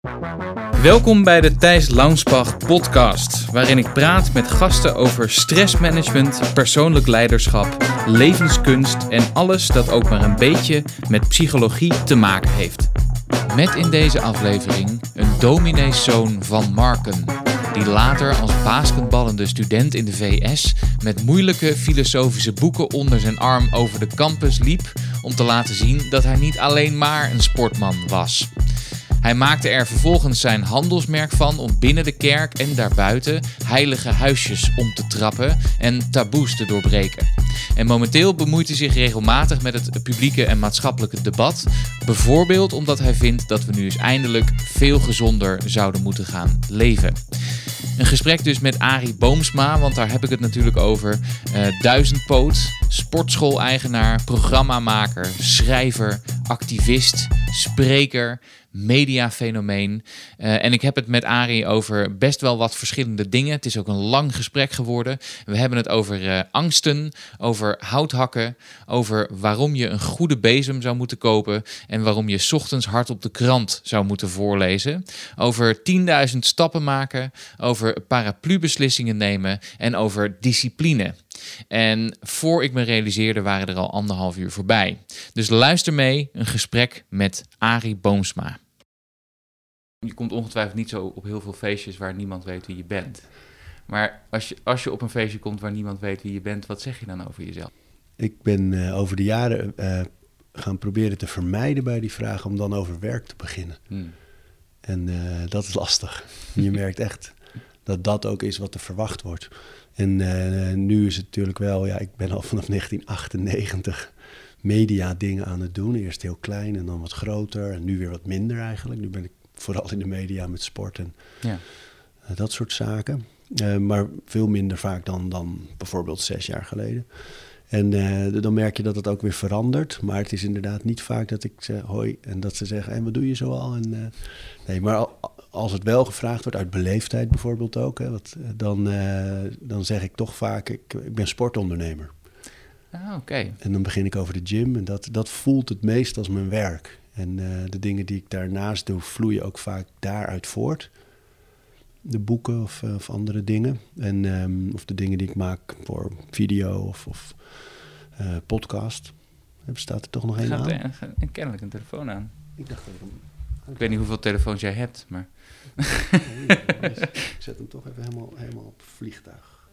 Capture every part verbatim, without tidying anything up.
Welkom bij de Thijs Launsbach podcast, waarin ik praat met gasten over stressmanagement, persoonlijk leiderschap, levenskunst en alles dat ook maar een beetje met psychologie te maken heeft. Met in deze aflevering een domineeszoon van Marken, die later als basketballende student in de V S met moeilijke filosofische boeken onder zijn arm over de campus liep om te laten zien dat hij niet alleen maar een sportman was. Hij maakte er vervolgens zijn handelsmerk van om binnen de kerk en daarbuiten heilige huisjes om te trappen en taboes te doorbreken. En momenteel bemoeit hij zich regelmatig met het publieke en maatschappelijke debat. Bijvoorbeeld omdat hij vindt dat we nu eens eindelijk veel gezonder zouden moeten gaan leven. Een gesprek dus met Arie Boomsma, want daar heb ik het natuurlijk over. Uh, duizendpoot, sportschool-eigenaar, programmamaker, schrijver, activist, spreker, mediafenomeen. Uh, en ik heb het met Arie over best wel wat verschillende dingen. Het is ook een lang gesprek geworden. We hebben het over uh, angsten, over houthakken, over waarom je een goede bezem zou moeten kopen en waarom je 's ochtends hard op de krant zou moeten voorlezen. Over tienduizend stappen maken, over paraplu-beslissingen nemen en over discipline. En voor ik me realiseerde waren er al anderhalf uur voorbij. Dus luister mee, een gesprek met Arie Boomsma. Je komt ongetwijfeld niet zo op heel veel feestjes waar niemand weet wie je bent. Maar als je, als je op een feestje komt waar niemand weet wie je bent, wat zeg je dan over jezelf? Ik ben uh, over de jaren uh, gaan proberen te vermijden bij die vraag om dan over werk te beginnen. Hmm. En uh, dat is lastig. Je merkt echt dat dat ook is wat er verwacht wordt. En uh, nu is het natuurlijk wel, ja, ik ben al vanaf negentien achtennegentig media dingen aan het doen. Eerst heel klein en dan wat groter en nu weer wat minder eigenlijk. Nu ben ik vooral in de media met sport en ja. uh, dat soort zaken. Uh, maar veel minder vaak dan, dan bijvoorbeeld zes jaar geleden. En uh, dan merk je dat het ook weer verandert. Maar het is inderdaad niet vaak dat ik zeg hoi en dat ze zeggen, hey, wat doe je zoal? En, uh, nee, maar al, als het wel gevraagd wordt, uit beleefdheid bijvoorbeeld ook, hè, wat, dan, uh, dan zeg ik toch vaak, ik, ik ben sportondernemer. Ah, oké. Okay. En dan begin ik over de gym en dat, dat voelt het meest als mijn werk. En uh, de dingen die ik daarnaast doe, vloeien ook vaak daaruit voort. De boeken of, uh, of andere dingen. En, um, of de dingen die ik maak voor video of, of uh, podcast. Er staat er toch nog één aan? Er gaat kennelijk een telefoon aan. Ik dacht dat ik hem... Ik weet niet hoeveel telefoons jij hebt, maar... Nee, ik zet hem toch even helemaal, helemaal op vliegtuig.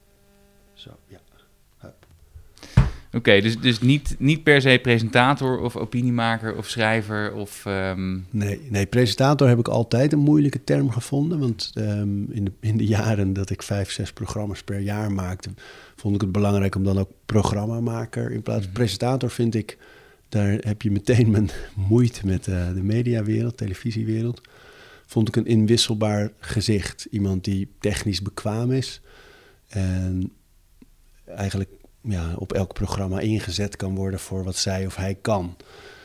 Zo, ja. Hup. Oké, okay, dus, dus niet, niet per se presentator of opiniemaker of schrijver of... Um... Nee, nee, presentator heb ik altijd een moeilijke term gevonden. Want um, in, de, in de jaren dat ik vijf, zes programma's per jaar maakte, vond ik het belangrijk om dan ook programmamaker in plaats van mm-hmm. presentator vind ik... Daar heb je meteen mijn moeite met uh, de mediawereld, televisiewereld. Vond ik een inwisselbaar gezicht. Iemand die technisch bekwaam is. En eigenlijk ja, op elk programma ingezet kan worden voor wat zij of hij kan.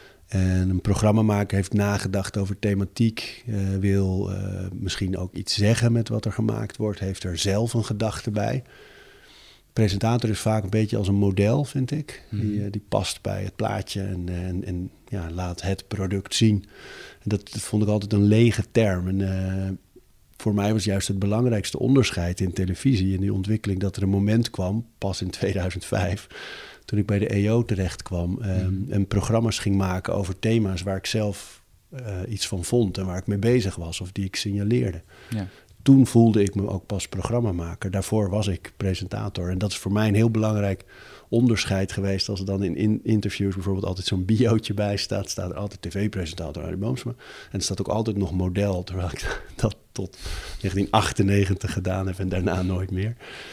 En een programmamaker heeft nagedacht over thematiek. Uh, wil uh, misschien ook iets zeggen met wat er gemaakt wordt. Heeft er zelf een gedachte bij. Presentator is vaak een beetje als een model, vind ik. Mm. Die, uh, die past bij het plaatje en, en, en ja, laat het product zien. En dat, dat vond ik altijd een lege term. En uh, voor mij was juist het belangrijkste onderscheid in televisie... in die ontwikkeling dat er een moment kwam, pas in tweeduizend vijf... toen ik bij de E O terecht kwam um, mm. en programma's ging maken over thema's... waar ik zelf uh, iets van vond en waar ik mee bezig was of die ik signaleerde. Ja. Toen voelde ik me ook pas programmamaker. Daarvoor was ik presentator. En dat is voor mij een heel belangrijk onderscheid geweest. Als er dan in, in interviews bijvoorbeeld altijd zo'n biootje bij staat... staat er altijd tv-presentator Arie Boomsma. En er staat ook altijd nog model... terwijl ik dat tot negentien achtennegentig gedaan heb en daarna nooit meer.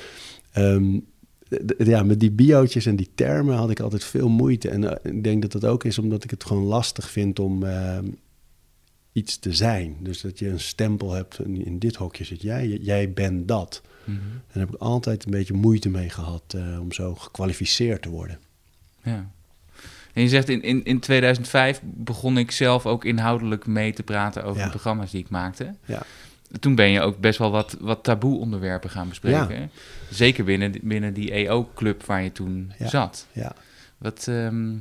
Um, d- ja, met die biootjes en die termen had ik altijd veel moeite. En uh, ik denk dat dat ook is omdat ik het gewoon lastig vind om... Uh, iets te zijn. Dus dat je een stempel hebt, en in dit hokje zit jij, jij bent dat. Mm-hmm. En daar heb ik altijd een beetje moeite mee gehad uh, om zo gekwalificeerd te worden. Ja. En je zegt, in, in, in tweeduizend vijf begon ik zelf ook inhoudelijk mee te praten over ja. de programma's die ik maakte. Ja. Toen ben je ook best wel wat, wat taboe onderwerpen gaan bespreken. Ja. Zeker binnen, binnen die E O-club waar je toen ja. zat. Ja. Wat, um,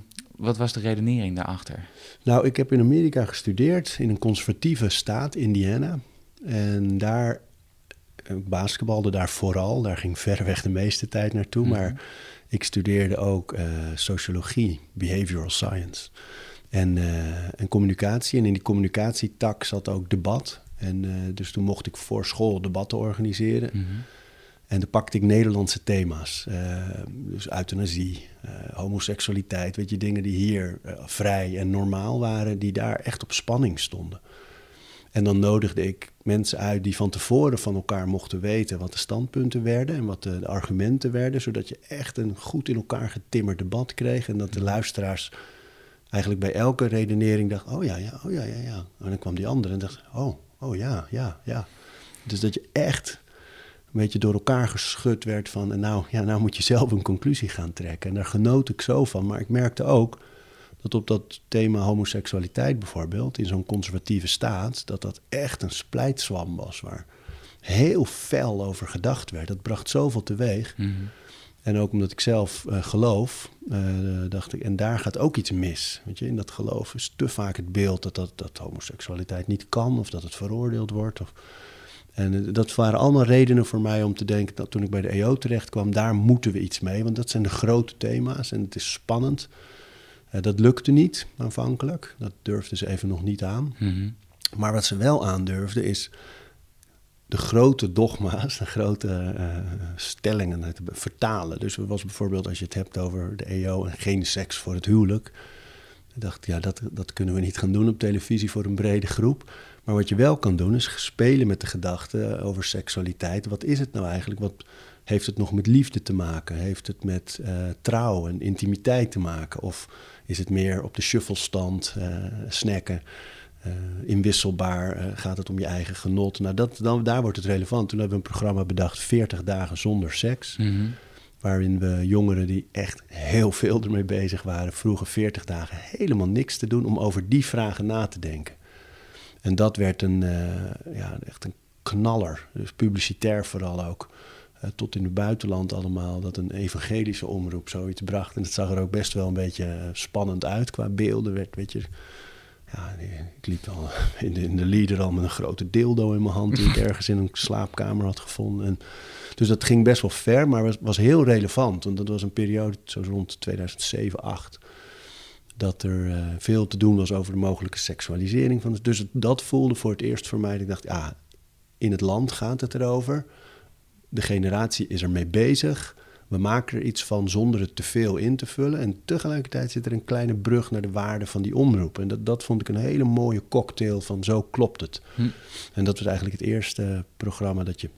wat was de redenering daarachter? Nou, ik heb in Amerika gestudeerd, in een conservatieve staat, Indiana. En daar, ik basketbalde daar vooral, daar ging verreweg de meeste tijd naartoe. Mm-hmm. Maar ik studeerde ook uh, sociologie, behavioral science en, uh, en communicatie. En in die communicatietak zat ook debat. En uh, dus toen mocht ik voor school debatten organiseren. Mm-hmm. En dan pakte ik Nederlandse thema's. Uh, dus euthanasie, uh, homoseksualiteit, weet je, dingen die hier uh, vrij en normaal waren, die daar echt op spanning stonden. En dan nodigde ik mensen uit die van tevoren van elkaar mochten weten wat de standpunten werden en wat de, de argumenten werden, zodat je echt een goed in elkaar getimmerd debat kreeg en dat de luisteraars eigenlijk bij elke redenering dachten, oh ja, ja, oh ja, ja, ja. En dan kwam die andere en dacht, oh, oh ja, ja, ja. Dus dat je echt een beetje door elkaar geschud werd van, en nou, ja, nou moet je zelf een conclusie gaan trekken. En daar genoot ik zo van, maar ik merkte ook dat op dat thema homoseksualiteit bijvoorbeeld, in zo'n conservatieve staat, dat dat echt een splijtswam was, waar heel fel over gedacht werd. Dat bracht zoveel teweeg. Mm-hmm. En ook omdat ik zelf uh, geloof, uh, dacht ik, en daar gaat ook iets mis. Weet je, in dat geloof is te vaak het beeld dat, dat, dat homoseksualiteit niet kan, of dat het veroordeeld wordt. Of, en uh, dat waren allemaal redenen voor mij om te denken, dat toen ik bij de E O terecht kwam, daar moeten we iets mee. Want dat zijn de grote thema's en het is spannend. Uh, dat lukte niet aanvankelijk. Dat durfden ze even nog niet aan. Mm-hmm. Maar wat ze wel aandurfden is de grote dogma's, de grote uh, stellingen te vertalen. Dus het was bijvoorbeeld, als je het hebt over de E O en geen seks voor het huwelijk. Ik dacht, ja, dat, dat kunnen we niet gaan doen op televisie voor een brede groep. Maar wat je wel kan doen, is spelen met de gedachten over seksualiteit. Wat is het nou eigenlijk? Wat heeft het nog met liefde te maken? Heeft het met uh, trouw en intimiteit te maken? Of is het meer op de shufflestand, uh, snacken? Uh, inwisselbaar, uh, gaat het om je eigen genot. Nou, dat, dan, daar wordt het relevant. Toen hebben we een programma bedacht, veertig dagen zonder seks. Mm-hmm. Waarin we jongeren die echt heel veel ermee bezig waren, vroegen veertig dagen helemaal niks te doen om over die vragen na te denken. En dat werd een, uh, ja, echt een knaller. Dus publicitair vooral ook. Uh, tot in het buitenland allemaal, dat een evangelische omroep zoiets bracht. En het zag er ook best wel een beetje uh, spannend uit qua beelden. Werd, weet je, ja, ik liep al in de, in de leader al met een grote dildo in mijn hand die ik ergens in een slaapkamer had gevonden. En dus dat ging best wel ver, maar was, was heel relevant. Want dat was een periode, zo rond tweeduizend zeven, acht, dat er uh, veel te doen was over de mogelijke seksualisering van het. Dus het, dat voelde voor het eerst voor mij, dat ik dacht, ja, in het land gaat het erover. De generatie is ermee bezig. We maken er iets van zonder het te veel in te vullen. En tegelijkertijd zit er een kleine brug naar de waarde van die omroep. En dat, dat vond ik een hele mooie cocktail van zo klopt het. Hm. En dat was eigenlijk het eerste programma dat je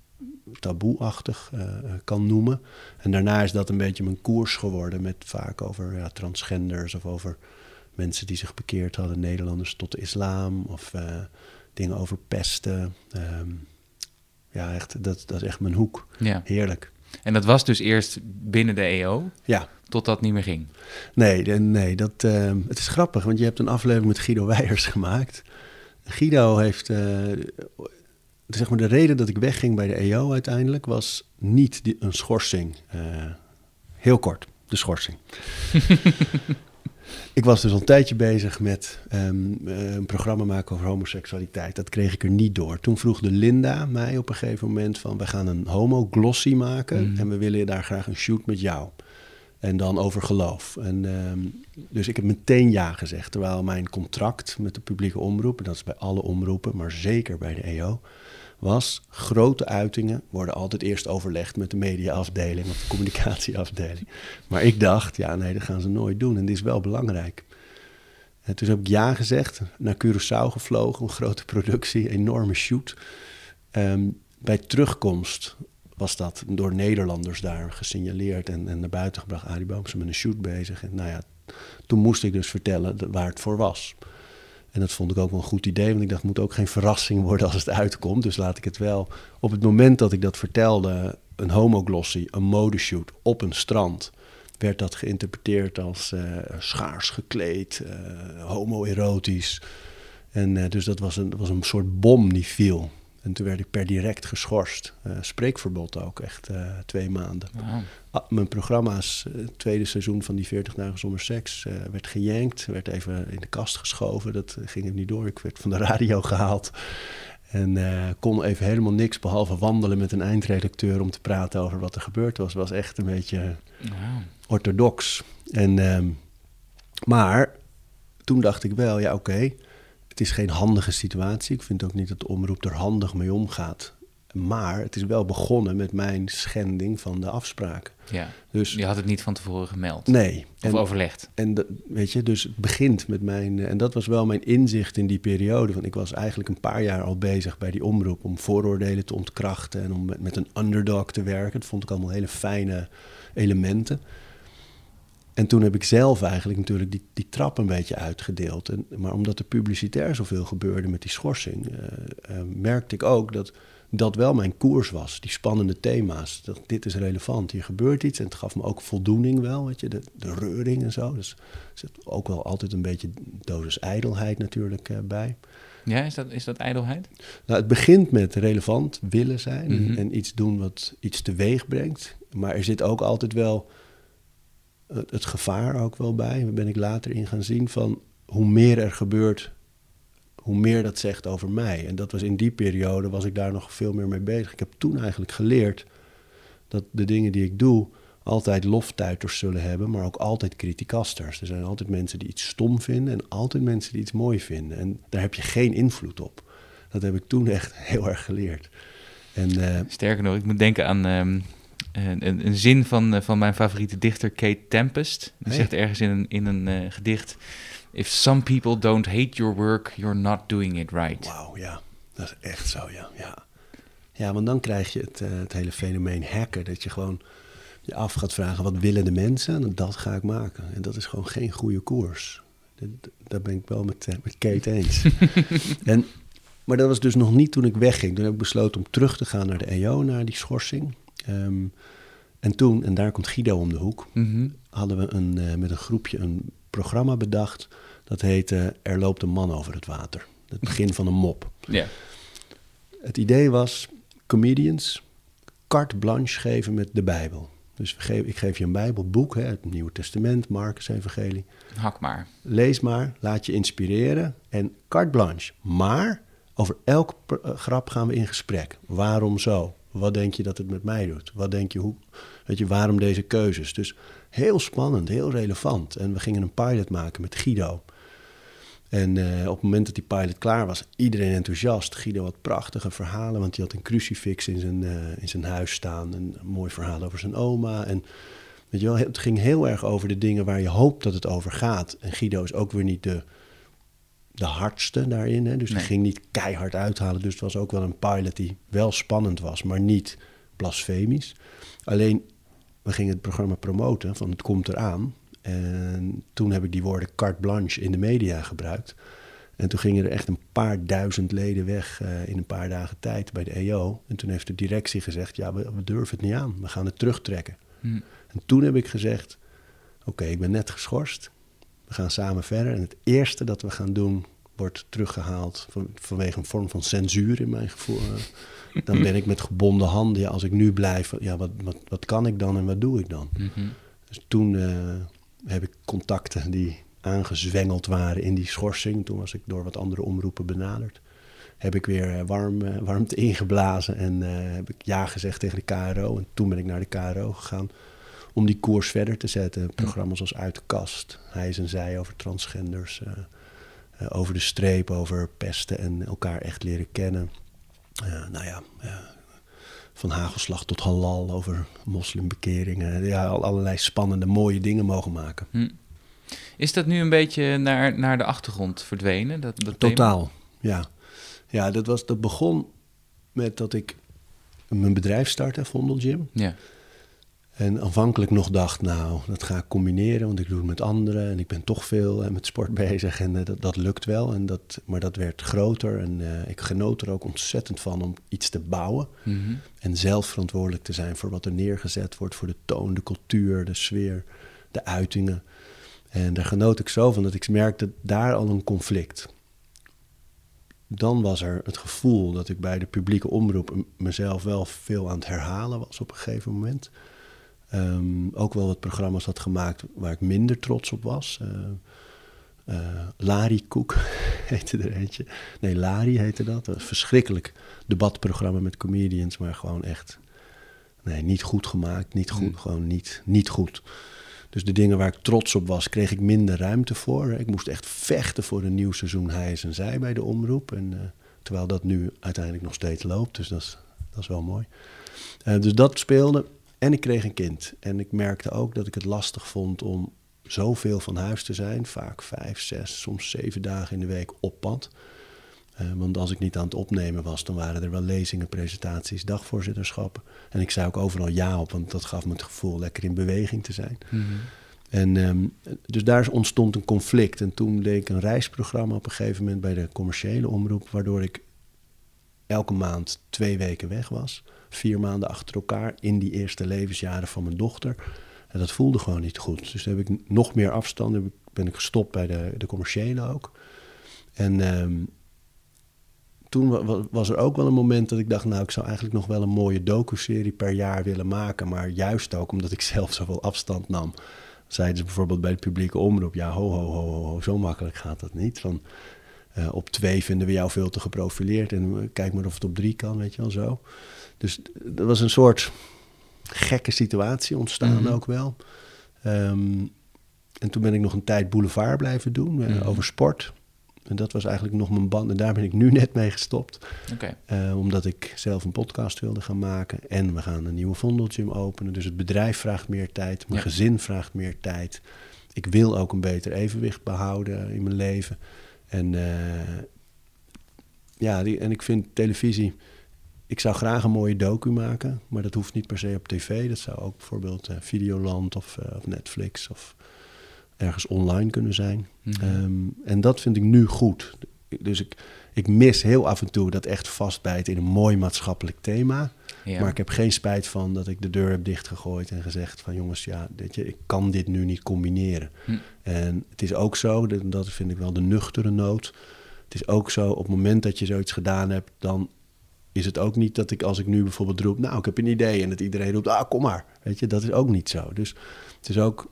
taboeachtig uh, kan noemen. En daarna is dat een beetje mijn koers geworden met vaak over ja, transgenders of over mensen die zich bekeerd hadden, Nederlanders tot de islam of uh, dingen over pesten. Um, ja, echt, dat, dat is echt mijn hoek. Ja. Heerlijk. En dat was dus eerst binnen de E O? Ja. Tot dat niet meer ging? Nee, nee dat, uh, het is grappig, want je hebt een aflevering met Guido Weijers gemaakt. Guido heeft, uh, zeg maar de reden dat ik wegging bij de E O uiteindelijk was niet die, een schorsing. Uh, heel kort, de schorsing. Ik was dus al een tijdje bezig met um, uh, een programma maken over homoseksualiteit. Dat kreeg ik er niet door. Toen vroeg de Linda mij op een gegeven moment van, we gaan een homo-glossy maken mm. en we willen daar graag een shoot met jou. En dan over geloof. En, um, dus ik heb meteen ja gezegd, terwijl mijn contract met de publieke omroep, en dat is bij alle omroepen, maar zeker bij de E O, was grote uitingen worden altijd eerst overlegd met de mediaafdeling of de communicatieafdeling. Maar ik dacht, ja nee, dat gaan ze nooit doen en dit is wel belangrijk. En toen heb ik ja gezegd, naar Curaçao gevlogen, een grote productie, enorme shoot. Um, bij terugkomst was dat door Nederlanders daar gesignaleerd en, en naar buiten gebracht. Arie Boomsma met een shoot bezig. En nou ja, toen moest ik dus vertellen waar het voor was. En dat vond ik ook wel een goed idee, want ik dacht, het moet ook geen verrassing worden als het uitkomt. Dus laat ik het wel. Op het moment dat ik dat vertelde, een homoglossy, een modeshoot op een strand, werd dat geïnterpreteerd als uh, schaars gekleed, uh, homoerotisch. En uh, dus dat was een, was een soort bom die viel. En toen werd ik per direct geschorst. Uh, spreekverbod ook, echt uh, twee maanden. Wow. Ah, mijn programma's, uh, het tweede seizoen van die veertig dagen zonder seks... Uh, werd gejankt, werd even in de kast geschoven. Dat uh, ging er niet door. Ik werd van de radio gehaald. En uh, kon even helemaal niks behalve wandelen met een eindredacteur... om te praten over wat er gebeurd was. Het was echt een beetje wow. orthodox. En, uh, maar toen dacht ik wel, ja oké... Okay, het is geen handige situatie. Ik vind ook niet dat de omroep er handig mee omgaat. Maar het is wel begonnen met mijn schending van de afspraken. Ja, dus je had het niet van tevoren gemeld? Nee. Of en, overlegd? En de, weet je, dus het begint met mijn... En dat was wel mijn inzicht in die periode. Want ik was eigenlijk een paar jaar al bezig bij die omroep... om vooroordelen te ontkrachten en om met, met een underdog te werken. Dat vond ik allemaal hele fijne elementen. En toen heb ik zelf eigenlijk natuurlijk die, die trap een beetje uitgedeeld. En, maar omdat er publicitair zoveel gebeurde met die schorsing... Uh, uh, merkte ik ook dat dat wel mijn koers was. Die spannende thema's. Dat, dit is relevant, hier gebeurt iets. En het gaf me ook voldoening wel, weet je. De, de reuring en zo. Dus er zit ook wel altijd een beetje dosis ijdelheid natuurlijk uh, bij. Ja, is dat, is dat ijdelheid? Nou, het begint met relevant willen zijn. Mm-hmm. en, en iets doen wat iets teweeg brengt. Maar er zit ook altijd wel... het gevaar ook wel bij. Daar ben ik later in gaan zien van hoe meer er gebeurt, hoe meer dat zegt over mij. En dat was in die periode, was ik daar nog veel meer mee bezig. Ik heb toen eigenlijk geleerd dat de dingen die ik doe altijd loftuiters zullen hebben, maar ook altijd criticasters. Er zijn altijd mensen die iets stom vinden en altijd mensen die iets mooi vinden. En daar heb je geen invloed op. Dat heb ik toen echt heel erg geleerd. En, uh, Sterker nog, ik moet denken aan... Um... Een, een, een zin van, van mijn favoriete dichter Kate Tempest. Die hey. zegt ergens in een, in een uh, gedicht... If some people don't hate your work, you're not doing it right. Wauw, ja. Dat is echt zo, ja. Ja, ja want dan krijg je het, uh, het hele fenomeen hacken. Dat je gewoon je af gaat vragen, wat willen de mensen? En dat ga ik maken. En dat is gewoon geen goede koers. Dat, dat ben ik wel met, uh, met Kate eens. en, maar dat was dus nog niet toen ik wegging. Toen heb ik besloten om terug te gaan naar de E O, naar die schorsing... Um, en toen, en daar komt Guido om de hoek, mm-hmm. hadden we een, uh, met een groepje een programma bedacht. Dat heette Er loopt een man over het water. Het begin van een mop. Yeah. Het idee was comedians carte blanche geven met de Bijbel. Dus we geef, ik geef je een Bijbelboek, hè, het Nieuwe Testament, Marcus Evangelie. Hak maar. Lees maar, laat je inspireren en carte blanche. Maar over elke pr- uh, grap gaan we in gesprek. Waarom zo? Wat denk je dat het met mij doet? Wat denk je, hoe, weet je, waarom deze keuzes? Dus heel spannend, heel relevant. En we gingen een pilot maken met Guido. En uh, op het moment dat die pilot klaar was, iedereen enthousiast. Guido had prachtige verhalen, want hij had een crucifix in zijn, uh, in zijn huis staan. Een mooi verhaal over zijn oma. En weet je wel, het ging heel erg over de dingen waar je hoopt dat het over gaat. En Guido is ook weer niet de... de hardste daarin. Hè? Dus nee. Die ging niet keihard uithalen. Dus het was ook wel een pilot die wel spannend was, maar niet blasfemisch. Alleen, we gingen het programma promoten van het komt eraan. En toen heb ik die woorden carte blanche in de media gebruikt. En toen gingen er echt een paar duizend leden weg uh, in een paar dagen tijd bij de E O. En toen heeft de directie gezegd, ja, we, we durven het niet aan. We gaan het terugtrekken. Hmm. En toen heb ik gezegd, oké, okay, ik ben net geschorst. We gaan samen verder. En het eerste dat we gaan doen wordt teruggehaald van, vanwege een vorm van censuur in mijn gevoel. Dan ben ik met gebonden handen. Ja, als ik nu blijf, ja, wat, wat, wat kan ik dan en wat doe ik dan? Mm-hmm. Dus toen uh, heb ik contacten die aangezwengeld waren in die schorsing. Toen was ik door wat andere omroepen benaderd. Heb ik weer uh, warm, uh, warmte ingeblazen en uh, heb ik ja gezegd tegen de K R O. En toen ben ik naar de K R O gegaan om die koers verder te zetten. Programma's als Uit de Kast, Hij is en Zij over transgenders, uh, uh, over de streep, over pesten en elkaar echt leren kennen. Uh, nou ja, uh, van hagelslag tot halal, over moslimbekeringen. Ja, allerlei spannende, mooie dingen mogen maken. Hm. Is dat nu een beetje naar, naar de achtergrond verdwenen? Dat, dat Totaal, thema? ja. Ja, dat, was, dat begon met dat ik mijn bedrijf startte, Vondelgym. Ja. En aanvankelijk nog dacht, nou, dat ga ik combineren, want ik doe het met anderen en ik ben toch veel uh, met sport bezig en uh, dat, dat lukt wel. En dat, maar dat werd groter en uh, ik genoot er ook ontzettend van om iets te bouwen. Mm-hmm. En zelf verantwoordelijk te zijn voor wat er neergezet wordt, voor de toon, de cultuur, de sfeer, de uitingen. En daar genoot ik zo van dat ik merkte daar al een conflict. dan was er het gevoel dat ik bij de publieke omroep mezelf wel veel aan het herhalen was op een gegeven moment. Um, ook wel wat programma's had gemaakt waar ik minder trots op was. Uh, uh, Larry Koek heette er eentje. Nee, Larry heette dat. Dat was een verschrikkelijk debatprogramma met comedians, maar gewoon echt nee, niet goed gemaakt. Niet goed, mm. gewoon niet, niet goed. Dus de dingen waar ik trots op was, kreeg ik minder ruimte voor. Ik moest echt vechten voor een nieuw seizoen Hij is en Zij bij de omroep. En, uh, terwijl dat nu uiteindelijk nog steeds loopt. Dus dat is, dat is wel mooi. Uh, dus dat speelde. En ik kreeg een kind. En ik merkte ook dat ik het lastig vond om zoveel van huis te zijn. Vaak vijf, zes, soms zeven dagen in de week op pad. Uh, want als ik niet aan het opnemen was, dan waren er wel lezingen, presentaties, dagvoorzitterschappen. En ik zei ook overal ja op, want dat gaf me het gevoel lekker in beweging te zijn. Mm-hmm. En um, dus daar ontstond een conflict. En toen deed ik een reisprogramma op een gegeven moment bij de commerciële omroep, waardoor ik elke maand twee weken weg was. Vier maanden achter elkaar in die eerste levensjaren van mijn dochter. En dat voelde gewoon niet goed. Dus toen heb ik nog meer afstand. Dan ben ik gestopt bij de, de commerciële ook. En um, toen was er ook wel een moment dat ik dacht, nou, ik zou eigenlijk nog wel een mooie docuserie per jaar willen maken. Maar juist ook omdat ik zelf zoveel afstand nam. Zeiden ze bijvoorbeeld bij de publieke omroep, ja, ho, ho, ho, ho, ho zo makkelijk gaat dat niet. Van, uh, op twee vinden we jou veel te geprofileerd en kijk maar of het op drie kan, weet je wel, zo. Dus er was een soort gekke situatie ontstaan mm-hmm. ook wel. Um, en toen ben ik nog een tijd Boulevard blijven doen, uh, mm-hmm. over sport. En dat was eigenlijk nog mijn band. En daar ben ik nu net mee gestopt. Okay. Uh, omdat ik zelf een podcast wilde gaan maken. En we gaan een nieuwe Vondelgym openen. Dus het bedrijf vraagt meer tijd. Mijn ja. gezin vraagt meer tijd. Ik wil ook een beter evenwicht behouden in mijn leven. En, uh, ja, die, en ik vind televisie... Ik zou graag een mooie docu maken. Maar dat hoeft niet per se op tv. Dat zou ook bijvoorbeeld uh, Videoland of, uh, of Netflix of... ergens online kunnen zijn. Mm-hmm. Um, en dat vind ik nu goed. Dus ik, ik mis heel af en toe dat echt vastbijten in een mooi maatschappelijk thema. Ja. Maar ik heb geen spijt van dat ik de deur heb dichtgegooid en gezegd van jongens, ja, weet je, ik kan dit nu niet combineren. Hm. En het is ook zo, dat vind ik wel de nuchtere noot. Het is ook zo, op het moment dat je zoiets gedaan hebt, dan is het ook niet dat ik als ik nu bijvoorbeeld roep, nou, ik heb een idee en dat iedereen roept, ah, kom maar. Weet je, dat is ook niet zo. Dus het is ook...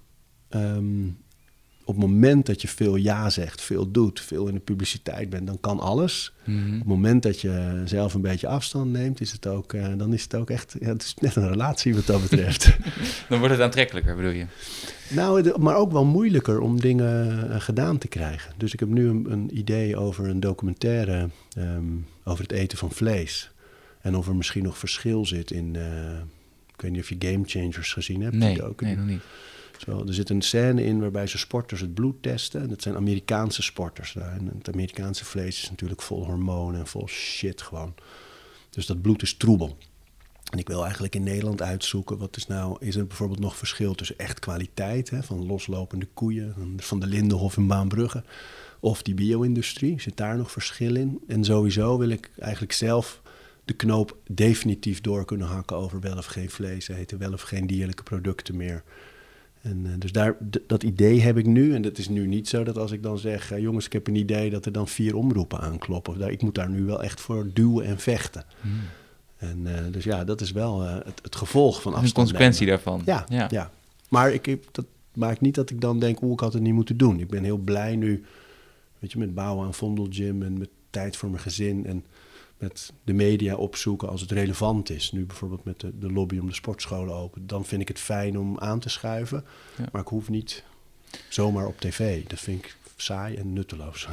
Um, op het moment dat je veel ja zegt, veel doet, veel in de publiciteit bent, dan kan alles. Mm-hmm. Op het moment dat je zelf een beetje afstand neemt, is het ook, uh, dan is het ook echt, ja, het is net een relatie wat dat betreft. Dan wordt het aantrekkelijker, bedoel je? Nou, maar ook wel moeilijker om dingen uh, gedaan te krijgen. Dus ik heb nu een, een idee over een documentaire um, over het eten van vlees. En of er misschien nog verschil zit in, uh, ik weet niet of je Game Changers gezien hebt. Nee, nee nog niet. Zo, er zit een scène in waarbij ze sporters het bloed testen. En dat zijn Amerikaanse sporters. En het Amerikaanse vlees is natuurlijk vol hormonen en vol shit gewoon. Dus dat bloed is troebel. En ik wil eigenlijk in Nederland uitzoeken, wat is nou, is er bijvoorbeeld nog verschil tussen echt kwaliteit, hè, van loslopende koeien, van de Lindenhof in Baanbrugge, of die bio-industrie, zit daar nog verschil in? En sowieso wil ik eigenlijk zelf de knoop definitief door kunnen hakken over wel of geen vlees eten, wel of geen dierlijke producten meer. En uh, dus daar, d- dat idee heb ik nu. En dat is nu niet zo dat als ik dan zeg, uh, jongens, ik heb een idee dat er dan vier omroepen aankloppen. Of daar, ik moet daar nu wel echt voor duwen en vechten. Hmm. En uh, dus ja, dat is wel uh, het, het gevolg van afstand. Een consequentie nemen. daarvan. Ja, ja. ja. Maar ik heb, dat maakt niet dat ik dan denk, oeh, ik had het niet moeten doen. Ik ben heel blij nu, weet je, met bouwen aan Vondelgym en met tijd voor mijn gezin en met de media opzoeken als het relevant is. Nu bijvoorbeeld met de, de lobby om de sportscholen open. Dan vind ik het fijn om aan te schuiven. Ja. Maar ik hoef niet zomaar op tv. Dat vind ik saai en nutteloos.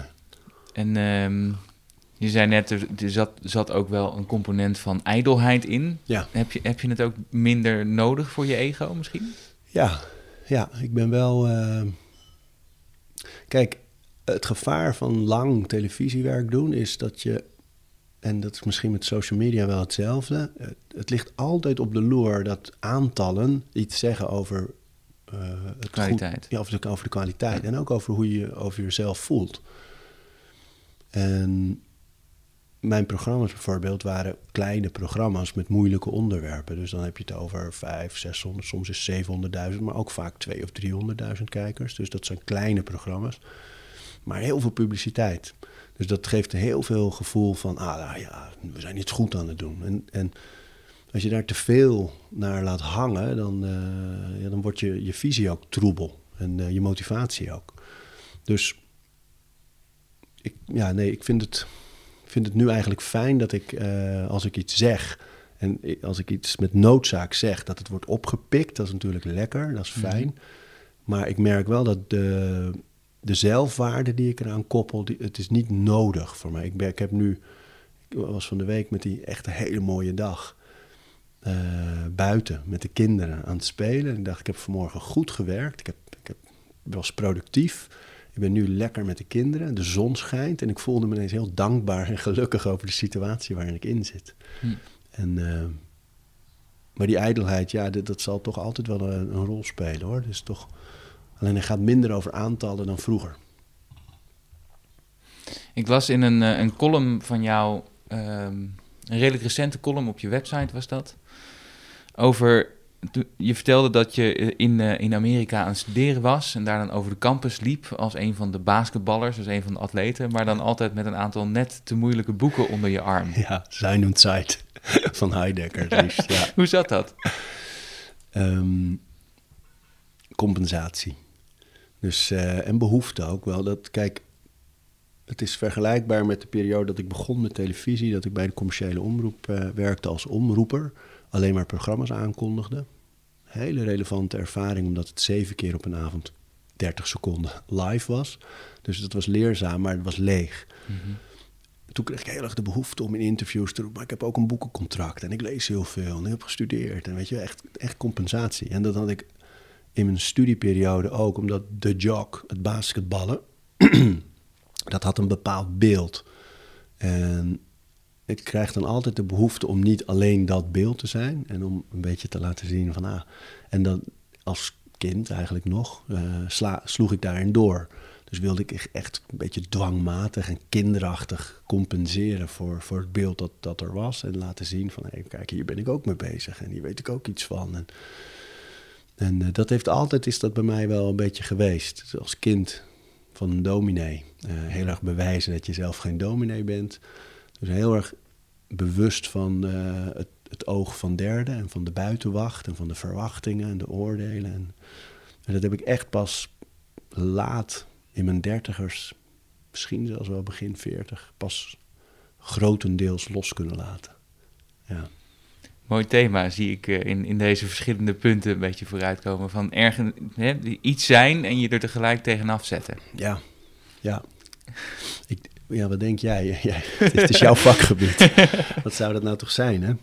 En um, je zei net, er, er zat, zat ook wel een component van ijdelheid in. Ja. Heb je, heb je het ook minder nodig voor je ego misschien? Ja, ja ik ben wel... Uh... Kijk, het gevaar van lang televisiewerk doen is dat je... En dat is misschien met social media wel hetzelfde. Het ligt altijd op de loer dat aantallen iets zeggen over uh, het kwaliteit. Goed, ja, over, de, over de kwaliteit. Ja. En ook over hoe je over jezelf voelt. En mijn programma's bijvoorbeeld waren kleine programma's met moeilijke onderwerpen. Dus dan heb je het over vijf, zeshonderd, soms is zevenhonderdduizend, maar ook vaak tweehonderdduizend of driehonderdduizend kijkers. Dus dat zijn kleine programma's. Maar heel veel publiciteit. Dus dat geeft heel veel gevoel van, ah nou ja, we zijn iets goed aan het doen. En, en als je daar te veel naar laat hangen, dan, uh, ja, dan wordt je, je visie ook troebel. En uh, je motivatie ook. Dus ik, ja, nee, ik vind het, vind het nu eigenlijk fijn dat ik, uh, als ik iets zeg, en als ik iets met noodzaak zeg, dat het wordt opgepikt. Dat is natuurlijk lekker, dat is fijn. Mm-hmm. Maar ik merk wel dat de, de zelfwaarde die ik eraan koppel, die, het is niet nodig voor mij. Ik, ben, ik heb nu, ik was van de week met die echt een hele mooie dag uh, buiten met de kinderen aan het spelen. En ik dacht, ik heb vanmorgen goed gewerkt. Ik, heb, ik heb, was productief. Ik ben nu lekker met de kinderen. De zon schijnt en ik voelde me ineens heel dankbaar en gelukkig over de situatie waarin ik in zit. Hm. En, uh, maar die ijdelheid, ja, dat, dat zal toch altijd wel een, een rol spelen, hoor. Dus toch, alleen het gaat minder over aantallen dan vroeger. Ik las in een, een column van jou, um, een redelijk recente column op je website was dat, over, je vertelde dat je in, uh, in Amerika aan het studeren was en daar dan over de campus liep als een van de basketballers, als een van de atleten, maar dan altijd met een aantal net te moeilijke boeken onder je arm. Ja, Sein und Zeit van Heidegger het liefst, ja. Hoe zat dat? Um, compensatie. Dus, uh, en behoefte ook wel. Dat, kijk, het is vergelijkbaar met de periode dat ik begon met televisie, dat ik bij de commerciële omroep uh, werkte als omroeper, alleen maar programma's aankondigde. Hele relevante ervaring, omdat het zeven keer op een avond dertig seconden live was. Dus dat was leerzaam, maar het was leeg. Mm-hmm. Toen kreeg ik heel erg de behoefte om in interviews te roepen, maar ik heb ook een boekencontract en ik lees heel veel en ik heb gestudeerd. En weet je, echt, echt compensatie. En dat had ik in mijn studieperiode ook, omdat de jock, het basketballen, dat had een bepaald beeld. En ik krijg dan altijd de behoefte om niet alleen dat beeld te zijn en om een beetje te laten zien van, ah, en dan als kind eigenlijk nog, uh, sla, sloeg ik daarin door. Dus wilde ik echt een beetje dwangmatig en kinderachtig compenseren voor, voor het beeld dat, dat er was. En laten zien van, hey, kijk, hier ben ik ook mee bezig en hier weet ik ook iets van. En, en uh, dat heeft altijd, is dat bij mij wel een beetje geweest. Dus als kind van een dominee. Uh, heel erg bewijzen dat je zelf geen dominee bent. Dus heel erg bewust van uh, het, het oog van derden en van de buitenwacht en van de verwachtingen en de oordelen. En, en dat heb ik echt pas laat in mijn dertigers, misschien zelfs wel begin veertig, pas grotendeels los kunnen laten. Ja. Mooi thema zie ik uh, in, in deze verschillende punten een beetje vooruitkomen. Van ergens hè, iets zijn en je er tegelijk tegenaf zetten. Ja, ja. Ik, ja, wat denk jij? jij het is jouw vakgebied. Wat zou dat nou toch zijn, hè?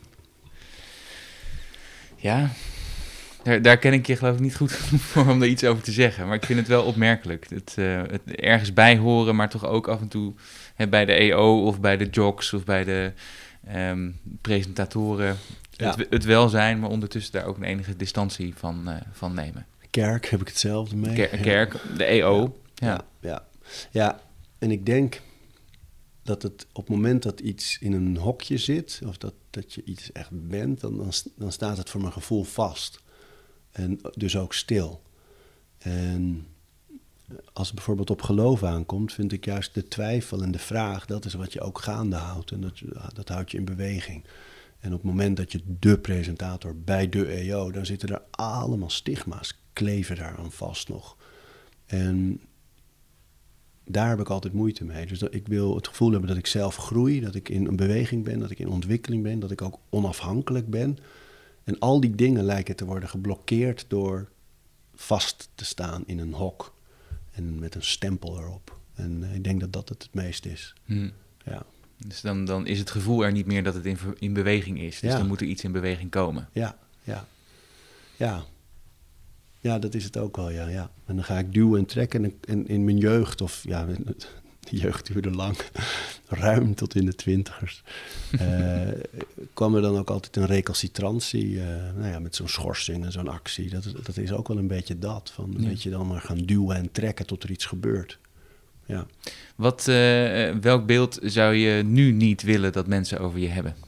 Ja, daar, daar ken ik je geloof ik niet goed voor om er iets over te zeggen. Maar ik vind het wel opmerkelijk. Het, uh, het ergens bij horen, maar toch ook af en toe hè, bij de E O of bij de jocks of bij de um, presentatoren. Ja. Het, het welzijn, maar ondertussen daar ook een enige distantie van, uh, van nemen. Kerk heb ik hetzelfde mee. Ker- kerk, de E O. Ja, ja, ja. ja. ja. En ik denk dat het op het moment dat iets in een hokje zit, of dat, dat je iets echt bent, dan, dan, dan staat het voor mijn gevoel vast. En dus ook stil. En als het bijvoorbeeld op geloof aankomt, vind ik juist de twijfel en de vraag, dat is wat je ook gaande houdt. En dat, dat houdt je in beweging. En op het moment dat je de presentator bij de E O, dan zitten er allemaal stigma's, kleven daar aan vast nog. En daar heb ik altijd moeite mee. Dus dat ik wil het gevoel hebben dat ik zelf groei, dat ik in een beweging ben, dat ik in ontwikkeling ben, dat ik ook onafhankelijk ben. En al die dingen lijken te worden geblokkeerd door vast te staan in een hok en met een stempel erop. En uh, ik denk dat dat het het meest is. Hmm. Ja. Dus dan, dan is het gevoel er niet meer dat het in, in beweging is. Dus ja. Dan moet er iets in beweging komen. Ja, ja. Ja. Ja, dat is het ook wel, ja. ja. En dan ga ik duwen en trekken. En, en in mijn jeugd, of ja, de jeugd duurde lang, ruim tot in de twintigers, uh, kwam er dan ook altijd een recalcitrantie, uh, nou ja, met zo'n schorsing en zo'n actie. Dat, dat is ook wel een beetje dat, van een ja. beetje dan maar gaan duwen en trekken tot er iets gebeurt. Ja. Wat, uh, welk beeld zou je nu niet willen dat mensen over je hebben?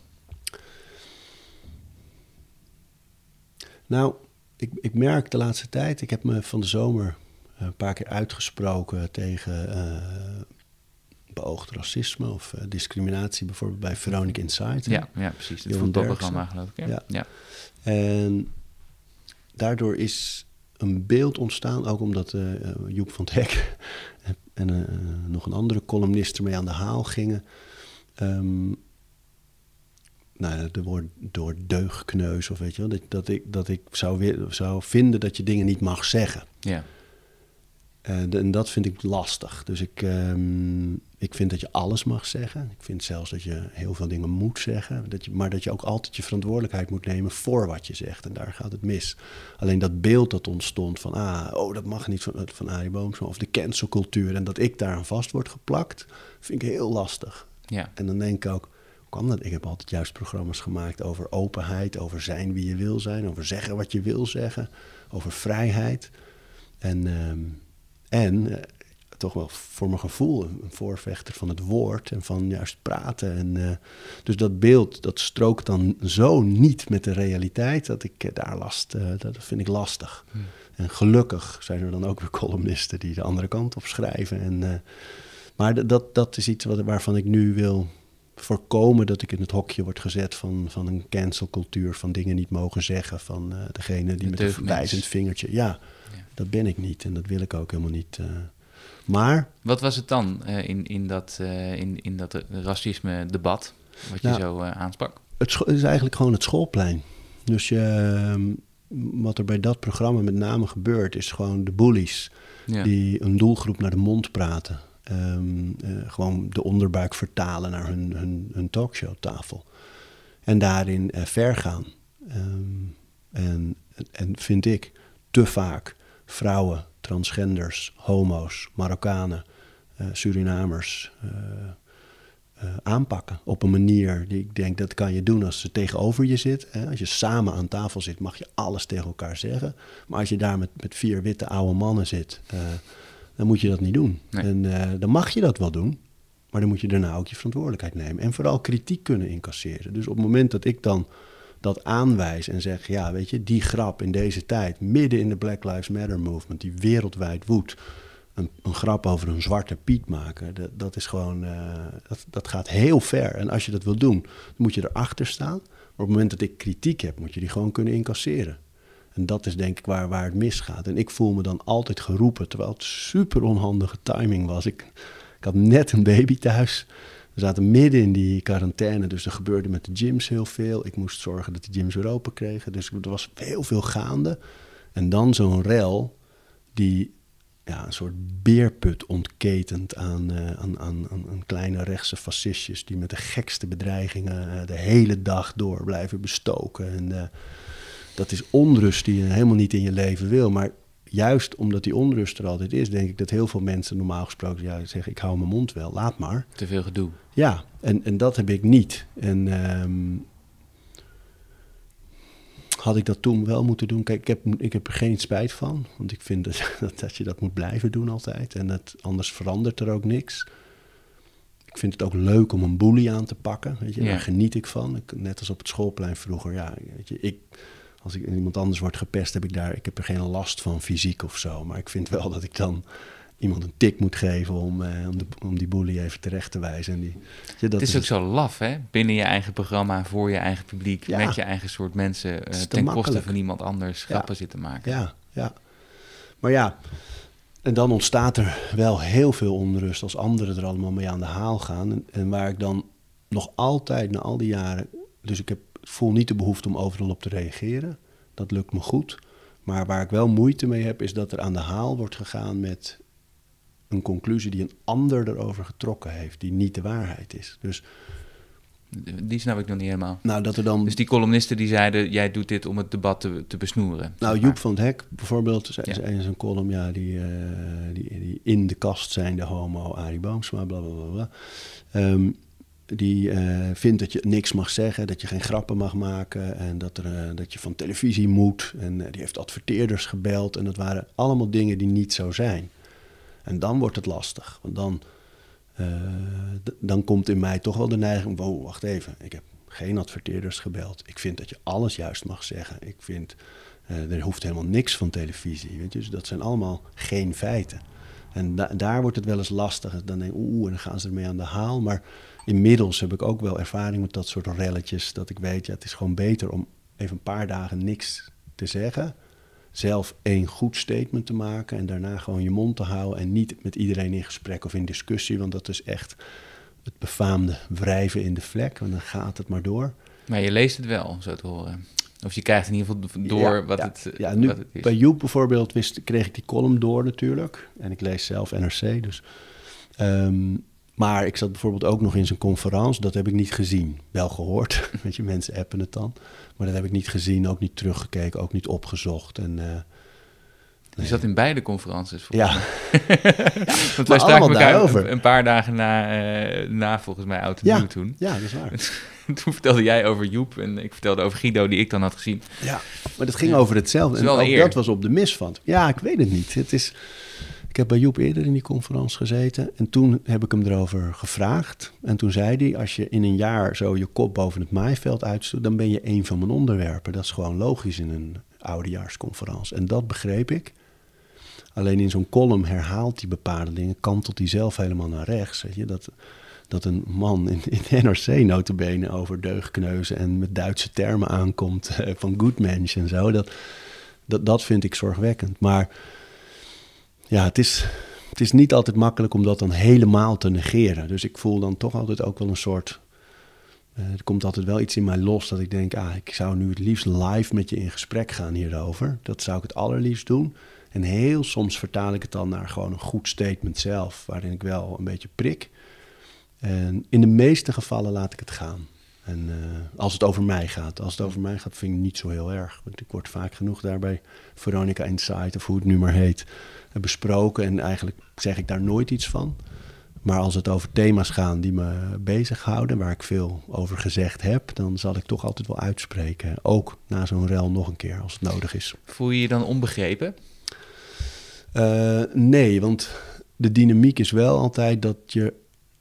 Nou, ik, ik merk de laatste tijd, ik heb me van de zomer een paar keer uitgesproken tegen uh, beoogd racisme of uh, discriminatie, bijvoorbeeld bij Veronica Inside. Ja, ja, precies. Het voetbalprogramma, geloof ik. Ja. Ja. Ja. En daardoor is een beeld ontstaan, ook omdat uh, Joep van het Hek en uh, nog een andere columnist ermee aan de haal gingen. Um, nou, de woord door deugkneus of weet je wel, dat, dat ik, dat ik zou, weer, zou vinden dat je dingen niet mag zeggen. Ja. Uh, de, en dat vind ik lastig. Dus ik, um, ik vind dat je alles mag zeggen. Ik vind zelfs dat je heel veel dingen moet zeggen. Dat je, maar dat je ook altijd je verantwoordelijkheid moet nemen voor wat je zegt. En daar gaat het mis. Alleen dat beeld dat ontstond van, ah, oh, dat mag niet van, van Arie Boomsma. Of de cancelcultuur en dat ik daar aan vast word geplakt, vind ik heel lastig. Ja. En dan denk ik ook, hoe kan dat? Ik heb altijd juist programma's gemaakt over openheid, over zijn wie je wil zijn, over zeggen wat je wil zeggen, over vrijheid. En... Um, En uh, toch wel voor mijn gevoel een voorvechter van het woord en van juist praten. En, uh, dus dat beeld, dat strookt dan zo niet met de realiteit dat ik uh, daar last, uh, dat vind ik lastig. Hmm. En gelukkig zijn er dan ook weer columnisten die de andere kant op schrijven. En, uh, maar d- dat, dat is iets wat, waarvan ik nu wil voorkomen dat ik in het hokje word gezet van, van een cancelcultuur, van dingen niet mogen zeggen, van uh, degene die de met een wijzend vingertje... Ja, ja, dat ben ik niet en dat wil ik ook helemaal niet. Uh, maar... Wat was het dan uh, in, in, dat, uh, in, in dat racisme-debat wat je nou, zo uh, aansprak? Het, scho- het is eigenlijk gewoon het schoolplein. Dus je, uh, wat er bij dat programma met name gebeurt, is gewoon de bullies ja. die een doelgroep naar de mond praten. Um, uh, gewoon de onderbuik vertalen naar hun, hun, hun talkshowtafel. En daarin uh, ver gaan. Um, en, en vind ik te vaak vrouwen, transgenders, homo's, Marokkanen, uh, Surinamers uh, uh, aanpakken. Op een manier die ik denk dat kan je doen als ze tegenover je zit. Hè. Als je samen aan tafel zit mag je alles tegen elkaar zeggen. Maar als je daar met, met vier witte oude mannen zit... Uh, dan moet je dat niet doen. Nee. En uh, dan mag je dat wel doen, maar dan moet je daarna ook je verantwoordelijkheid nemen. En vooral kritiek kunnen incasseren. Dus op het moment dat ik dan dat aanwijs en zeg, ja, weet je, die grap in deze tijd, midden in de Black Lives Matter movement, die wereldwijd woedt, een, een grap over een zwarte Piet maken, dat, dat is gewoon, uh, dat, dat gaat heel ver. En als je dat wil doen, dan moet je erachter staan. Maar op het moment dat ik kritiek heb, moet je die gewoon kunnen incasseren. En dat is denk ik waar, waar het misgaat. En ik voel me dan altijd geroepen, terwijl het super onhandige timing was. Ik, ik had net een baby thuis. We zaten midden in die quarantaine, dus er gebeurde met de gyms heel veel. Ik moest zorgen dat de gyms weer open kregen. Dus er was heel veel gaande. En dan zo'n rel die ja, een soort beerput ontketent aan, uh, aan, aan, aan kleine rechtse fascistjes die met de gekste bedreigingen uh, de hele dag door blijven bestoken. En uh, dat is onrust die je helemaal niet in je leven wil. Maar juist omdat die onrust er altijd is, denk ik dat heel veel mensen normaal gesproken ja, zeggen, ik hou mijn mond wel, laat maar. Te veel gedoe. Ja, en, en dat heb ik niet. En um, had ik dat toen wel moeten doen? Kijk, ik heb, ik heb er geen spijt van. Want ik vind dat, dat, dat je dat moet blijven doen altijd. En dat, anders verandert er ook niks. Ik vind het ook leuk om een bully aan te pakken. Weet je? Ja. Daar geniet ik van. Ik, net als op het schoolplein vroeger. Ja, weet je, ik... Als ik iemand anders wordt gepest, heb ik daar, ik heb er geen last van fysiek of zo. Maar ik vind wel dat ik dan iemand een tik moet geven om, eh, om, de, om die bully even terecht te wijzen. En die, ja, dat het is is ook zo laf, hè? Binnen je eigen programma, voor je eigen publiek, ja. met je eigen soort mensen, uh, ten makkelijk. koste van iemand anders grappen ja. zitten maken. Ja, ja. Maar ja, en dan ontstaat er wel heel veel onrust als anderen er allemaal mee aan de haal gaan. En, en waar ik dan nog altijd, na al die jaren, dus ik heb voel niet de behoefte om overal op te reageren. Dat lukt me goed. Maar waar ik wel moeite mee heb, is dat er aan de haal wordt gegaan met een conclusie die een ander erover getrokken heeft, die niet de waarheid is. Dus die snap ik nog niet helemaal. Nou, dat er dan... Dus die columnisten die zeiden, jij doet dit om het debat te, te besnoeren. Nou, Joep van het Hek bijvoorbeeld, zei ja. in zijn column, ja, die, uh, die, die in de kast zijn de homo Arie Boomsma, bla bla bla bla. Um, Die uh, vindt dat je niks mag zeggen, dat je geen grappen mag maken en dat, er, uh, dat je van televisie moet. En uh, die heeft adverteerders gebeld en dat waren allemaal dingen die niet zo zijn. En dan wordt het lastig, want dan, uh, d- dan komt in mij toch wel de neiging, wow, wacht even, ik heb geen adverteerders gebeld. Ik vind dat je alles juist mag zeggen. Ik vind, uh, er hoeft helemaal niks van televisie, weet je? Dus dat zijn allemaal geen feiten. En da- daar wordt het wel eens lastig. Dan denk ik, oeh, en dan gaan ze ermee aan de haal. Maar inmiddels heb ik ook wel ervaring met dat soort relletjes. Dat ik weet, ja, het is gewoon beter om even een paar dagen niks te zeggen. Zelf één goed statement te maken. En daarna gewoon je mond te houden. En niet met iedereen in gesprek of in discussie. Want dat is echt het befaamde wrijven in de vlek. Want dan gaat het maar door. Maar je leest het wel, zo te horen. Of je krijgt in ieder geval door ja, wat, ja, het, ja, nu, wat het is. Bij Joep bijvoorbeeld wist, kreeg ik die column door natuurlijk. En ik lees zelf N R C. Dus, um, maar ik zat bijvoorbeeld ook nog in zijn conferentie. Dat heb ik niet gezien. Wel gehoord. Weet je, mensen appen het dan. Maar dat heb ik niet gezien, ook niet teruggekeken, ook niet opgezocht. En, uh, je nee. zat in beide conferences. Ja. ja. Want wij spraken elkaar een, een paar dagen na, uh, na volgens mij Oud en ja. Nieuw toen. Ja, dat is waar. Toen vertelde jij over Joep en ik vertelde over Guido, die ik dan had gezien. Ja, maar dat ging ja. over hetzelfde. En ook eer. Dat was op de misvat. Ja, ik weet het niet. Het is, ik heb bij Joep eerder in die conferentie gezeten. En toen heb ik hem erover gevraagd. En toen zei hij, als je in een jaar zo je kop boven het maaiveld uitstoot, dan ben je één van mijn onderwerpen. Dat is gewoon logisch in een oudejaarsconferentie. En dat begreep ik. Alleen in zo'n column herhaalt hij bepaalde dingen, kantelt hij zelf helemaal naar rechts. Weet je, dat... dat een man in, in N R C notabene over deugdkneuzen en met Duitse termen aankomt uh, van Goodmensch en zo. Dat, dat, dat vind ik zorgwekkend. Maar ja, het is, het is niet altijd makkelijk om dat dan helemaal te negeren. Dus ik voel dan toch altijd ook wel een soort... Uh, er komt altijd wel iets in mij los dat ik denk... ah, ik zou nu het liefst live met je in gesprek gaan hierover. Dat zou ik het allerliefst doen. En heel soms vertaal ik het dan naar gewoon een goed statement zelf... waarin ik wel een beetje prik... En in de meeste gevallen laat ik het gaan. En uh, als het over mij gaat. Als het over mij gaat, vind ik het niet zo heel erg. Want ik word vaak genoeg daarbij Veronica Insight, of hoe het nu maar heet, besproken. En eigenlijk zeg ik daar nooit iets van. Maar als het over thema's gaan die me bezighouden, waar ik veel over gezegd heb, dan zal ik toch altijd wel uitspreken. Ook na zo'n rel nog een keer, als het nodig is. Voel je je dan onbegrepen? Uh, nee, want de dynamiek is wel altijd dat je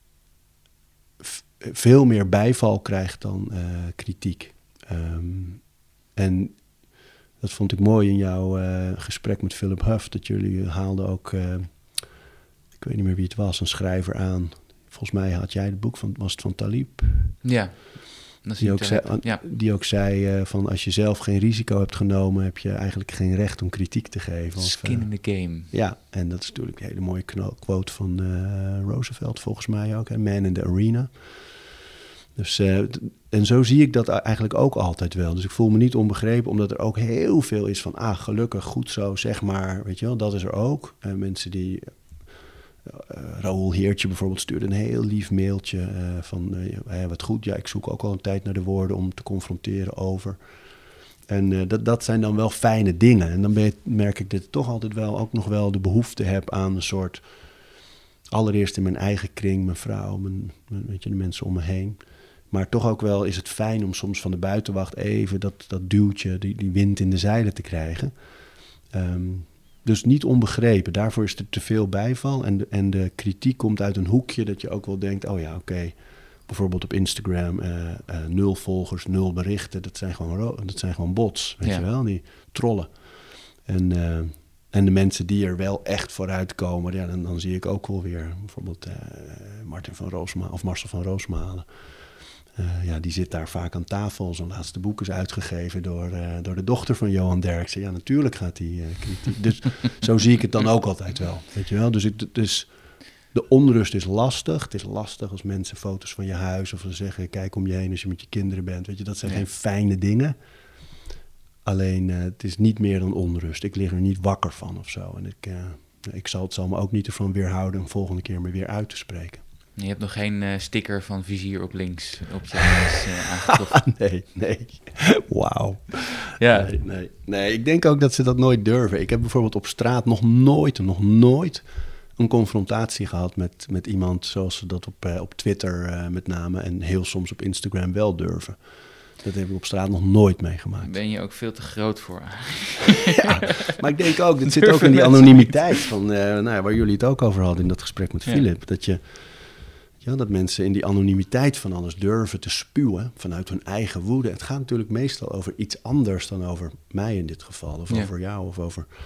veel meer bijval krijgt dan uh, kritiek. Um, en dat vond ik mooi in jouw uh, gesprek met Philip Huff, dat jullie haalden ook, uh, ik weet niet meer wie het was, een schrijver aan. Volgens mij had jij het boek van, was het van Talib? Ja. Die ook, zei, ja. die ook zei uh, van als je zelf geen risico hebt genomen, heb je eigenlijk geen recht om kritiek te geven. Skin of, uh, in the game. Ja, en dat is natuurlijk een hele mooie quote van uh, Roosevelt volgens mij ook. Hè? Man in the arena. Dus, uh, en zo zie ik dat eigenlijk ook altijd wel. Dus ik voel me niet onbegrepen, omdat er ook heel veel is van, ah, gelukkig, goed zo, zeg maar. Weet je wel, dat is er ook. Uh, mensen die... Uh, Raoul Heertje bijvoorbeeld stuurde een heel lief mailtje uh, van, uh, hey, wat goed, ja, ik zoek ook al een tijd naar de woorden om te confronteren over. En uh, dat, dat zijn dan wel fijne dingen. En dan ben je, merk ik dat ik toch altijd wel ook nog wel de behoefte heb aan een soort, allereerst in mijn eigen kring, mijn vrouw, mijn, mijn, weet je, de mensen om me heen. Maar toch ook wel is het fijn om soms van de buitenwacht even dat, dat duwtje, die, die wind in de zeilen te krijgen. Um, Dus niet onbegrepen. Daarvoor is er te veel bijval. En de, en de kritiek komt uit een hoekje dat je ook wel denkt, oh ja, oké. Okay, bijvoorbeeld op Instagram, uh, uh, nul volgers, nul berichten. Dat zijn gewoon, ro- dat zijn gewoon bots, weet ja. je wel, die trollen. En, uh, en de mensen die er wel echt vooruit komen, ja, dan, dan zie ik ook wel weer bijvoorbeeld uh, Martin van Roosmalen of Marcel van Roosmalen. Uh, ja, die zit daar vaak aan tafel. Zijn laatste boek is uitgegeven door, uh, door de dochter van Johan Derksen. Ja, natuurlijk gaat hij uh, kritiek. Dus zo zie ik het dan ook altijd wel, weet je wel. Dus, ik, dus de onrust is lastig. Het is lastig als mensen foto's van je huis of ze zeggen, kijk om je heen als je met je kinderen bent. Weet je, dat zijn ja. geen fijne dingen. Alleen, uh, het is niet meer dan onrust. Ik lig er niet wakker van of zo. En ik, uh, ik zal het zal me ook niet ervan weerhouden om volgende keer me weer uit te spreken. Je hebt nog geen uh, sticker van vizier op links op je huis uh, aangetroffen? nee, nee. Wauw. Ja. Nee, nee, nee, ik denk ook dat ze dat nooit durven. Ik heb bijvoorbeeld op straat nog nooit, nog nooit een confrontatie gehad met, met iemand zoals ze dat op, uh, op Twitter uh, met name en heel soms op Instagram wel durven. Dat heb ik op straat nog nooit meegemaakt. Ben je ook veel te groot voor? ja, maar ik denk ook, dat zit ook in die anonimiteit van, uh, nou ja, waar jullie het ook over hadden in dat gesprek met Philip, ja. dat je Ja, dat mensen in die anonimiteit van alles durven te spuwen vanuit hun eigen woede. Het gaat natuurlijk meestal over iets anders dan over mij in dit geval. Of ja. over jou of over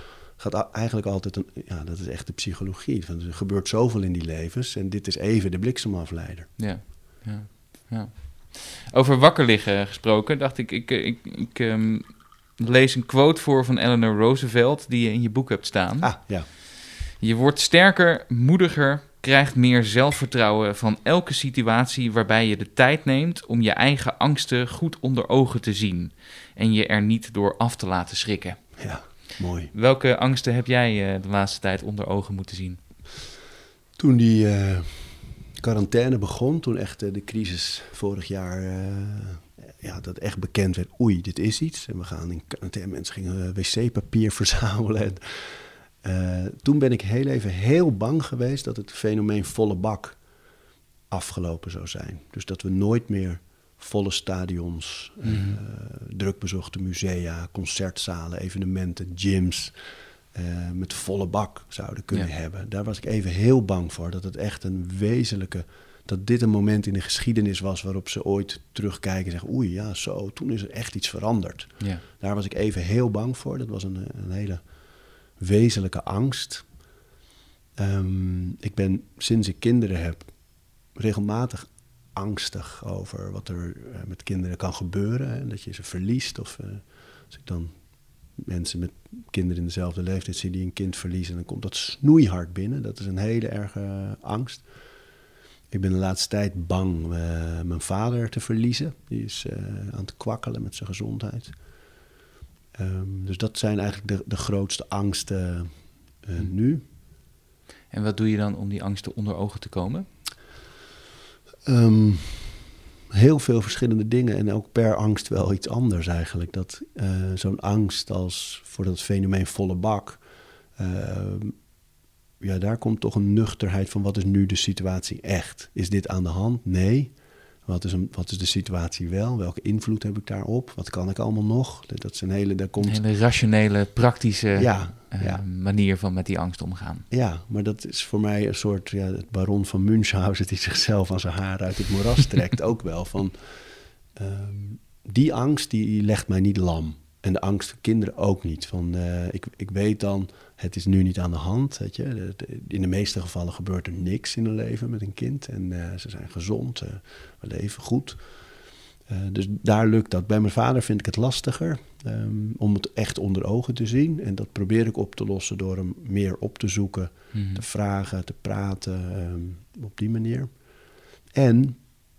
gaat a- eigenlijk altijd... Een, ja, dat is echt de psychologie. Van, er gebeurt zoveel in die levens en dit is even de bliksemafleider. Ja, ja, ja. Over wakker liggen gesproken, dacht ik... ik, ik, ik um, lees een quote voor van Eleanor Roosevelt... die je in je boek hebt staan. Ah, ja. Je wordt sterker, moediger... krijgt meer zelfvertrouwen van elke situatie waarbij je de tijd neemt om je eigen angsten goed onder ogen te zien en je er niet door af te laten schrikken. Ja, mooi. Welke angsten heb jij uh, de laatste tijd onder ogen moeten zien? Toen die uh, quarantaine begon, toen echt uh, de crisis vorig jaar, uh, ja, dat echt bekend werd, oei, dit is iets. En we gaan in quarantaine, mensen gingen wc-papier verzamelen en... Uh, toen ben ik heel even heel bang geweest dat het fenomeen volle bak afgelopen zou zijn. Dus dat we nooit meer volle stadions, mm-hmm. uh, drukbezochte musea, concertzalen, evenementen, gyms uh, met volle bak zouden kunnen ja. hebben. Daar was ik even heel bang voor, dat het echt een wezenlijke... dat dit een moment in de geschiedenis was waarop ze ooit terugkijken en zeggen... oei, ja, zo, toen is er echt iets veranderd. Ja. Daar was ik even heel bang voor. Dat was een, een hele... wezenlijke angst. Um, ik ben sinds ik kinderen heb regelmatig angstig over wat er uh, met kinderen kan gebeuren. Hè, dat je ze verliest. Of uh, als ik dan mensen met kinderen in dezelfde leeftijd zie die een kind verliezen, dan komt dat snoeihard binnen. Dat is een hele erge uh, angst. Ik ben de laatste tijd bang uh, mijn vader te verliezen. Die is uh, aan het kwakkelen met zijn gezondheid. Um, dus dat zijn eigenlijk de, de grootste angsten uh, hmm. nu. En wat doe je dan om die angsten onder ogen te komen? Um, heel veel verschillende dingen en ook per angst wel iets anders eigenlijk. Dat uh, zo'n angst als voor dat fenomeen volle bak... Uh, ja, daar komt toch een nuchterheid van wat is nu de situatie echt? Is dit aan de hand? Nee. Wat is, een, wat is de situatie wel? Welke invloed heb ik daarop? Wat kan ik allemaal nog? Dat is een hele... Daar komt... Een hele rationele, praktische ja, uh, ja. manier van met die angst omgaan. Ja, maar dat is voor mij een soort... Ja, het baron van Münchhausen die zichzelf aan zijn haar uit het moeras trekt ook wel. Van, um, die angst die legt mij niet lam. En de angst van kinderen ook niet. Van, uh, ik, ik weet dan, het is nu niet aan de hand. Weet je? In de meeste gevallen gebeurt er niks in hun leven met een kind. En uh, ze zijn gezond, uh, we leven goed. Uh, dus daar lukt dat. Bij mijn vader vind ik het lastiger um, om het echt onder ogen te zien. En dat probeer ik op te lossen door hem meer op te zoeken, hmm. te vragen, te praten, um, op die manier. En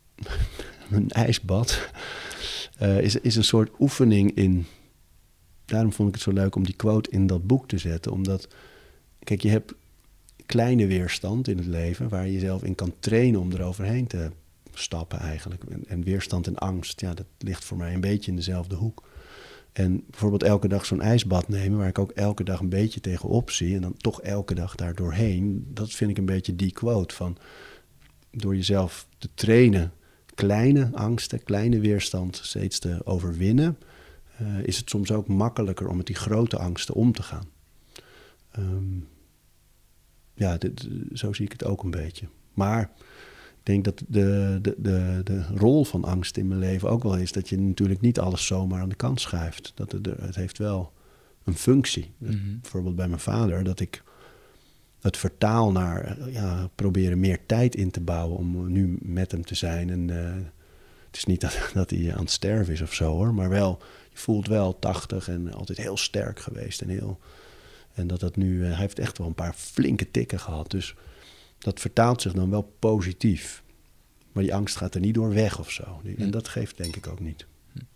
een ijsbad uh, is, is een soort oefening in... Daarom vond ik het zo leuk om die quote in dat boek te zetten. Omdat, kijk, je hebt kleine weerstand in het leven... waar je jezelf in kan trainen om eroverheen te stappen eigenlijk. En, en weerstand en angst, ja, dat ligt voor mij een beetje in dezelfde hoek. En bijvoorbeeld elke dag zo'n ijsbad nemen... waar ik ook elke dag een beetje tegenop zie... en dan toch elke dag daar doorheen... dat vind ik een beetje die quote van... door jezelf te trainen... kleine angsten, kleine weerstand steeds te overwinnen... Uh, is het soms ook makkelijker om met die grote angsten om te gaan. Um, ja, dit, zo zie ik het ook een beetje. Maar ik denk dat de, de, de, de rol van angst in mijn leven ook wel is... dat je natuurlijk niet alles zomaar aan de kant schuift. Dat het, het heeft wel een functie. Mm-hmm. Bijvoorbeeld bij mijn vader, dat ik het vertaal naar... ja, proberen meer tijd in te bouwen om nu met hem te zijn. En uh, het is niet dat, dat hij aan het sterven is of zo, hoor, maar wel... Je voelt wel tachtig en altijd heel sterk geweest. En, heel, en dat dat nu... Uh, hij heeft echt wel een paar flinke tikken gehad. Dus dat vertaalt zich dan wel positief. Maar die angst gaat er niet door weg of zo. Die, en dat geeft denk ik ook niet.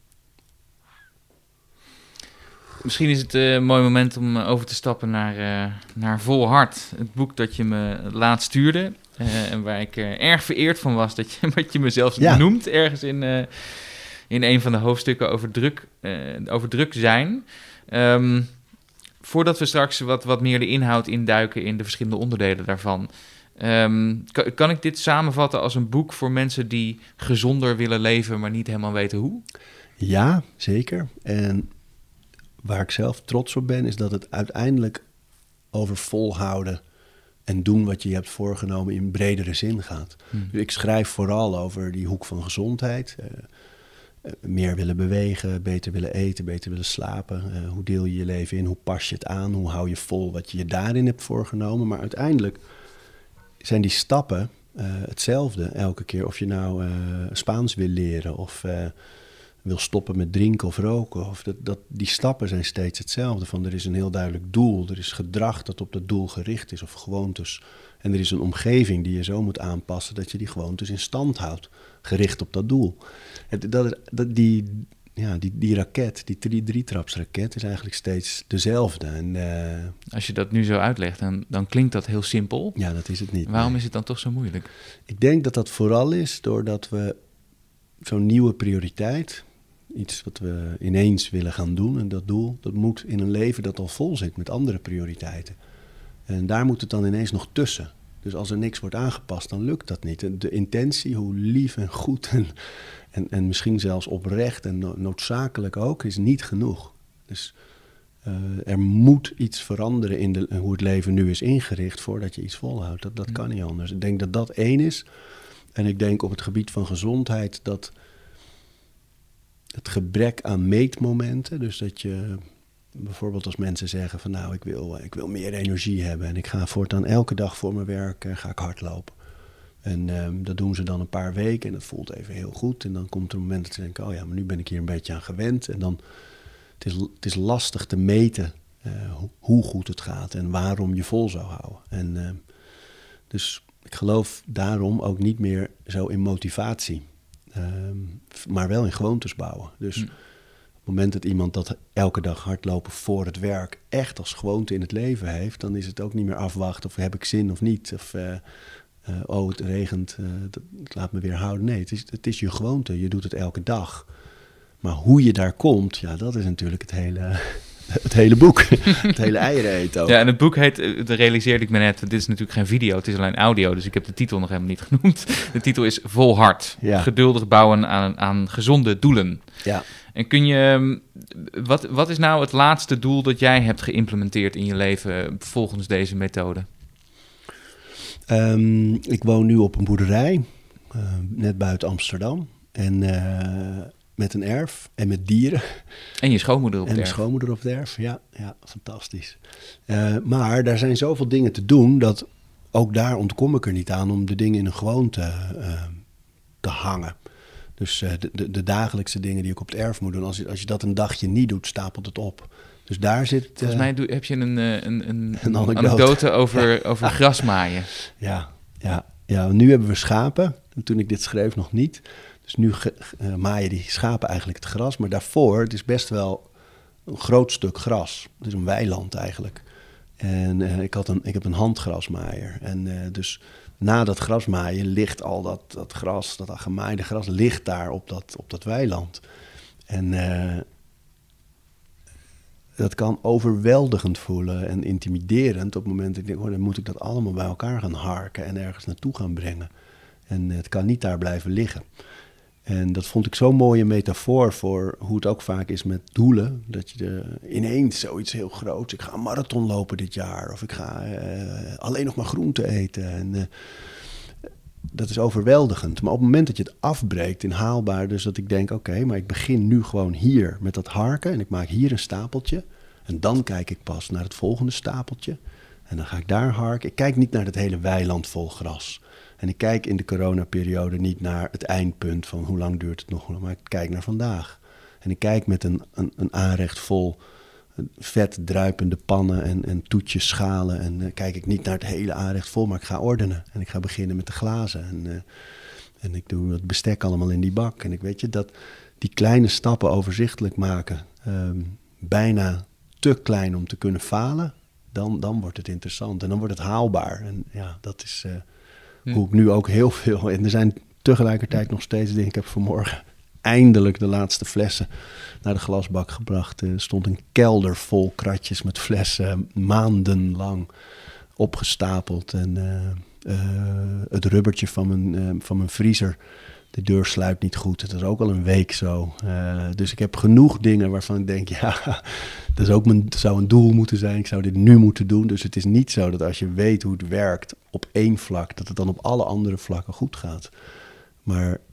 Misschien is het uh, een mooi moment om over te stappen naar, uh, naar Vol Hart. Het boek dat je me laatst stuurde. Uh, en waar ik uh, erg vereerd van was. Dat je, dat je me zelfs ja. noemt ergens in... Uh, in een van de hoofdstukken over druk, uh, over druk zijn. Um, voordat we straks wat, wat meer de inhoud induiken in de verschillende onderdelen daarvan... Um, kan, kan ik dit samenvatten als een boek voor mensen die gezonder willen leven... maar niet helemaal weten hoe? Ja, zeker. En waar ik zelf trots op ben... is dat het uiteindelijk over volhouden... en doen wat je je hebt voorgenomen in bredere zin gaat. Hmm. Dus ik schrijf vooral over die hoek van gezondheid... Uh, meer willen bewegen, beter willen eten, beter willen slapen. Uh, hoe deel je je leven in? Hoe pas je het aan? Hoe hou je vol wat je je daarin hebt voorgenomen? Maar uiteindelijk zijn die stappen uh, hetzelfde elke keer. Of je nou uh, Spaans wil leren of uh, wil stoppen met drinken of roken. Of dat, dat, die stappen zijn steeds hetzelfde. Van er is een heel duidelijk doel. Er is gedrag dat op dat doel gericht is of gewoontes. En er is een omgeving die je zo moet aanpassen dat je die gewoontes in stand houdt. Gericht op dat doel. Het, dat, dat, die, ja, die, die raket, die drie, drietrapsraket is eigenlijk steeds dezelfde. En, uh, Als je dat nu zo uitlegt, dan, dan klinkt dat heel simpel. Ja, dat is het niet. Waarom nee. is het dan toch zo moeilijk? Ik denk dat dat vooral is doordat we zo'n nieuwe prioriteit, iets wat we ineens willen gaan doen, en dat doel, dat moet in een leven dat al vol zit met andere prioriteiten. En daar moet het dan ineens nog tussen. Dus als er niks wordt aangepast, dan lukt dat niet. De intentie, hoe lief en goed en, en, en misschien zelfs oprecht en noodzakelijk ook, is niet genoeg. Dus uh, er moet iets veranderen in de, hoe het leven nu is ingericht voordat je iets volhoudt. Dat, dat kan niet anders. Ik denk dat dat één is. En ik denk op het gebied van gezondheid dat het gebrek aan meetmomenten, dus dat je bijvoorbeeld als mensen zeggen van nou, ik wil, ik wil meer energie hebben en ik ga voortaan elke dag voor mijn werk uh, ga ik hardlopen. En um, dat doen ze dan een paar weken en dat voelt even heel goed. En dan komt er een moment dat ze denken, oh ja, maar nu ben ik hier een beetje aan gewend. En dan, het is, het is lastig te meten uh, ho- hoe goed het gaat en waarom je vol zou houden. En uh, dus ik geloof daarom ook niet meer zo in motivatie, um, maar wel in gewoontes bouwen. Dus hm. Op het moment dat iemand dat elke dag hardlopen voor het werk echt als gewoonte in het leven heeft, dan is het ook niet meer afwachten of heb ik zin of niet. Of uh, uh, oh, het regent, uh, dat, dat laat me weer houden. Nee, het is, het is je gewoonte. Je doet het elke dag. Maar hoe je daar komt, ja, dat is natuurlijk het hele, het hele boek. Het hele eieren eten ook. Ja, en het boek heet, dat realiseerde ik me net, dit is natuurlijk geen video, het is alleen audio, dus ik heb de titel nog helemaal niet genoemd. De titel is Volhard. Ja. Geduldig bouwen aan, aan gezonde doelen. Ja. En kun je, wat, wat is nou het laatste doel dat jij hebt geïmplementeerd in je leven volgens deze methode? Um, ik woon nu op een boerderij, uh, net buiten Amsterdam. En uh, met een erf en met dieren. En je schoonmoeder op het erf. En mijn schoonmoeder op het erf, ja, ja, fantastisch. Uh, maar daar zijn zoveel dingen te doen, dat ook daar ontkom ik er niet aan om de dingen in een gewoonte uh, te hangen. Dus uh, de, de, de dagelijkse dingen die ik op het erf moet doen, als je, als je dat een dagje niet doet, stapelt het op. Dus daar zit... Uh, Volgens mij doe, heb je een, een, een, een, een anekdote, anekdote over, ja. over grasmaaien. Ja, ja, ja, nu hebben we schapen. En toen ik dit schreef nog niet. Dus nu ge, uh, maaien die schapen eigenlijk het gras. Maar daarvoor, het is best wel een groot stuk gras. Het is een weiland eigenlijk. En uh, ik, had een, ik heb een handgrasmaaier. En uh, dus na dat grasmaaien ligt al dat, dat gras, dat gemaaide gras, ligt daar op dat, op dat weiland. En uh, dat kan overweldigend voelen en intimiderend op het moment dat ik denk, oh, dan moet ik dat allemaal bij elkaar gaan harken en ergens naartoe gaan brengen. En uh, het kan niet daar blijven liggen. En dat vond ik zo'n mooie metafoor voor hoe het ook vaak is met doelen. Dat je de, ineens zoiets heel groots, ik ga een marathon lopen dit jaar. Of ik ga uh, alleen nog maar groente eten. En uh, dat is overweldigend. Maar op het moment dat je het afbreekt in haalbaar, dus dat ik denk, oké, okay, maar ik begin nu gewoon hier met dat harken. En ik maak hier een stapeltje. En dan kijk ik pas naar het volgende stapeltje. En dan ga ik daar harken. Ik kijk niet naar het hele weiland vol gras. En ik kijk in de coronaperiode niet naar het eindpunt van hoe lang duurt het nog, maar ik kijk naar vandaag. En ik kijk met een, een, een aanrecht vol vet druipende pannen en, en toetjes, schalen. En uh, kijk ik niet naar het hele aanrecht vol, maar ik ga ordenen. En ik ga beginnen met de glazen. En, uh, en ik doe het bestek allemaal in die bak. En ik weet je, dat die kleine stappen overzichtelijk maken, um, bijna te klein om te kunnen falen, dan, dan wordt het interessant. En dan wordt het haalbaar. En ja, dat is... Uh, hoe ik nu ook heel veel... En er zijn tegelijkertijd nog steeds dingen. Ik heb vanmorgen eindelijk de laatste flessen naar de glasbak gebracht. Er stond een kelder vol kratjes met flessen, maandenlang opgestapeld. En uh, uh, het rubbertje van mijn, uh, van mijn vriezer, de deur sluit niet goed. Het is ook al een week zo. Uh, dus ik heb genoeg dingen waarvan ik denk, ja, dat is ook mijn, dat zou een doel moeten zijn. Ik zou dit nu moeten doen. Dus het is niet zo dat als je weet hoe het werkt op één vlak, dat het dan op alle andere vlakken goed gaat. Maar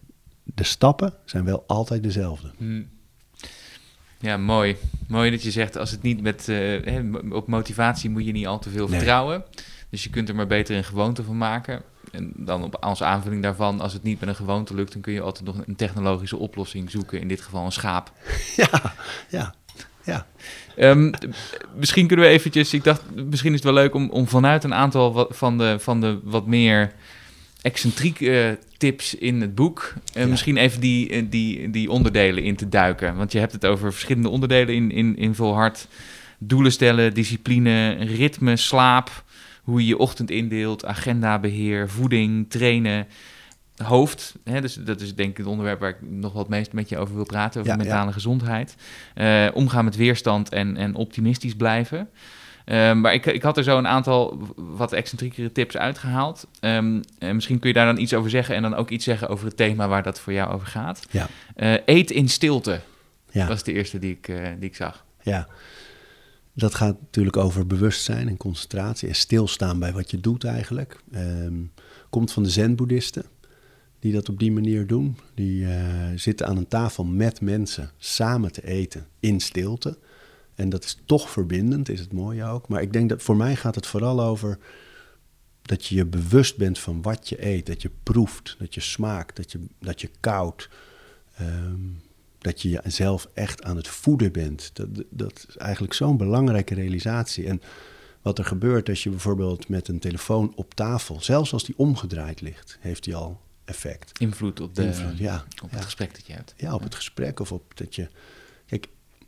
de stappen zijn wel altijd dezelfde. Hmm. Ja, mooi. Mooi dat je zegt, als het niet met uh, op motivatie moet je niet al te veel nee. vertrouwen. Dus je kunt er maar beter een gewoonte van maken. En dan op, als aanvulling daarvan, als het niet met een gewoonte lukt, dan kun je altijd nog een technologische oplossing zoeken. In dit geval een schaap. Ja, ja, ja. Um, misschien kunnen we eventjes, ik dacht, misschien is het wel leuk om, om vanuit een aantal wat, van, de, van de wat meer excentrieke uh, tips in het boek, uh, ja. misschien even die, die, die onderdelen in te duiken. Want je hebt het over verschillende onderdelen in, in, in Volhard. Doelen stellen, discipline, ritme, slaap, hoe je je ochtend indeelt, agendabeheer, voeding, trainen, hoofd. Hè, dus dat is denk ik het onderwerp waar ik nog wat meest met je over wil praten, over ja, mentale ja. gezondheid. Uh, omgaan met weerstand en, en optimistisch blijven. Um, maar ik, ik had er zo een aantal wat excentriekere tips uitgehaald. Um, en misschien kun je daar dan iets over zeggen en dan ook iets zeggen over het thema waar dat voor jou over gaat. Ja. Uh, eet in stilte. Ja. Dat is de eerste die ik, uh, die ik zag. Ja, dat gaat natuurlijk over bewustzijn en concentratie en stilstaan bij wat je doet eigenlijk. Um, komt van de zen-boeddhisten die dat op die manier doen. Die uh, zitten aan een tafel met mensen samen te eten in stilte. En dat is toch verbindend, is het mooie ook. Maar ik denk dat voor mij gaat het vooral over dat je je bewust bent van wat je eet. Dat je proeft, dat je smaakt, dat je, dat je koudt. Um, dat je jezelf echt aan het voeden bent. Dat, dat is eigenlijk zo'n belangrijke realisatie. En wat er gebeurt als je bijvoorbeeld met een telefoon op tafel, zelfs als die omgedraaid ligt, heeft die al effect. Invloed op, de, Invloed, ja, op ja. het gesprek dat je hebt. Ja, op ja. het gesprek of op dat je... Kijk,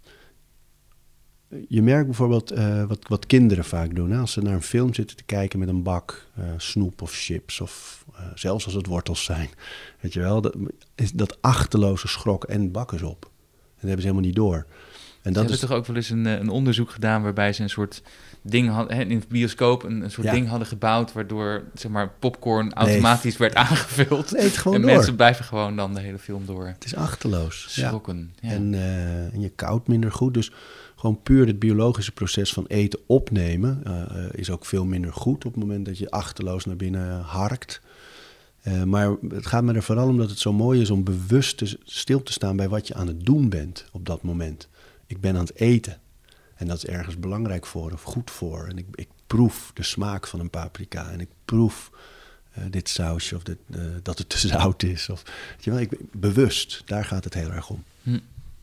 je merkt bijvoorbeeld uh, wat, wat kinderen vaak doen. Hè? Als ze naar een film zitten te kijken met een bak uh, snoep of chips, of uh, zelfs als het wortels zijn. Weet je wel, dat, is dat achterloze schrok en bakken ze op. En dat hebben ze helemaal niet door. En dat ze hebben is... toch ook wel eens een, een onderzoek gedaan waarbij ze een soort ding hadden, in de bioscoop een, een soort ja. ding hadden gebouwd waardoor zeg maar popcorn automatisch nee. werd aangevuld. Nee, het gewoon en door. Mensen blijven gewoon dan de hele film door. Het is achterloos. Schrokken. Ja. Ja. En, uh, en je koudt minder goed, dus gewoon puur het biologische proces van eten opnemen uh, uh, is ook veel minder goed op het moment dat je achterloos naar binnen harkt. Uh, maar het gaat me er vooral om dat het zo mooi is om bewust te, stil te staan bij wat je aan het doen bent op dat moment. Ik ben aan het eten en dat is ergens belangrijk voor of goed voor. En ik, ik proef de smaak van een paprika en ik proef uh, dit sausje of dit, uh, dat het te zout is. Of, weet je wel, ik, bewust, daar gaat het heel erg om. Hm.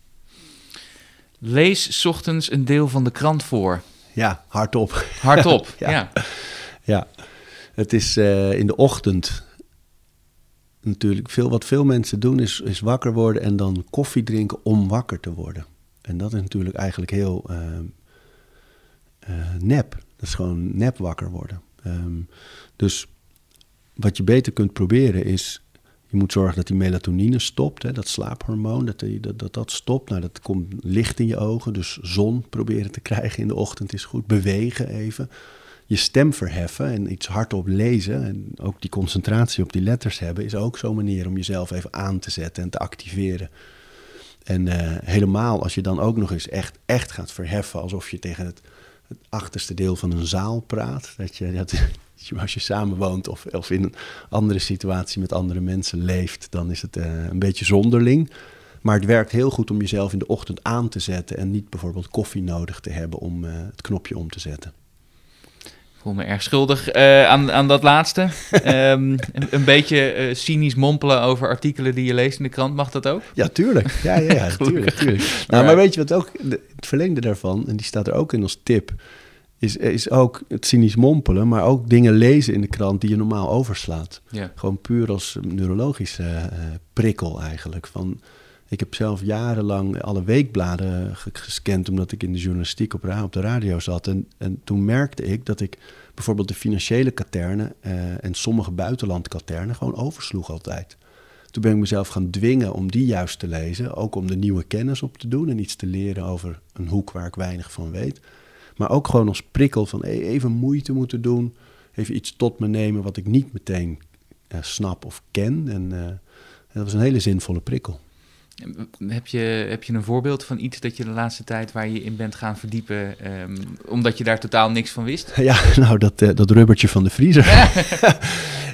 Lees 's ochtends een deel van de krant voor. Ja, hardop. Hardop, ja. ja. Ja, het is uh, in de ochtend natuurlijk veel. Wat veel mensen doen is, is wakker worden en dan koffie drinken om wakker te worden. En dat is natuurlijk eigenlijk heel uh, uh, nep. Dat is gewoon nep wakker worden. Um, dus wat je beter kunt proberen is, je moet zorgen dat die melatonine stopt, hè, dat slaaphormoon, dat, die, dat, dat dat stopt. Nou, dat komt licht in je ogen, dus zon proberen te krijgen in de ochtend is goed. Bewegen even. Je stem verheffen en iets hardop lezen en ook die concentratie op die letters hebben is ook zo'n manier om jezelf even aan te zetten en te activeren. En uh, helemaal als je dan ook nog eens echt, echt gaat verheffen alsof je tegen het, het achterste deel van een zaal praat. Dat je, dat, als je samen woont of, of in een andere situatie met andere mensen leeft, dan is het uh, een beetje zonderling. Maar het werkt heel goed om jezelf in de ochtend aan te zetten en niet bijvoorbeeld koffie nodig te hebben om uh, het knopje om te zetten. Ik voel me erg schuldig uh, aan, aan dat laatste. um, een, een beetje uh, cynisch mompelen over artikelen die je leest in de krant. Mag dat ook? Ja, tuurlijk. Ja, ja, ja tuurlijk, tuurlijk. Nou, maar weet je wat ook, het verlengde daarvan, en die staat er ook in als tip, is, is ook het cynisch mompelen, maar ook dingen lezen in de krant die je normaal overslaat. Ja. Gewoon puur als neurologische uh, prikkel eigenlijk. Van, ik heb zelf jarenlang alle weekbladen gescand omdat ik in de journalistiek op, ra- op de radio zat. En, en toen merkte ik dat ik bijvoorbeeld de financiële katernen uh, en sommige buitenlandkaternen gewoon oversloeg altijd. Toen ben ik mezelf gaan dwingen om die juist te lezen. Ook om de nieuwe kennis op te doen en iets te leren over een hoek waar ik weinig van weet. Maar ook gewoon als prikkel van hey, even moeite moeten doen. Even iets tot me nemen wat ik niet meteen uh, snap of ken. En uh, dat was een hele zinvolle prikkel. Heb je, heb je een voorbeeld van iets dat je de laatste tijd waar je in bent gaan verdiepen, um, omdat je daar totaal niks van wist? Ja, nou, dat, uh, dat rubbertje van de vriezer.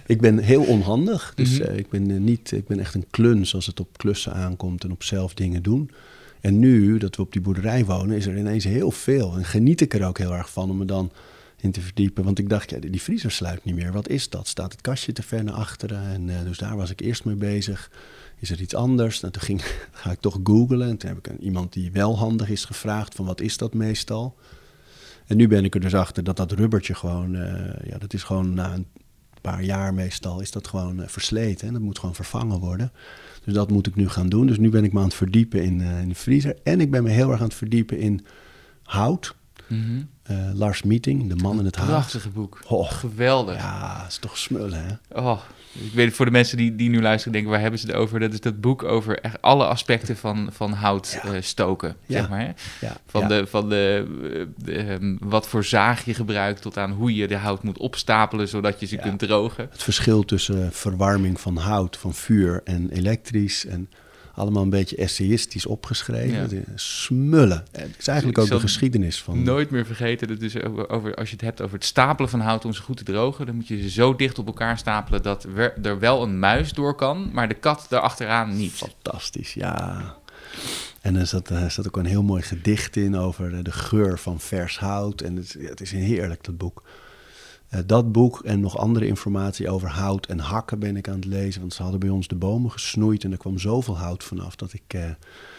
Ik ben heel onhandig, dus Mm-hmm. uh, ik, ben, uh, niet, ik ben echt een kluns als het op klussen aankomt en op zelf dingen doen. En nu dat we op die boerderij wonen, is er ineens heel veel. En geniet ik er ook heel erg van om me dan in te verdiepen. Want ik dacht, ja, die vriezer sluit niet meer. Wat is dat? Staat het kastje te ver naar achteren? En uh, dus daar was ik eerst mee bezig. Is er iets anders? Nou, toen ging, ga ik toch googlen. En toen heb ik een, iemand die wel handig is gevraagd van wat is dat meestal? En nu ben ik er dus achter dat dat rubbertje gewoon, uh, ja, dat is gewoon na een paar jaar meestal, is dat gewoon uh, versleten. En dat moet gewoon vervangen worden. Dus dat moet ik nu gaan doen. Dus nu ben ik me aan het verdiepen in, uh, in de vriezer. En ik ben me heel erg aan het verdiepen in hout. Mm-hmm. Uh, Lars Meeting, De Man in het Hout. Prachtige boek. Oh, geweldig. Ja, is toch smullen, hè? Oh, ik weet het, voor de mensen die, die nu luisteren denken, waar hebben ze het over? Dat is dat boek over echt alle aspecten van, van hout ja. uh, stoken, ja. zeg maar. Hè? Ja. Van, ja. de, van de, de um, wat voor zaag je gebruikt tot aan hoe je de hout moet opstapelen, zodat je ze ja. kunt drogen. Het verschil tussen verwarming van hout, van vuur en elektrisch en allemaal een beetje essayistisch opgeschreven. Ja. Smullen. Het is eigenlijk ook de geschiedenis van... Nooit meer vergeten. Dat dus over, over, als je het hebt over het stapelen van hout om ze goed te drogen, dan moet je ze zo dicht op elkaar stapelen dat er wel een muis door kan, maar de kat daarachteraan niet. Fantastisch, ja. En er zat, er zat ook een heel mooi gedicht in over de geur van vers hout. En het, ja, het is heerlijk, dat boek. Uh, dat boek en nog andere informatie over hout en hakken ben ik aan het lezen. Want ze hadden bij ons de bomen gesnoeid en er kwam zoveel hout vanaf dat ik uh,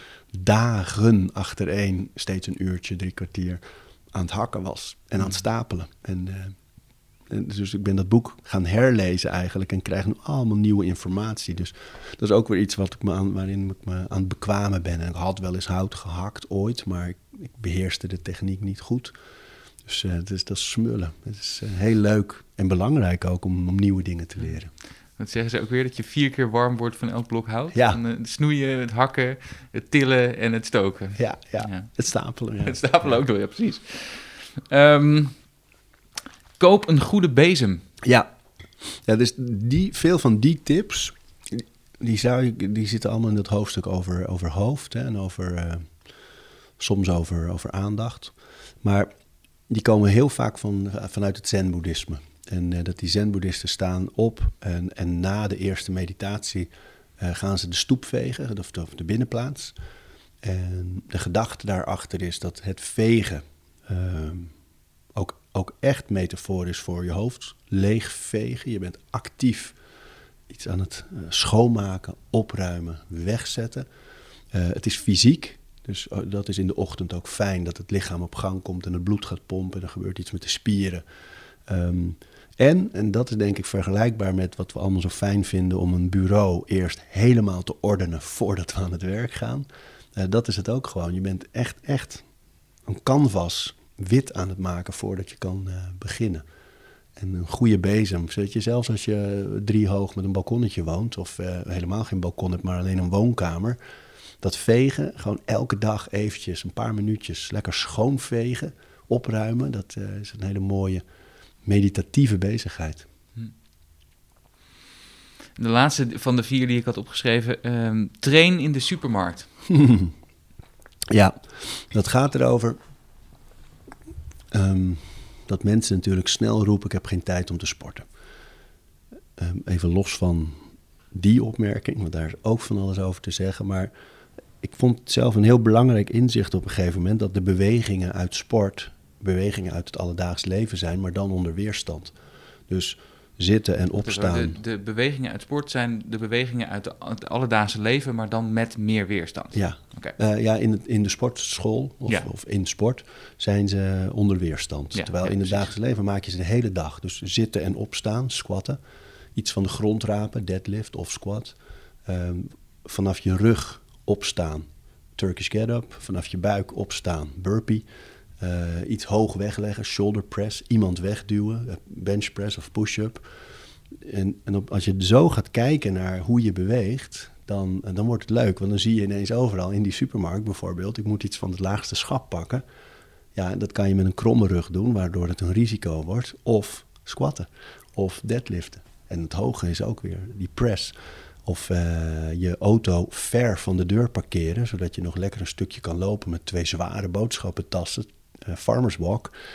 dagen achtereen, steeds een uurtje, drie kwartier, aan het hakken was en aan het stapelen. En, uh, en dus ik ben dat boek gaan herlezen eigenlijk en krijg nu allemaal nieuwe informatie. Dus dat is ook weer iets wat ik me aan, waarin ik me aan het bekwamen ben. En ik had wel eens hout gehakt ooit, maar ik, ik beheerste de techniek niet goed. Dus uh, het is, dat is smullen. Het is uh, heel leuk en belangrijk ook om, om nieuwe dingen te leren. Dat zeggen ze ook weer, dat je vier keer warm wordt van elk blok hout. Ja. Van, uh, het snoeien, het hakken, het tillen en het stoken. Ja, ja. ja. Het stapelen. Ja. Het stapelen ook wel, ja, precies. Um, koop een goede bezem. Ja, ja dus die, veel van die tips, die, zou je, die zitten allemaal in dat hoofdstuk over, over hoofd. Hè, en over, uh, soms over, over aandacht. Maar die komen heel vaak van, vanuit het zen-boeddhisme. En uh, dat die zen-boeddhisten staan op en, en na de eerste meditatie uh, gaan ze de stoep vegen, of de, of de binnenplaats. En de gedachte daarachter is dat het vegen uh, ook, ook echt metafoor is voor je hoofd. Leeg vegen, je bent actief iets aan het uh, schoonmaken, opruimen, wegzetten. Uh, het is fysiek. Dus dat is in de ochtend ook fijn, dat het lichaam op gang komt en het bloed gaat pompen en er gebeurt iets met de spieren. Um, en, en dat is denk ik vergelijkbaar met wat we allemaal zo fijn vinden om een bureau eerst helemaal te ordenen voordat we aan het werk gaan. Uh, dat is het ook gewoon. Je bent echt, echt een canvas wit aan het maken voordat je kan uh, beginnen. En een goede bezem, zodat je zelfs als je driehoog met een balkonnetje woont of uh, helemaal geen balkon hebt, maar alleen een woonkamer. Dat vegen, gewoon elke dag eventjes, een paar minuutjes, lekker schoonvegen, opruimen. Dat uh, is een hele mooie meditatieve bezigheid. De laatste van de vier die ik had opgeschreven, um, train in de supermarkt. Ja, dat gaat erover um, dat mensen natuurlijk snel roepen, ik heb geen tijd om te sporten. Um, even los van die opmerking, want daar is ook van alles over te zeggen, maar ik vond het zelf een heel belangrijk inzicht op een gegeven moment dat de bewegingen uit sport, bewegingen uit het alledaags leven zijn, maar dan onder weerstand. Dus zitten en opstaan. De, de bewegingen uit sport zijn de bewegingen uit de, het alledaagse leven, maar dan met meer weerstand. Ja, okay. uh, ja in, het, in de sportschool of, ja. of in sport zijn ze onder weerstand. Ja, Terwijl ja, in het dagelijks leven maak je ze de hele dag. Dus zitten en opstaan, squatten, iets van de grond rapen, deadlift of squat. Um, vanaf je rug opstaan, Turkish get-up. Vanaf je buik opstaan, burpee. Uh, iets hoog wegleggen, shoulder press. Iemand wegduwen, bench press of push-up. En, en op, als je zo gaat kijken naar hoe je beweegt, dan, dan wordt het leuk. Want dan zie je ineens overal in die supermarkt bijvoorbeeld, ik moet iets van het laagste schap pakken. Ja, dat kan je met een kromme rug doen, waardoor het een risico wordt. Of squatten, of deadliften. En het hoge is ook weer die press. Of uh, je auto ver van de deur parkeren, zodat je nog lekker een stukje kan lopen met twee zware boodschappentassen, uh, farmers walk.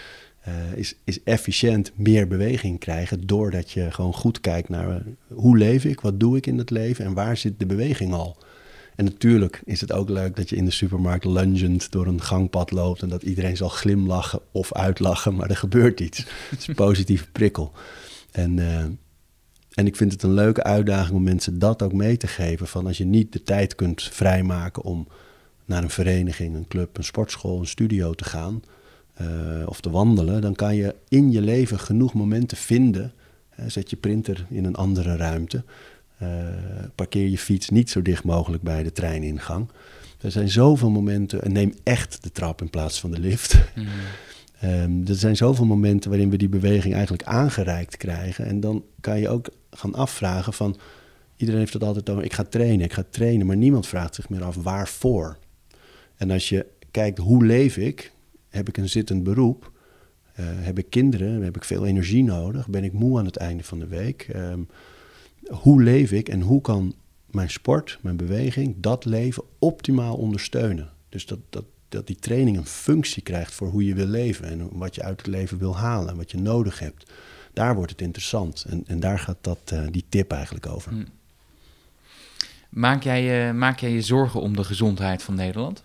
uh, is, is efficiënt meer beweging krijgen... doordat je gewoon goed kijkt naar uh, hoe leef ik, wat doe ik in het leven... en waar zit de beweging al. En natuurlijk is het ook leuk dat je in de supermarkt lungend door een gangpad loopt... en dat iedereen zal glimlachen of uitlachen, maar er gebeurt iets. Het is een positieve prikkel. En... Uh, En ik vind het een leuke uitdaging om mensen dat ook mee te geven. Van als je niet de tijd kunt vrijmaken om naar een vereniging, een club, een sportschool, een studio te gaan. Uh, of te wandelen. Dan kan je in je leven genoeg momenten vinden. Uh, zet je printer in een andere ruimte. Uh, parkeer je fiets niet zo dicht mogelijk bij de treiningang. Er zijn zoveel momenten. En neem echt de trap in plaats van de lift. Mm. Um, er zijn zoveel momenten waarin we die beweging eigenlijk aangereikt krijgen. En dan kan je ook gaan afvragen van... Iedereen heeft het altijd over, ik ga trainen, ik ga trainen. Maar niemand vraagt zich meer af, waarvoor? En als je kijkt, hoe leef ik? Heb ik een zittend beroep? Uh, heb ik kinderen? Heb ik veel energie nodig? Ben ik moe aan het einde van de week? Um, hoe leef ik en hoe kan mijn sport, mijn beweging... dat leven optimaal ondersteunen? Dus dat... dat dat die training een functie krijgt voor hoe je wil leven... en wat je uit het leven wil halen en wat je nodig hebt. Daar wordt het interessant. En, en daar gaat dat, uh, die tip eigenlijk over. Hmm. Maak jij, uh, maak jij je zorgen om de gezondheid van Nederland?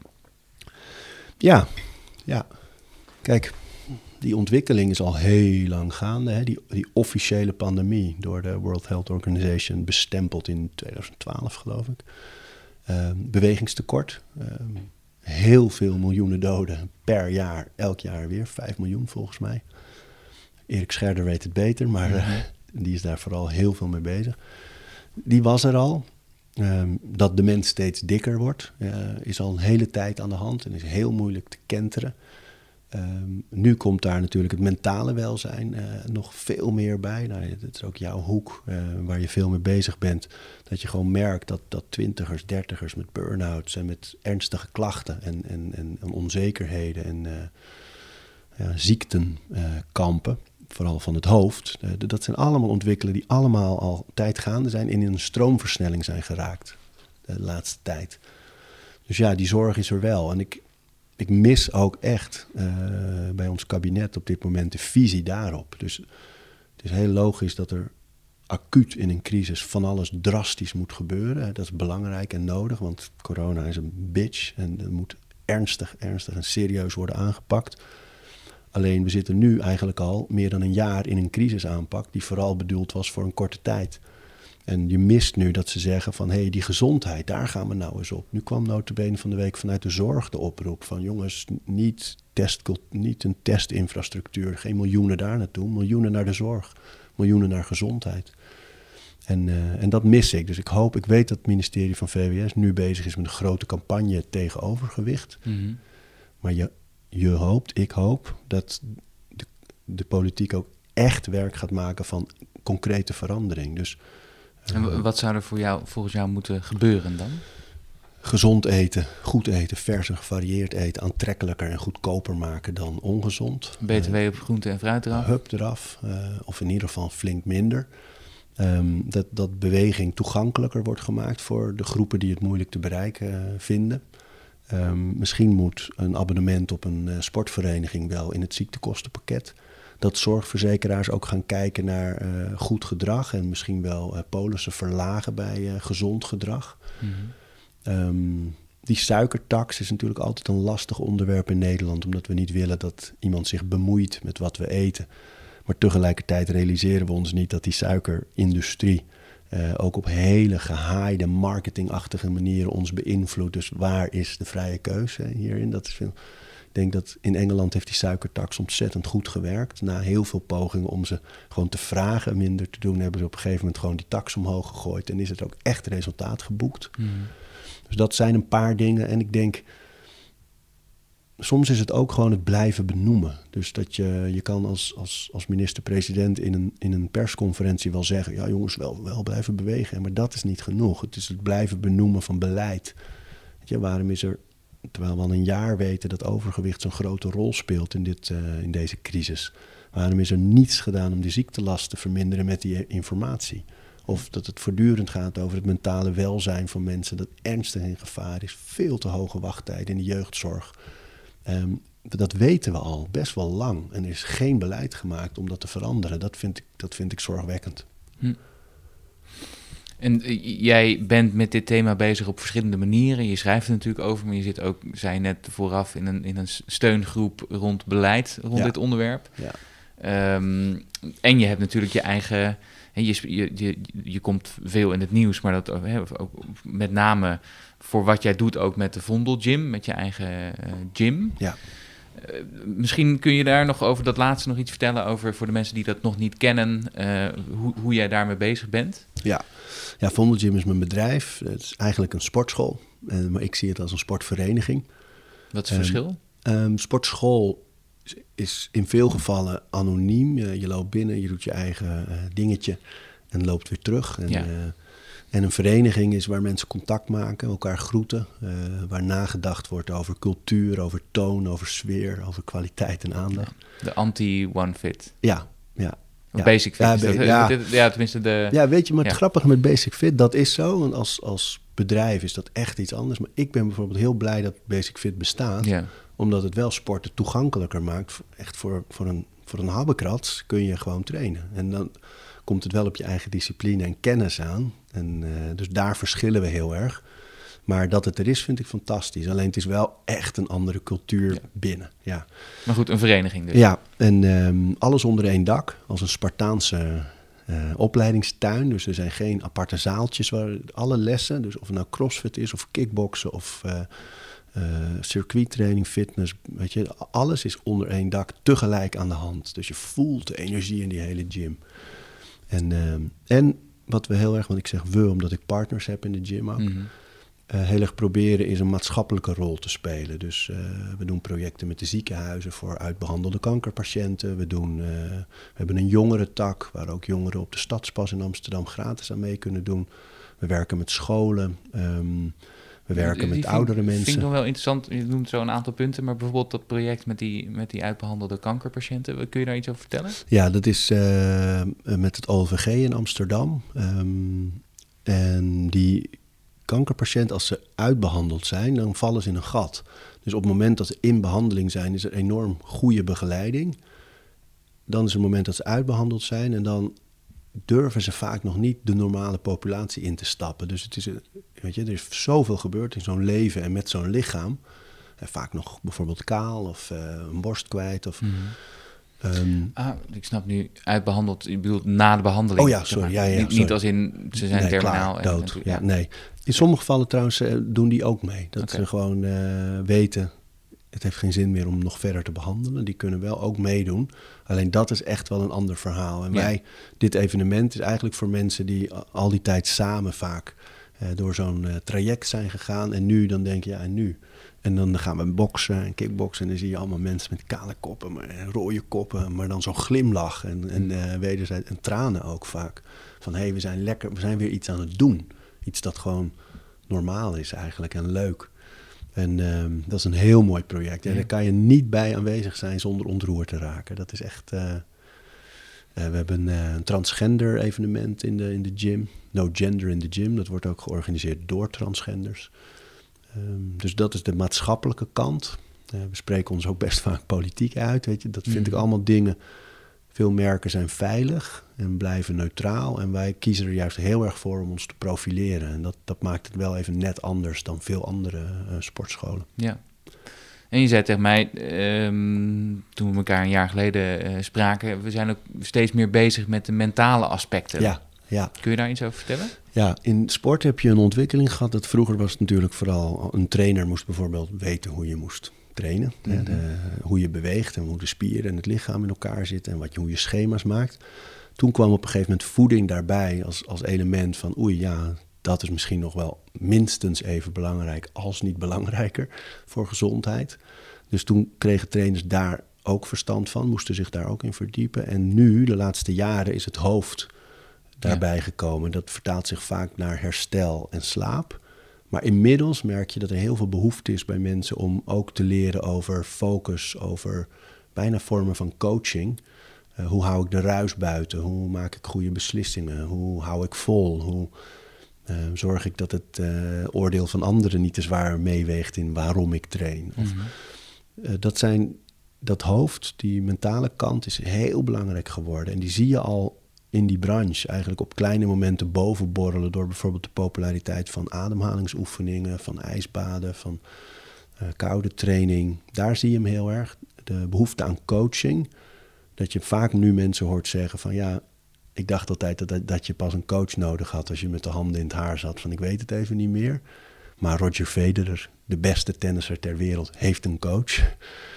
Ja, ja. Kijk, die ontwikkeling is al heel lang gaande. Hè? Die, die officiële pandemie door de World Health Organization... bestempeld in twintig twaalf, geloof ik. Uh, bewegingstekort... Uh, Heel veel miljoenen doden per jaar, elk jaar weer. Vijf miljoen volgens mij. Erik Scherder weet het beter, maar mm-hmm. uh, die is daar vooral heel veel mee bezig. Die was er al. Um, dat de mens steeds dikker wordt, uh, is al een hele tijd aan de hand en is heel moeilijk te kenteren. Um, nu komt daar natuurlijk het mentale welzijn uh, nog veel meer bij. Nou, dat is ook jouw hoek uh, waar je veel mee bezig bent. Dat je gewoon merkt dat, dat twintigers, dertigers met burn-outs en met ernstige klachten en, en, en onzekerheden en uh, ja, ziekten uh, kampen, vooral van het hoofd. Uh, dat zijn allemaal ontwikkelingen die allemaal al tijdgaande zijn en in een stroomversnelling zijn geraakt de laatste tijd. Dus ja, die zorg is er wel. En ik... Ik mis ook echt uh, bij ons kabinet op dit moment de visie daarop. Dus het is heel logisch dat er acuut in een crisis van alles drastisch moet gebeuren. Dat is belangrijk en nodig, want corona is een bitch en dat moet ernstig, ernstig en serieus worden aangepakt. Alleen we zitten nu eigenlijk al meer dan een jaar in een crisisaanpak die vooral bedoeld was voor een korte tijd. En je mist nu dat ze zeggen van, hé, hey, die gezondheid, daar gaan we nou eens op. Nu kwam nota bene van de week vanuit de zorg de oproep van, jongens, niet, test, niet een testinfrastructuur, geen miljoenen daar naartoe, miljoenen naar de zorg, miljoenen naar gezondheid. En, uh, en dat mis ik. Dus ik hoop, ik weet dat het ministerie van V W S nu bezig is met een grote campagne tegen overgewicht. Mm-hmm. Maar je, je hoopt, ik hoop, dat de, de politiek ook echt werk gaat maken van concrete verandering. Dus... En wat zou er voor jou, volgens jou moeten gebeuren dan? Gezond eten, goed eten, vers en gevarieerd eten, aantrekkelijker en goedkoper maken dan ongezond. B T W uh, op groente en fruit eraf? Hup eraf, uh, of in ieder geval flink minder. Um, dat, dat beweging toegankelijker wordt gemaakt voor de groepen die het moeilijk te bereiken uh, vinden. Um, misschien moet een abonnement op een uh, sportvereniging wel in het ziektekostenpakket. Dat zorgverzekeraars ook gaan kijken naar uh, goed gedrag en misschien wel uh, polissen verlagen bij uh, gezond gedrag. Mm-hmm. Um, die suikertax is natuurlijk altijd een lastig onderwerp in Nederland, omdat we niet willen dat iemand zich bemoeit met wat we eten. Maar tegelijkertijd realiseren we ons niet dat die suikerindustrie uh, ook op hele gehaaide, marketingachtige manieren ons beïnvloedt. Dus waar is de vrije keuze hierin? Dat is veel... Ik denk dat in Engeland heeft die suikertax ontzettend goed gewerkt. Na heel veel pogingen om ze gewoon te vragen minder te doen, hebben ze op een gegeven moment gewoon die tax omhoog gegooid. En is het ook echt resultaat geboekt. Mm. Dus dat zijn een paar dingen. En ik denk, soms is het ook gewoon het blijven benoemen. Dus dat je, je kan als, als, als minister-president in een, in een persconferentie wel zeggen, ja jongens, wel, wel blijven bewegen. Maar dat is niet genoeg. Het is het blijven benoemen van beleid. Weet je, waarom is er... Terwijl we al een jaar weten dat overgewicht zo'n grote rol speelt in, dit, uh, in deze crisis. Waarom is er niets gedaan om die ziektelast te verminderen met die informatie? Of dat het voortdurend gaat over het mentale welzijn van mensen, dat ernstig in gevaar is. Veel te hoge wachttijden in de jeugdzorg. Um, dat weten we al best wel lang. En er is geen beleid gemaakt om dat te veranderen. Dat vind ik, dat vind ik zorgwekkend. Hm. En uh, jij bent met dit thema bezig op verschillende manieren. Je schrijft er natuurlijk over, maar je zit ook, zei je net vooraf, in een, in een steungroep rond beleid, rond ja. dit onderwerp. Ja. Um, en je hebt natuurlijk je eigen... En je, je, je, je komt veel in het nieuws, maar dat he, ook met name voor wat jij doet ook met de Vondel Gym, met je eigen uh, gym. Ja. Uh, misschien kun je daar nog over dat laatste nog iets vertellen over voor de mensen die dat nog niet kennen, uh, hoe, hoe jij daarmee bezig bent. Ja, ja, Vondel Gym is mijn bedrijf. Het is eigenlijk een sportschool, uh, maar ik zie het als een sportvereniging. Wat is het um, verschil? Um, sportschool is in veel gevallen anoniem. Je, je loopt binnen, je doet je eigen uh, dingetje en loopt weer terug. En, ja. uh, en een vereniging is waar mensen contact maken, elkaar groeten. Uh, waar nagedacht wordt over cultuur, over toon, over sfeer, over kwaliteit en aandacht. De anti-One Fit. Ja, ja. Ja. Basic Fit. Ja, is dat, ja. ja, tenminste de... Ja, weet je, maar het ja. grappige met Basic Fit, dat is zo. Want als, als bedrijf is dat echt iets anders. Maar ik ben bijvoorbeeld heel blij dat Basic Fit bestaat. Ja. Omdat het wel sporten toegankelijker maakt. Echt voor, voor een, voor een habbekrats kun je gewoon trainen. En dan komt het wel op je eigen discipline en kennis aan. En, uh, dus daar verschillen we heel erg. Maar dat het er is, vind ik fantastisch. Alleen het is wel echt een andere cultuur ja. binnen. Ja. Maar goed, een vereniging dus. Ja, en um, alles onder één dak. Als een Spartaanse uh, opleidingstuin. Dus er zijn geen aparte zaaltjes waar alle lessen... dus of het nou crossfit is of kickboksen of... Uh, Uh, circuittraining, fitness, weet je, alles is onder één dak tegelijk aan de hand. Dus je voelt de energie in die hele gym. En, uh, en wat we heel erg, want ik zeg we, omdat ik partners heb in de gym ook, mm-hmm. uh, heel erg proberen is een maatschappelijke rol te spelen. Dus uh, we doen projecten met de ziekenhuizen voor uitbehandelde kankerpatiënten. We, doen, uh, we hebben een jongerentak waar ook jongeren op de Stadspas in Amsterdam gratis aan mee kunnen doen. We werken met scholen. Um, We werken met vind, oudere mensen. Vind ik nog wel interessant. Je noemt zo een aantal punten, maar bijvoorbeeld dat project met die, met die uitbehandelde kankerpatiënten. Kun je daar iets over vertellen? Ja, dat is uh, met het O V G in Amsterdam. Um, en die kankerpatiënten, als ze uitbehandeld zijn, dan vallen ze in een gat. Dus op het moment dat ze in behandeling zijn, is er enorm goede begeleiding. Dan is het moment dat ze uitbehandeld zijn en dan durven ze vaak nog niet de normale populatie in te stappen. Dus het is, weet je, er is zoveel gebeurd in zo'n leven en met zo'n lichaam. En vaak nog bijvoorbeeld kaal of uh, een borst kwijt. Of, mm-hmm. um, ah, ik snap nu, uitbehandeld, je bedoelt na de behandeling. Oh ja, sorry. Ja, ja, niet, sorry. niet als in, ze zijn nee, terminaal. Klaar, dood. En, ja. ja, nee. In sommige gevallen trouwens uh, doen die ook mee. Dat okay. ze gewoon uh, weten, het heeft geen zin meer om nog verder te behandelen. Die kunnen wel ook meedoen. Alleen dat is echt wel een ander verhaal. En ja. wij, dit evenement is eigenlijk voor mensen die al die tijd samen vaak uh, door zo'n uh, traject zijn gegaan. En nu dan denk je, ja, en nu? En dan gaan we boksen en kickboksen. En dan zie je allemaal mensen met kale koppen, maar, en rode koppen. Maar dan zo'n glimlach en, en, uh, wederzijds, en tranen ook vaak. Van hé, hey, we zijn lekker, we zijn weer iets aan het doen. Iets dat gewoon normaal is eigenlijk en leuk. En um, dat is een heel mooi project. En ja. daar kan je niet bij aanwezig zijn zonder ontroerd te raken. Dat is echt... Uh, uh, we hebben uh, een transgender evenement in de, in de gym. No Gender in the Gym. Dat wordt ook georganiseerd door transgenders. Um, dus dat is de maatschappelijke kant. Uh, we spreken ons ook best vaak politiek uit. Weet je. Dat vind mm. ik allemaal dingen... Veel merken zijn veilig en blijven neutraal. En wij kiezen er juist heel erg voor om ons te profileren. En dat, dat maakt het wel even net anders dan veel andere uh, sportscholen. Ja. En je zei tegen mij, um, toen we elkaar een jaar geleden uh, spraken... we zijn ook steeds meer bezig met de mentale aspecten. Ja, ja. Kun je daar iets over vertellen? Ja, in sport heb je een ontwikkeling gehad. Dat vroeger was het natuurlijk vooral... een trainer moest bijvoorbeeld weten hoe je moest trainen. Mm-hmm. De, hoe je beweegt en hoe de spieren en het lichaam in elkaar zitten... en wat je, hoe je schema's maakt. Toen kwam op een gegeven moment voeding daarbij als, als element van... oei, ja, dat is misschien nog wel minstens even belangrijk... als niet belangrijker voor gezondheid. Dus toen kregen trainers daar ook verstand van... moesten zich daar ook in verdiepen. En nu, de laatste jaren, is het hoofd daarbij ja. gekomen. Dat vertaalt zich vaak naar herstel en slaap... Maar inmiddels merk je dat er heel veel behoefte is bij mensen om ook te leren over focus, over bijna vormen van coaching. Uh, hoe hou ik de ruis buiten? Hoe maak ik goede beslissingen? Hoe hou ik vol? Hoe uh, zorg ik dat het uh, oordeel van anderen niet te zwaar meeweegt in waarom ik train? Of, mm-hmm. uh, dat zijn, dat hoofd, die mentale kant is heel belangrijk geworden. En die zie je al in die branche eigenlijk op kleine momenten bovenborrelen door bijvoorbeeld de populariteit van ademhalingsoefeningen, van ijsbaden, van uh, koude training. Daar zie je hem heel erg. De behoefte aan coaching. Dat je vaak nu mensen hoort zeggen van ja, ik dacht altijd dat, dat je pas een coach nodig had als je met de handen in het haar zat van ik weet het even niet meer. Maar Roger Federer, de beste tennisser ter wereld, heeft een coach.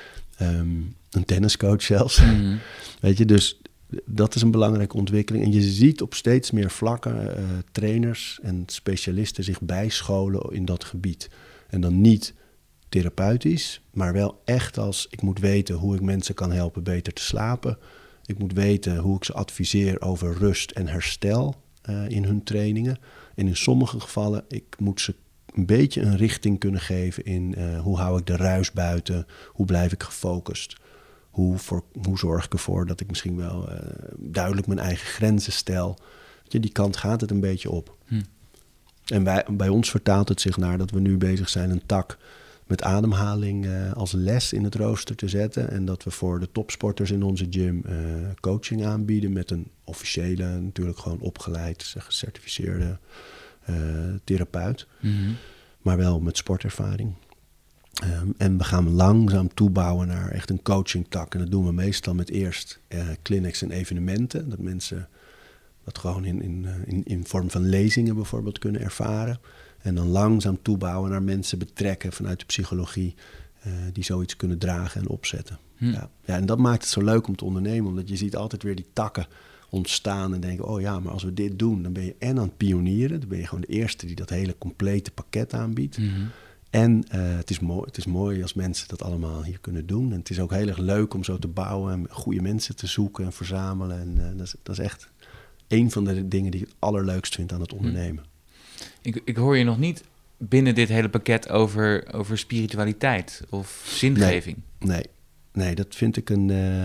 Um, een tenniscoach zelfs. Mm-hmm. Weet je, dus dat is een belangrijke ontwikkeling. En je ziet op steeds meer vlakken uh, trainers en specialisten zich bijscholen in dat gebied. En dan niet therapeutisch, maar wel echt als ik moet weten hoe ik mensen kan helpen beter te slapen. Ik moet weten hoe ik ze adviseer over rust en herstel uh, in hun trainingen. En in sommige gevallen, ik moet ze een beetje een richting kunnen geven in uh, hoe hou ik de ruis buiten, hoe blijf ik gefocust. Hoe, voor, hoe zorg ik ervoor dat ik misschien wel uh, duidelijk mijn eigen grenzen stel. Ja, die kant gaat het een beetje op. Hm. En wij, bij ons vertaalt het zich naar dat we nu bezig zijn een tak met ademhaling uh, als les in het rooster te zetten. En dat we voor de topsporters in onze gym uh, coaching aanbieden met een officiële, natuurlijk gewoon opgeleid, gecertificeerde uh, therapeut. Mm-hmm. Maar wel met sportervaring. Um, en we gaan langzaam toebouwen naar echt een coachingtak. En dat doen we meestal met eerst uh, clinics en evenementen. Dat mensen dat gewoon in, in, in, in vorm van lezingen bijvoorbeeld kunnen ervaren. En dan langzaam toebouwen naar mensen betrekken vanuit de psychologie uh, die zoiets kunnen dragen en opzetten. Hm. Ja. Ja, en dat maakt het zo leuk om te ondernemen, omdat je ziet altijd weer die takken ontstaan en denken, oh ja, maar als we dit doen, dan ben je en aan het pionieren. Dan ben je gewoon de eerste die dat hele complete pakket aanbiedt. Mm-hmm. En uh, het, is mooi, het is mooi als mensen dat allemaal hier kunnen doen. En het is ook heel erg leuk om zo te bouwen en goede mensen te zoeken en verzamelen. En uh, dat, is, dat is echt een van de dingen die ik het allerleukst vind aan het ondernemen. Ik, ik hoor je nog niet binnen dit hele pakket over, over spiritualiteit of zingeving. Nee, nee, nee dat vind ik een, uh,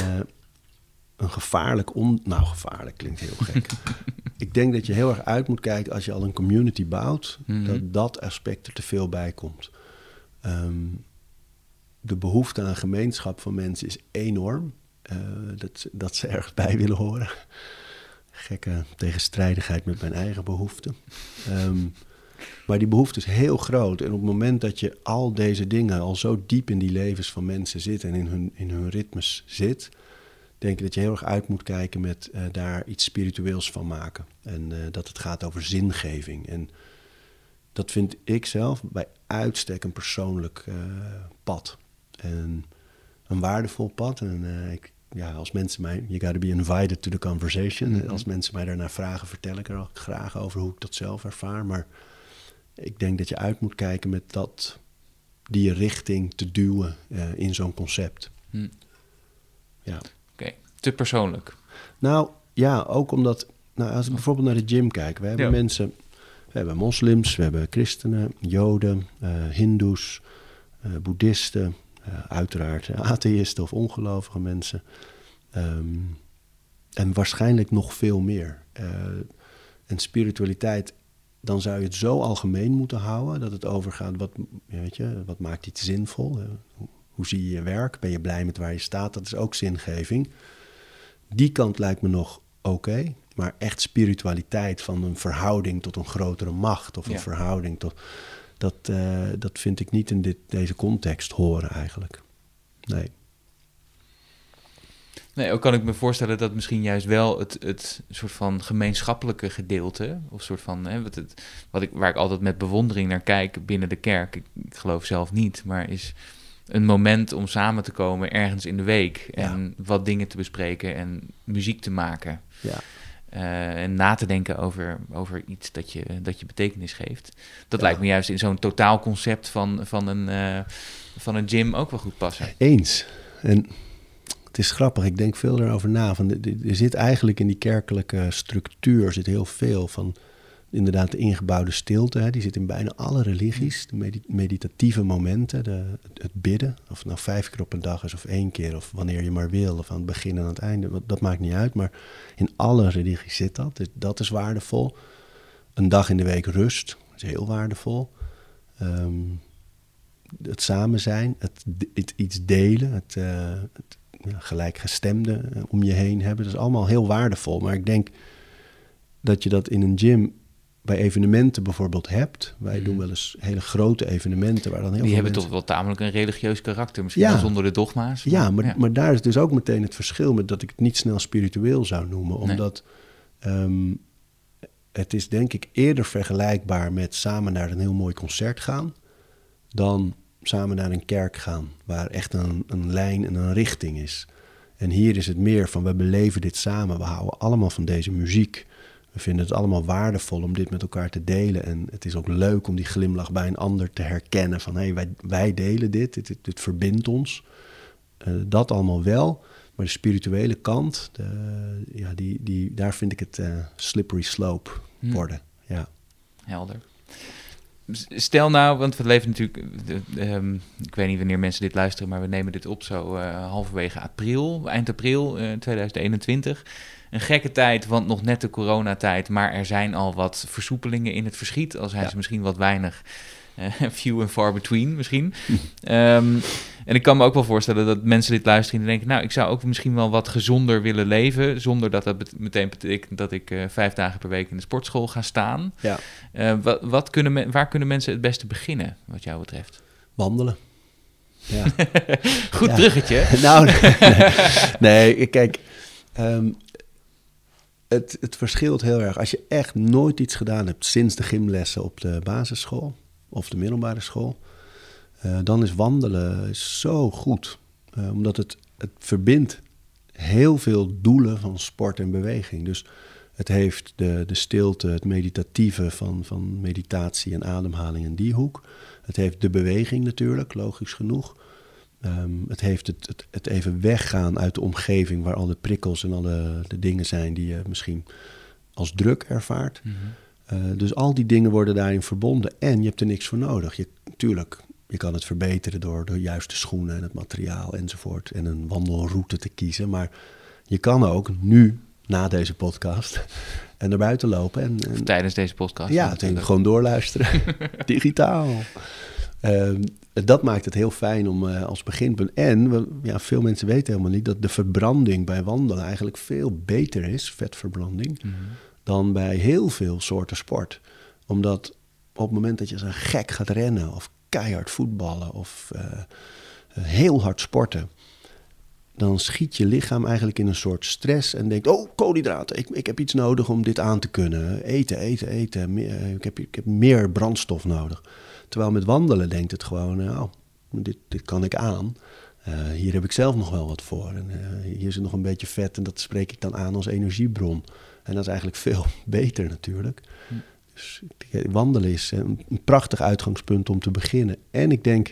een gevaarlijk... On... Nou, gevaarlijk klinkt heel gek. Ik denk dat je heel erg uit moet kijken als je al een community bouwt, mm-hmm. dat dat aspect er te veel bij komt. Um, de behoefte aan gemeenschap van mensen is enorm. Uh, dat, dat ze ergens bij willen horen. Gekke tegenstrijdigheid met mijn eigen behoeften. Um, maar die behoefte is heel groot. En op het moment dat je al deze dingen al zo diep in die levens van mensen zit en in hun, in hun ritmes zit, denk ik dat je heel erg uit moet kijken met uh, daar iets spiritueels van maken. En uh, dat het gaat over zingeving. En dat vind ik zelf bij uitstek een persoonlijk uh, pad. En een waardevol pad. En uh, ik, ja, als mensen mij... You gotta be invited to the conversation. Mm-hmm. Als mensen mij daarnaar vragen, vertel ik er ook graag over hoe ik dat zelf ervaar. Maar ik denk dat je uit moet kijken met dat, die richting te duwen uh, in zo'n concept. Mm. Ja. Oké, okay. Te persoonlijk. Nou, ja, ook omdat... Nou, als ik bijvoorbeeld naar de gym kijk. We hebben ja. mensen... We hebben moslims, we hebben christenen, joden, uh, hindoes, uh, boeddhisten... Uh, uiteraard atheïsten of ongelovige mensen. Um, en waarschijnlijk nog veel meer. Uh, en spiritualiteit, dan zou je het zo algemeen moeten houden dat het overgaat, wat, weet je, wat maakt iets zinvol? Uh, hoe, hoe zie je je werk? Ben je blij met waar je staat? Dat is ook zingeving. Die kant lijkt me nog oké. Okay, maar echt spiritualiteit van een verhouding tot een grotere macht of een ja. verhouding tot... Dat, uh, dat vind ik niet in dit, deze context horen eigenlijk. Nee. Nee, ook kan ik me voorstellen dat misschien juist wel het, het soort van gemeenschappelijke gedeelte, of soort van, hè, wat het, wat ik, waar ik altijd met bewondering naar kijk binnen de kerk, ik, ik geloof zelf niet, maar is een moment om samen te komen ergens in de week en ja. wat dingen te bespreken en muziek te maken. Ja. Uh, en na te denken over, over iets dat je, dat je betekenis geeft. Dat ja. lijkt me juist in zo'n totaalconcept van, van, een, uh, van een gym ook wel goed passen. Eens. En het is grappig, ik denk veel erover na. Van de, de, er zit eigenlijk in die kerkelijke structuur zit heel veel van inderdaad de ingebouwde stilte. Hè, die zit in bijna alle religies. De medit- meditatieve momenten, de, het, het bidden. Of het nou vijf keer op een dag is of één keer. Of wanneer je maar wil. Of aan het begin en aan het einde. Dat maakt niet uit. Maar in alle religies zit dat. Dus dat is waardevol. Een dag in de week rust. Dat is heel waardevol. Um, het samen zijn, het, het iets delen, het, uh, het ja, gelijkgestemde uh, om je heen hebben. Dat is allemaal heel waardevol. Maar ik denk dat je dat in een gym bij evenementen bijvoorbeeld hebt. Wij mm. doen wel eens hele grote evenementen waar dan heel Die veel hebben mensen... toch wel tamelijk een religieus karakter, misschien ja. wel zonder de dogma's. Maar, ja, maar, ja, maar daar is dus ook meteen het verschil met dat ik het niet snel spiritueel zou noemen. Omdat nee. um, het is denk ik eerder vergelijkbaar met samen naar een heel mooi concert gaan dan samen naar een kerk gaan, waar echt een, een lijn en een richting is. En hier is het meer van, we beleven dit samen, we houden allemaal van deze muziek. We vinden het allemaal waardevol om dit met elkaar te delen. En het is ook leuk om die glimlach bij een ander te herkennen van, hé, hey, wij, wij delen dit, dit, dit, dit verbindt ons. Uh, dat allemaal wel, maar de spirituele kant, de, ja, die, die, daar vind ik het uh, slippery slope hmm. worden. Ja. Helder. Stel nou, want we leven natuurlijk, uh, um, ik weet niet wanneer mensen dit luisteren, maar we nemen dit op zo uh, halverwege april, eind april uh, tweeduizend eenentwintig. Een gekke tijd, want nog net de coronatijd, maar er zijn al wat versoepelingen in het verschiet, al zijn ja. ze misschien wat weinig, uh, few and far between misschien. um, en ik kan me ook wel voorstellen dat mensen dit luisteren en denken, nou, ik zou ook misschien wel wat gezonder willen leven, zonder dat dat bet- meteen betekent dat ik uh, vijf dagen per week in de sportschool ga staan. Ja. Uh, wat, wat kunnen me- waar kunnen mensen het beste beginnen, wat jou betreft? Wandelen. Ja. Goed ja. bruggetje. nou, nee, nee kijk... Um, Het, het verschilt heel erg. Als je echt nooit iets gedaan hebt sinds de gymlessen op de basisschool of de middelbare school, uh, dan is wandelen zo goed. Uh, omdat het, het verbindt heel veel doelen van sport en beweging. Dus het heeft de, de stilte, het meditatieve van, van meditatie en ademhaling en die hoek. Het heeft de beweging natuurlijk, logisch genoeg. Um, het heeft het, het, het even weggaan uit de omgeving waar al de prikkels en alle de dingen zijn die je misschien als druk ervaart. Mm-hmm. Uh, dus al die dingen worden daarin verbonden en je hebt er niks voor nodig. Je, tuurlijk, je kan het verbeteren door de juiste schoenen en het materiaal enzovoort en een wandelroute te kiezen. Maar je kan ook nu, na deze podcast, en naar buiten lopen. En, en, tijdens deze podcast. Ja, en gewoon doorluisteren. Digitaal. Um, dat maakt het heel fijn om uh, als beginpunt. En we, ja, veel mensen weten helemaal niet dat de verbranding bij wandelen eigenlijk veel beter is, vetverbranding, mm-hmm. dan bij heel veel soorten sport. Omdat op het moment dat je zo gek gaat rennen of keihard voetballen of uh, heel hard sporten, dan schiet je lichaam eigenlijk in een soort stress en denkt, oh, koolhydraten, ik, ik heb iets nodig om dit aan te kunnen. Eten, eten, eten. Meer, ik, heb, ik heb meer brandstof nodig. Terwijl met wandelen denkt het gewoon, nou, dit, dit kan ik aan. Uh, hier heb ik zelf nog wel wat voor. En, uh, hier zit nog een beetje vet en dat spreek ik dan aan als energiebron. En dat is eigenlijk veel beter natuurlijk. Hm. Dus wandelen is een, een prachtig uitgangspunt om te beginnen. En ik denk,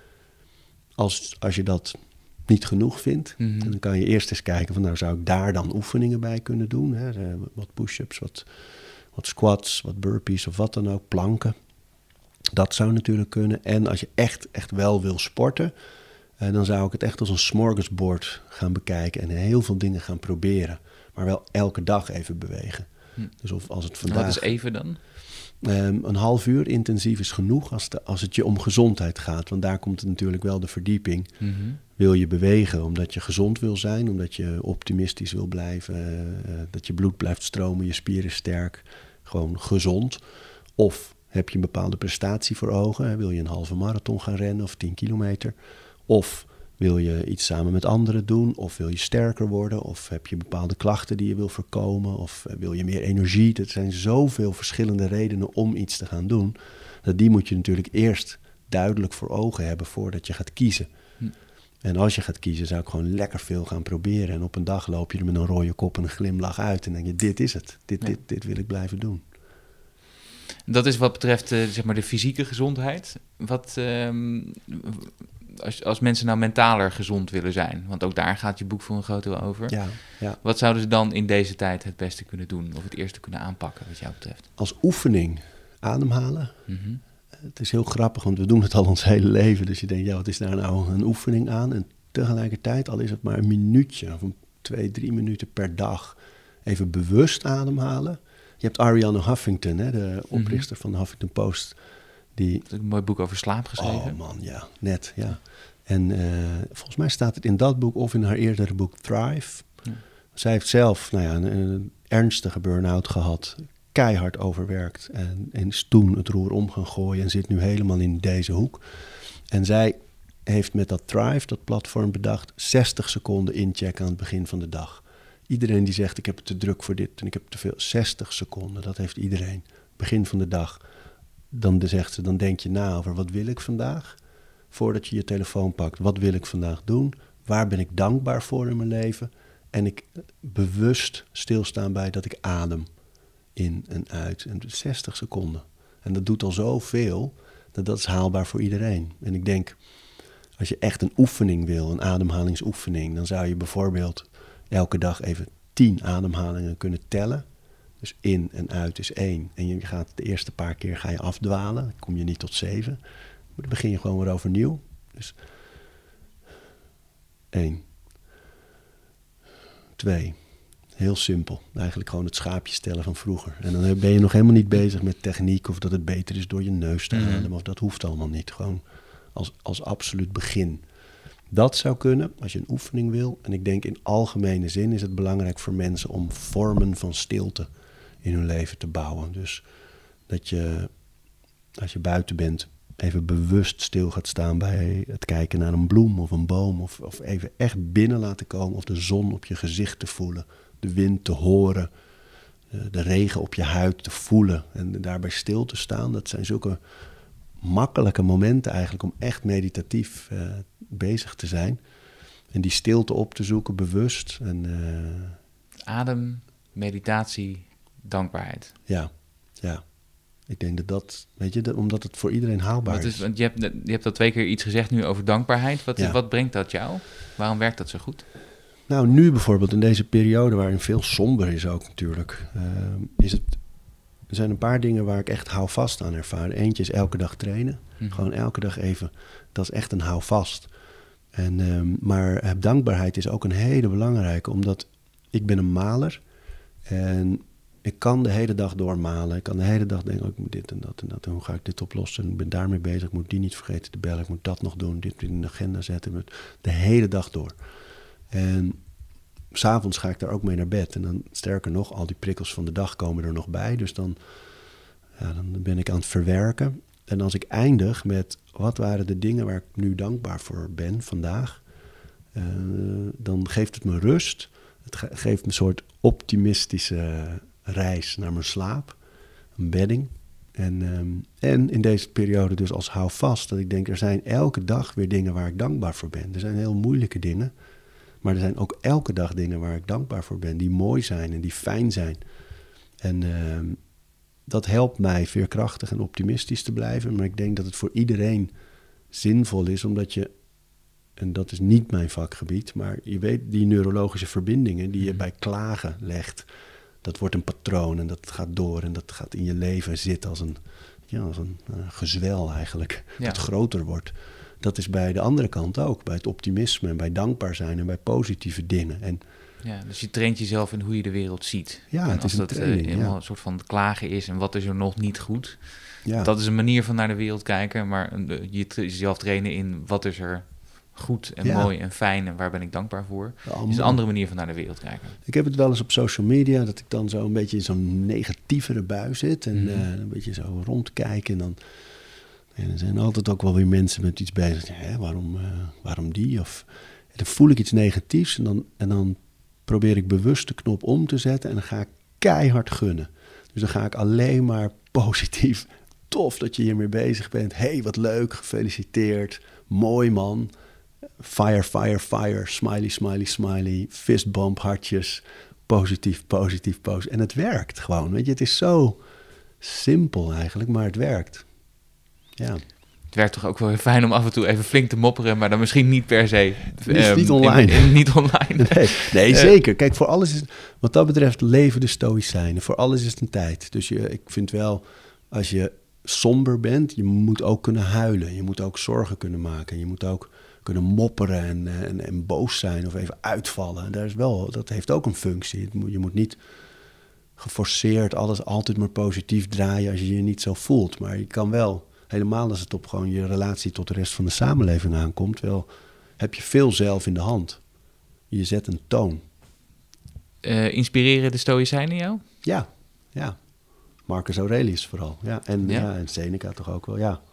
als, als je dat niet genoeg vindt, mm-hmm. dan kan je eerst eens kijken van, nou, zou ik daar dan oefeningen bij kunnen doen? Hè? Wat push-ups, wat, wat squats, wat burpees of wat dan ook, planken. Dat zou natuurlijk kunnen. En als je echt, echt wel wil sporten, uh, dan zou ik het echt als een smorgasbord gaan bekijken en heel veel dingen gaan proberen. Maar wel elke dag even bewegen. Hm. Dus of als het vandaag... Wat is even dan? Um, een half uur intensief is genoeg als, de, als het je om gezondheid gaat. Want daar komt het natuurlijk wel de verdieping. Mm-hmm. Wil je bewegen omdat je gezond wil zijn, omdat je optimistisch wil blijven, uh, dat je bloed blijft stromen, je spieren sterk, gewoon gezond. Of heb je een bepaalde prestatie voor ogen? Hè? Wil je een halve marathon gaan rennen of tien kilometer? Of wil je iets samen met anderen doen? Of wil je sterker worden? Of heb je bepaalde klachten die je wil voorkomen? Of wil je meer energie? Er zijn zoveel verschillende redenen om iets te gaan doen. Dat die moet je natuurlijk eerst duidelijk voor ogen hebben voordat je gaat kiezen. Hm. En als je gaat kiezen, zou ik gewoon lekker veel gaan proberen. En op een dag loop je er met een rode kop en een glimlach uit. En denk je, dit is het. Dit, ja. dit, dit wil ik blijven doen. Dat is wat betreft uh, zeg maar de fysieke gezondheid. Wat, um, als, als mensen nou mentaler gezond willen zijn, want ook daar gaat je boek voor een groot deel over. Ja, ja. Wat zouden ze dan in deze tijd het beste kunnen doen of het eerste kunnen aanpakken wat jou betreft? Als oefening ademhalen. Mm-hmm. Het is heel grappig, want we doen het al ons hele leven. Dus je denkt, ja, wat is daar nou een oefening aan? En tegelijkertijd, al is het maar een minuutje of een twee, drie minuten per dag, even bewust ademhalen. Je hebt Arianna Huffington, hè, de oprichter mm-hmm. van de Huffington Post. Die... Dat is een mooi boek over slaap geschreven. Oh man, ja, net, ja. En uh, volgens mij staat het in dat boek of in haar eerdere boek Thrive. Ja. Zij heeft zelf nou ja, een, een ernstige burn-out gehad, keihard overwerkt en, en is toen het roer om gaan gooien en zit nu helemaal in deze hoek. En zij heeft met dat Thrive, dat platform, bedacht zestig seconden inchecken aan het begin van de dag. Iedereen die zegt, ik heb het te druk voor dit en ik heb te veel, zestig seconden, dat heeft iedereen. Begin van de dag. Dan zegt ze, dan denk je na over wat wil ik vandaag? Voordat je je telefoon pakt, wat wil ik vandaag doen? Waar ben ik dankbaar voor in mijn leven? En ik bewust stilstaan bij dat ik adem in en uit. En zestig seconden. En dat doet al zoveel, dat dat is haalbaar voor iedereen. En ik denk, als je echt een oefening wil, een ademhalingsoefening, dan zou je bijvoorbeeld elke dag even tien ademhalingen kunnen tellen. Dus in en uit is één. En je gaat de eerste paar keer ga je afdwalen. Dan kom je niet tot zeven. Maar dan begin je gewoon weer overnieuw. Dus één. Twee. Heel simpel. Eigenlijk gewoon het schaapje stellen van vroeger. En dan ben je nog helemaal niet bezig met techniek of dat het beter is door je neus te ademen. Mm. Of dat hoeft allemaal niet. Gewoon als, als absoluut begin. Dat zou kunnen als je een oefening wil. En ik denk in algemene zin is het belangrijk voor mensen om vormen van stilte in hun leven te bouwen. Dus dat je, als je buiten bent, even bewust stil gaat staan bij het kijken naar een bloem of een boom. Of, of even echt binnen laten komen of de zon op je gezicht te voelen. De wind te horen. De, de regen op je huid te voelen. En daarbij stil te staan. Dat zijn zulke makkelijke momenten eigenlijk om echt meditatief uh, bezig te zijn. En die stilte op te zoeken, bewust. En, uh, Adem, meditatie, dankbaarheid. Ja, ja. Ik denk dat dat, weet je, dat, omdat het voor iedereen haalbaar wat is. is. Want je hebt, je hebt al twee keer iets gezegd nu over dankbaarheid. Wat, Ja. wat brengt dat jou? Waarom werkt dat zo goed? Nou, nu bijvoorbeeld in deze periode waarin veel somber is ook natuurlijk, uh, is het, er zijn een paar dingen waar ik echt houvast aan ervaar. Eentje is elke dag trainen. Hm. Gewoon elke dag even, dat is echt een houvast. En, um, maar uh, dankbaarheid is ook een hele belangrijke, omdat ik ben een maler en ik kan de hele dag doormalen. Ik kan de hele dag denken, oh, ik moet dit en dat en dat. En hoe ga ik dit oplossen? Ik ben daarmee bezig. Ik moet die niet vergeten te bellen. Ik moet dat nog doen. Dit in de agenda zetten. De hele dag door. En 's avonds ga ik daar ook mee naar bed. En dan, sterker nog, al die prikkels van de dag komen er nog bij. Dus dan, ja, dan ben ik aan het verwerken. En als ik eindig met, wat waren de dingen waar ik nu dankbaar voor ben vandaag? Uh, dan geeft het me rust. Het ge- geeft me een soort optimistische reis naar mijn slaap, een bedding. En, um, en in deze periode dus als hou vast dat ik denk, er zijn elke dag weer dingen waar ik dankbaar voor ben. Er zijn heel moeilijke dingen, maar er zijn ook elke dag dingen waar ik dankbaar voor ben, die mooi zijn en die fijn zijn. En um, dat helpt mij veerkrachtig en optimistisch te blijven, maar ik denk dat het voor iedereen zinvol is, omdat je, en dat is niet mijn vakgebied, maar je weet die neurologische verbindingen die je bij klagen legt, dat wordt een patroon en dat gaat door en dat gaat in je leven zitten als een, ja, als een uh, gezwel eigenlijk, ja. dat groter wordt. Dat is bij de andere kant ook, bij het optimisme en bij dankbaar zijn en bij positieve dingen. En, ja, dus je traint jezelf in hoe je de wereld ziet. Ja, en het als is een dat training, uh, helemaal ja. een soort van klagen is en wat is er nog niet goed. ja. Dat is een manier van naar de wereld kijken, maar uh, je tra- jezelf trainen in wat is er goed en ja. mooi en fijn en waar ben ik dankbaar voor. Oh, is een andere manier van naar de wereld kijken. Ik heb het wel eens op social media, dat ik dan zo een beetje in zo'n negatievere bui zit. En mm-hmm. uh, een beetje zo rondkijken. En dan, en er zijn altijd ook wel weer mensen met iets bezig. Hè, waarom, uh, waarom die? Of, en dan voel ik iets negatiefs en dan, en dan probeer ik bewust de knop om te zetten. En dan ga ik keihard gunnen. Dus dan ga ik alleen maar positief. Tof dat je hiermee bezig bent. Hé, hey, wat leuk, gefeliciteerd. Mooi man. Fire, fire, fire, smiley, smiley, smiley, fistbump, hartjes, positief, positief, positief. En het werkt gewoon, weet je. Het is zo simpel eigenlijk, maar het werkt. Ja. Het werkt toch ook wel weer fijn om af en toe even flink te mopperen, maar dan misschien niet per se. Dus um, niet online. In, in, niet online. Nee, nee uh, zeker. Kijk, voor alles is, wat dat betreft, leven de stoïcijnen. Voor alles is het een tijd. Dus je, ik vind wel, als je somber bent, je moet ook kunnen huilen. Je moet ook zorgen kunnen maken. Je moet ook kunnen mopperen en, en, en boos zijn of even uitvallen. Daar is wel, dat heeft ook een functie. Je moet niet geforceerd alles altijd maar positief draaien als je je niet zo voelt. Maar je kan wel helemaal als het op gewoon je relatie tot de rest van de samenleving aankomt, wel heb je veel zelf in de hand. Je zet een toon. Uh, inspireren de Stoïcijnen jou? Ja, ja. Marcus Aurelius vooral. Ja. En, ja. Ja, en Seneca toch ook wel, ja.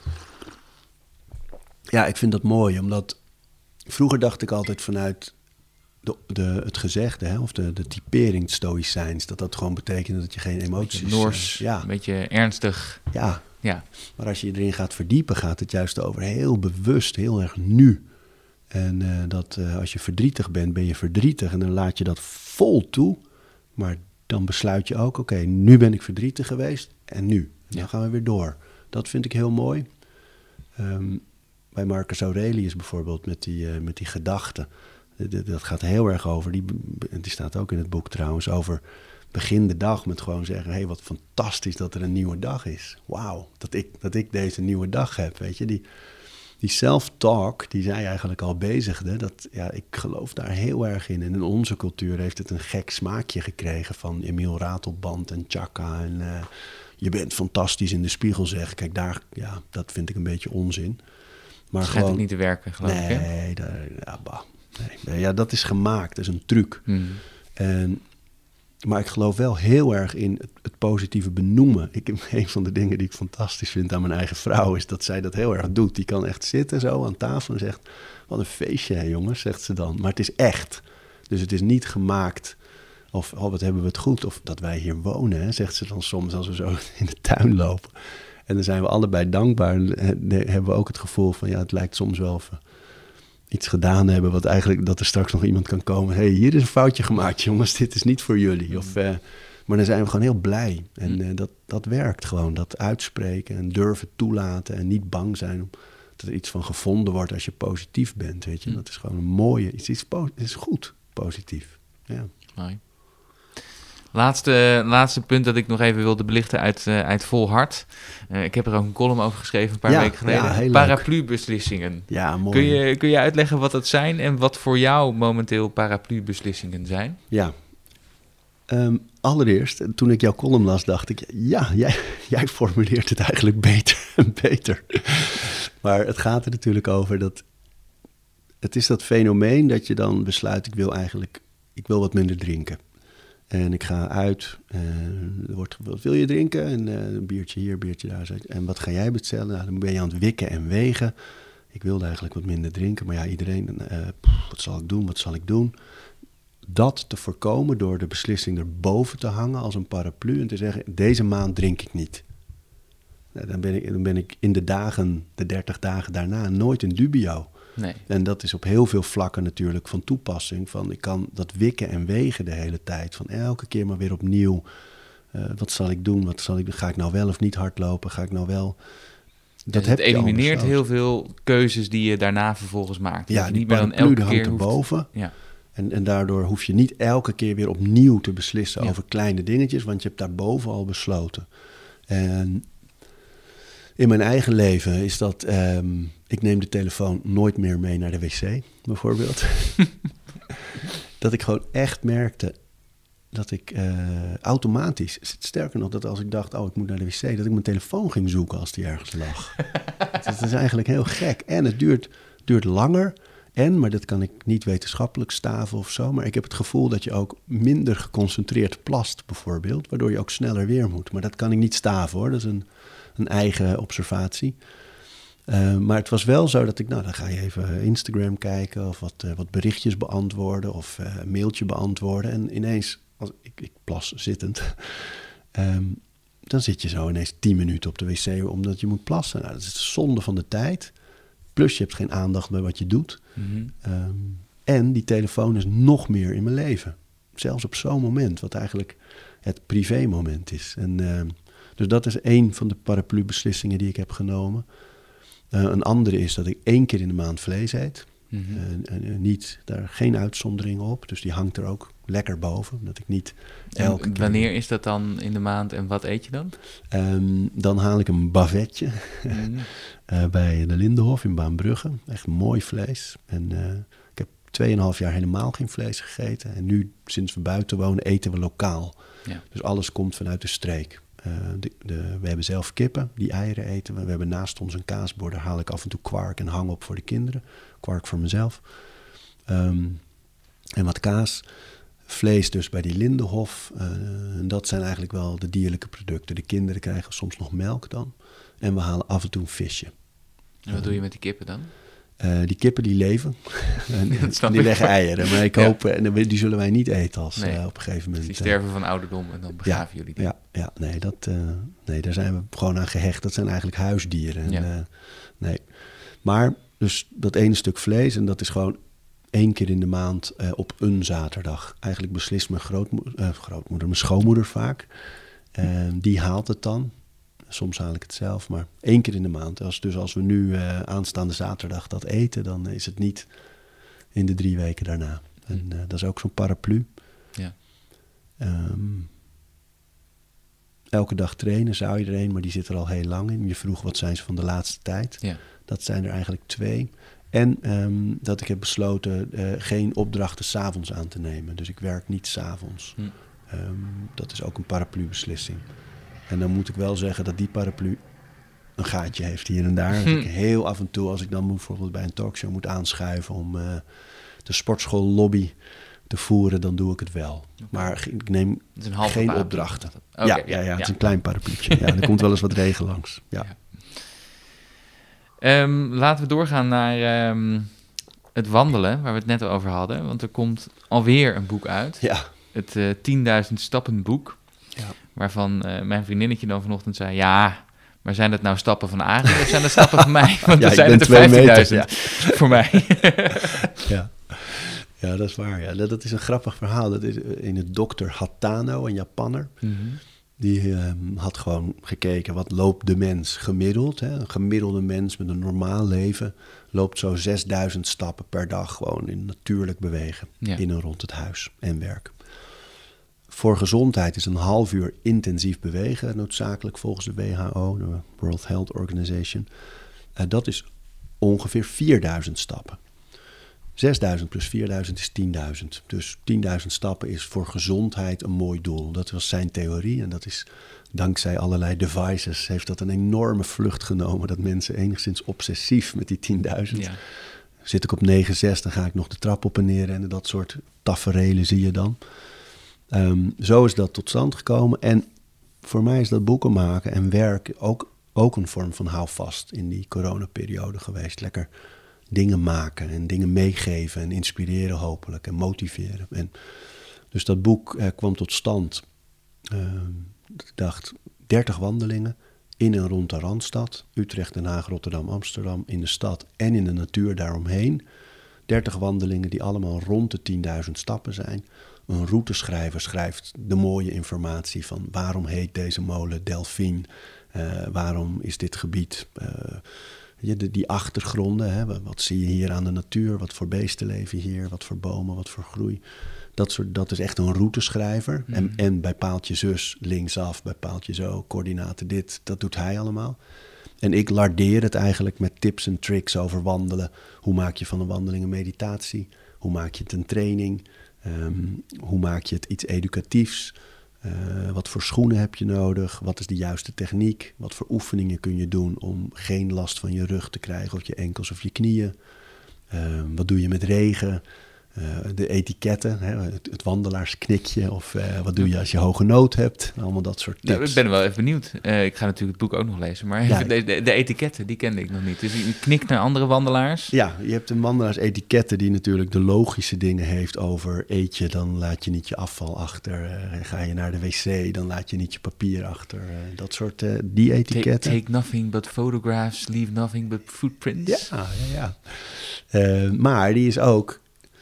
Ja, ik vind dat mooi, omdat vroeger dacht ik altijd vanuit de, de, het gezegde, hè, of de, de typering stoïcijns, dat dat gewoon betekende dat je geen emoties... Een beetje Noors, uh, ja. een beetje ernstig. Ja. ja, maar als je erin gaat verdiepen, gaat het juist over heel bewust, heel erg nu. En uh, dat uh, als je verdrietig bent, ben je verdrietig en dan laat je dat vol toe. Maar dan besluit je ook, oké, okay, nu ben ik verdrietig geweest en nu. En dan ja. gaan we weer door. Dat vind ik heel mooi. Um, bij Marcus Aurelius bijvoorbeeld, met die, uh, met die gedachten. Dat gaat heel erg over, die, die staat ook in het boek trouwens, over begin de dag met gewoon zeggen, hé, hey, wat fantastisch dat er een nieuwe dag is. Wauw, dat ik, dat ik deze nieuwe dag heb, weet je. Die, die self-talk, die zij eigenlijk al bezigde, dat, ja, ik geloof daar heel erg in. En in onze cultuur heeft het een gek smaakje gekregen van Emiel Ratelband en Chaka en uh, je bent fantastisch in de spiegel zeggen. Kijk, daar, ja, dat vind ik een beetje onzin. Maar het gewoon, schijnt ook niet te werken, geloof nee, ik, hè? daar, ja, bah, nee, ja, dat is gemaakt, dat is een truc. Hmm. En, maar ik geloof wel heel erg in het, het positieve benoemen. Ik, een van de dingen die ik fantastisch vind aan mijn eigen vrouw is dat zij dat heel erg doet. Die kan echt zitten zo aan tafel en zegt, wat een feestje hè jongens, zegt ze dan. Maar het is echt. Dus het is niet gemaakt of, oh wat hebben we het goed. Of dat wij hier wonen, hè, zegt ze dan soms als we zo in de tuin lopen. En dan zijn we allebei dankbaar. En hebben we ook het gevoel van, ja, het lijkt soms wel of we iets gedaan hebben, wat eigenlijk, dat er straks nog iemand kan komen. Hé, hey, hier is een foutje gemaakt, jongens, dit is niet voor jullie. Of, uh, maar dan zijn we gewoon heel blij. En uh, dat, dat werkt gewoon, dat uitspreken en durven toelaten en niet bang zijn dat er iets van gevonden wordt als je positief bent, weet je. Dat is gewoon een mooie, het is, het is goed, positief. Ja. Mooi. Laatste, laatste punt dat ik nog even wilde belichten uit, uh, uit Vol Hart. Uh, ik heb er ook een column over geschreven een paar ja, weken geleden. Ja, paraplu-beslissingen. Ja, mooi. Kun je, kun je uitleggen wat dat zijn en wat voor jou momenteel paraplu-beslissingen zijn? Ja. Um, allereerst, toen ik jouw column las, dacht ik, ja, jij, jij formuleert het eigenlijk beter en beter. Maar het gaat er natuurlijk over dat, het is dat fenomeen dat je dan besluit, ik wil eigenlijk, ik wil wat minder drinken. En ik ga uit, uh, er wordt, wat wil je drinken? En uh, een biertje hier, een biertje daar. En wat ga jij bestellen? Nou, dan ben je aan het wikken en wegen. Ik wilde eigenlijk wat minder drinken, maar ja, iedereen, uh, pff, wat zal ik doen, wat zal ik doen? Dat te voorkomen door de beslissing erboven te hangen als een paraplu en te zeggen, deze maand drink ik niet. Nou, dan, ben ik, dan ben ik in de dagen, de dertig dagen daarna, nooit in dubio. Nee. En dat is op heel veel vlakken natuurlijk van toepassing. Van ik kan dat wikken en wegen de hele tijd. Van elke keer maar weer opnieuw. Uh, wat zal ik doen? Wat zal ik, ga ik nou wel of niet hardlopen? Ga ik nou wel... Dat dus heb het elimineert heel veel keuzes die je daarna vervolgens maakt. Ja, die niet meer dan elke hangt keer erboven. Hoeft... Ja. En, en daardoor hoef je niet elke keer weer opnieuw te beslissen ja. over kleine dingetjes. Want je hebt daarboven al besloten. En... in mijn eigen leven is dat, um, ik neem de telefoon nooit meer mee naar de wc, bijvoorbeeld. Dat ik gewoon echt merkte dat ik uh, automatisch, sterker nog, dat als ik dacht, oh, ik moet naar de wc, dat ik mijn telefoon ging zoeken als die ergens lag. Dat is eigenlijk heel gek. En het duurt, duurt langer. En, maar dat kan ik niet wetenschappelijk staven of zo, maar ik heb het gevoel dat je ook minder geconcentreerd plast, bijvoorbeeld, waardoor je ook sneller weer moet. Maar dat kan ik niet staven, hoor. Dat is een... een eigen observatie. Uh, maar het was wel zo dat ik, nou, dan ga je even Instagram kijken of wat, uh, wat berichtjes beantwoorden of uh, een mailtje beantwoorden. En ineens, als ik, ik plas zittend, um, dan zit je zo ineens tien minuten op de wc omdat je moet plassen. Nou, dat is zonde van de tijd. Plus je hebt geen aandacht bij wat je doet. Mm-hmm. Um, en die telefoon is nog meer in mijn leven. Zelfs op zo'n moment, wat eigenlijk het privé-moment is. En... Uh, Dus dat is één van de paraplu-beslissingen die ik heb genomen. Uh, een andere is dat ik één keer in de maand vlees eet. Mm-hmm. Uh, uh, niet, daar geen uitzonderingen op. Dus die hangt er ook lekker boven. Dat ik niet elke en keer... Wanneer is dat dan in de maand en wat eet je dan? Um, dan haal ik een bavetje mm-hmm. uh, bij de Lindenhof in Baanbrugge. Echt mooi vlees. En uh, ik heb tweeënhalf jaar helemaal geen vlees gegeten. En nu, sinds we buiten wonen, eten we lokaal. Ja. Dus alles komt vanuit de streek. Uh, de, de, we hebben zelf kippen die eieren eten. We, we hebben naast ons een kaasbord. Daar haal ik af en toe kwark en hang op voor de kinderen. Kwark voor mezelf. Um, en wat kaas. Vlees dus bij die Lindenhof. Uh, en dat zijn eigenlijk wel de dierlijke producten. De kinderen krijgen soms nog melk dan. En we halen af en toe een visje. En wat doe je met die kippen dan? Uh, die kippen die leven. en, en die leggen eieren. Maar ik hoop, ja. en die zullen wij niet eten als nee. uh, op een gegeven moment. Die sterven uh, van ouderdom en dan begraven ja, jullie die. Ja, ja nee, dat, uh, nee, daar zijn we gewoon aan gehecht. Dat zijn eigenlijk huisdieren. En, ja. uh, nee. Maar dus dat ene stuk vlees, en dat is gewoon één keer in de maand uh, op een zaterdag. Eigenlijk beslist mijn grootmoeder, uh, grootmoeder mijn schoonmoeder vaak. Uh, die haalt het dan. Soms haal ik het zelf, maar één keer in de maand. Als, dus als we nu uh, aanstaande zaterdag dat eten, dan is het niet in de drie weken daarna. En uh, dat is ook zo'n paraplu. Ja. Um, elke dag trainen zou je er een, maar die zit er al heel lang in. Je vroeg wat zijn ze van de laatste tijd. Ja. Dat zijn er eigenlijk twee. En um, dat ik heb besloten uh, geen opdrachten 's avonds aan te nemen. Dus ik werk niet 's avonds. Hm. Um, dat is ook een paraplu-beslissing. En dan moet ik wel zeggen dat die paraplu een gaatje heeft hier en daar. Hm. Ik heel af en toe, als ik dan bijvoorbeeld bij een talkshow moet aanschuiven om uh, de sportschoollobby te voeren, dan doe ik het wel. Okay. Maar ik neem geen paraplu. opdrachten. Okay, ja, ja, ja, ja, het ja. is een klein parapluutje. Ja, er komt wel eens wat regen langs. Ja. Ja. Um, laten we doorgaan naar um, het wandelen, waar we het net over hadden. Want er komt alweer een boek uit. Ja. Het uh, tienduizend stappen boek. Ja. Waarvan uh, mijn vriendinnetje dan vanochtend zei, ja, maar zijn dat nou stappen van Arie of zijn dat stappen van mij? Want ja, dan zijn het er vijftienduizend ja. voor mij. ja. ja, dat is waar. Ja. Dat, dat is een grappig verhaal. Dat is in het dokter Hatano, een Japanner. Mm-hmm. Die uh, had gewoon gekeken, wat loopt de mens gemiddeld? Hè? Een gemiddelde mens met een normaal leven loopt zo zesduizend stappen per dag gewoon in natuurlijk bewegen. Ja. In en rond het huis en werk. Voor gezondheid is een half uur intensief bewegen noodzakelijk volgens de W H O, de World Health Organization. Uh, dat is ongeveer vierduizend stappen. zesduizend plus vierduizend is tienduizend. Dus tienduizend stappen is voor gezondheid een mooi doel. Dat was zijn theorie en dat is dankzij allerlei devices heeft dat een enorme vlucht genomen. Dat mensen enigszins obsessief met die tienduizend. Ja. Zit ik op negen zes, dan ga ik nog de trap op en neer en dat soort taferelen zie je dan. Um, zo is dat tot stand gekomen. En voor mij is dat boeken maken en werk ook, ook een vorm van houvast in die coronaperiode geweest. Lekker dingen maken en dingen meegeven en inspireren hopelijk en motiveren. En dus dat boek uh, kwam tot stand. Uh, ik dacht, dertig wandelingen in en rond de Randstad. Utrecht, Den Haag, Rotterdam, Amsterdam. In de stad en in de natuur daaromheen. dertig wandelingen die allemaal rond de tienduizend stappen zijn. Een routeschrijver schrijft de mooie informatie van waarom heet deze molen Delphine? Uh, waarom is dit gebied? Uh, die, die achtergronden, hè, wat zie je hier aan de natuur? Wat voor beesten leven hier? Wat voor bomen? Wat voor groei? Dat, soort, dat is echt een routeschrijver. Mm. En, en bij paaltje zus, linksaf, bij paaltje zo, coördinaten dit. Dat doet hij allemaal. En ik lardeer het eigenlijk met tips en tricks over wandelen. Hoe maak je van een wandeling een meditatie? Hoe maak je het een training? Um, hoe maak je het iets educatiefs? Uh, wat voor schoenen heb je nodig? Wat is de juiste techniek? Wat voor oefeningen kun je doen om geen last van je rug te krijgen of je enkels of je knieën? Uh, wat doe je met regen? Uh, de etiketten, hè, het, het wandelaarsknikje of uh, wat doe je als je hoge nood hebt? Allemaal dat soort tips. Ja, ik ben wel even benieuwd. Uh, ik ga natuurlijk het boek ook nog lezen, maar ja, de, de, de etiketten, die kende ik nog niet. Dus je knikt naar andere wandelaars? Ja, je hebt een wandelaarsetiketten die natuurlijk de logische dingen heeft over eet je, dan laat je niet je afval achter. Uh, ga je naar de wc, dan laat je niet je papier achter. Uh, dat soort, uh, die etiketten. Take, take nothing but photographs, leave nothing but footprints. Ja, ja, ja. Uh, maar die is ook...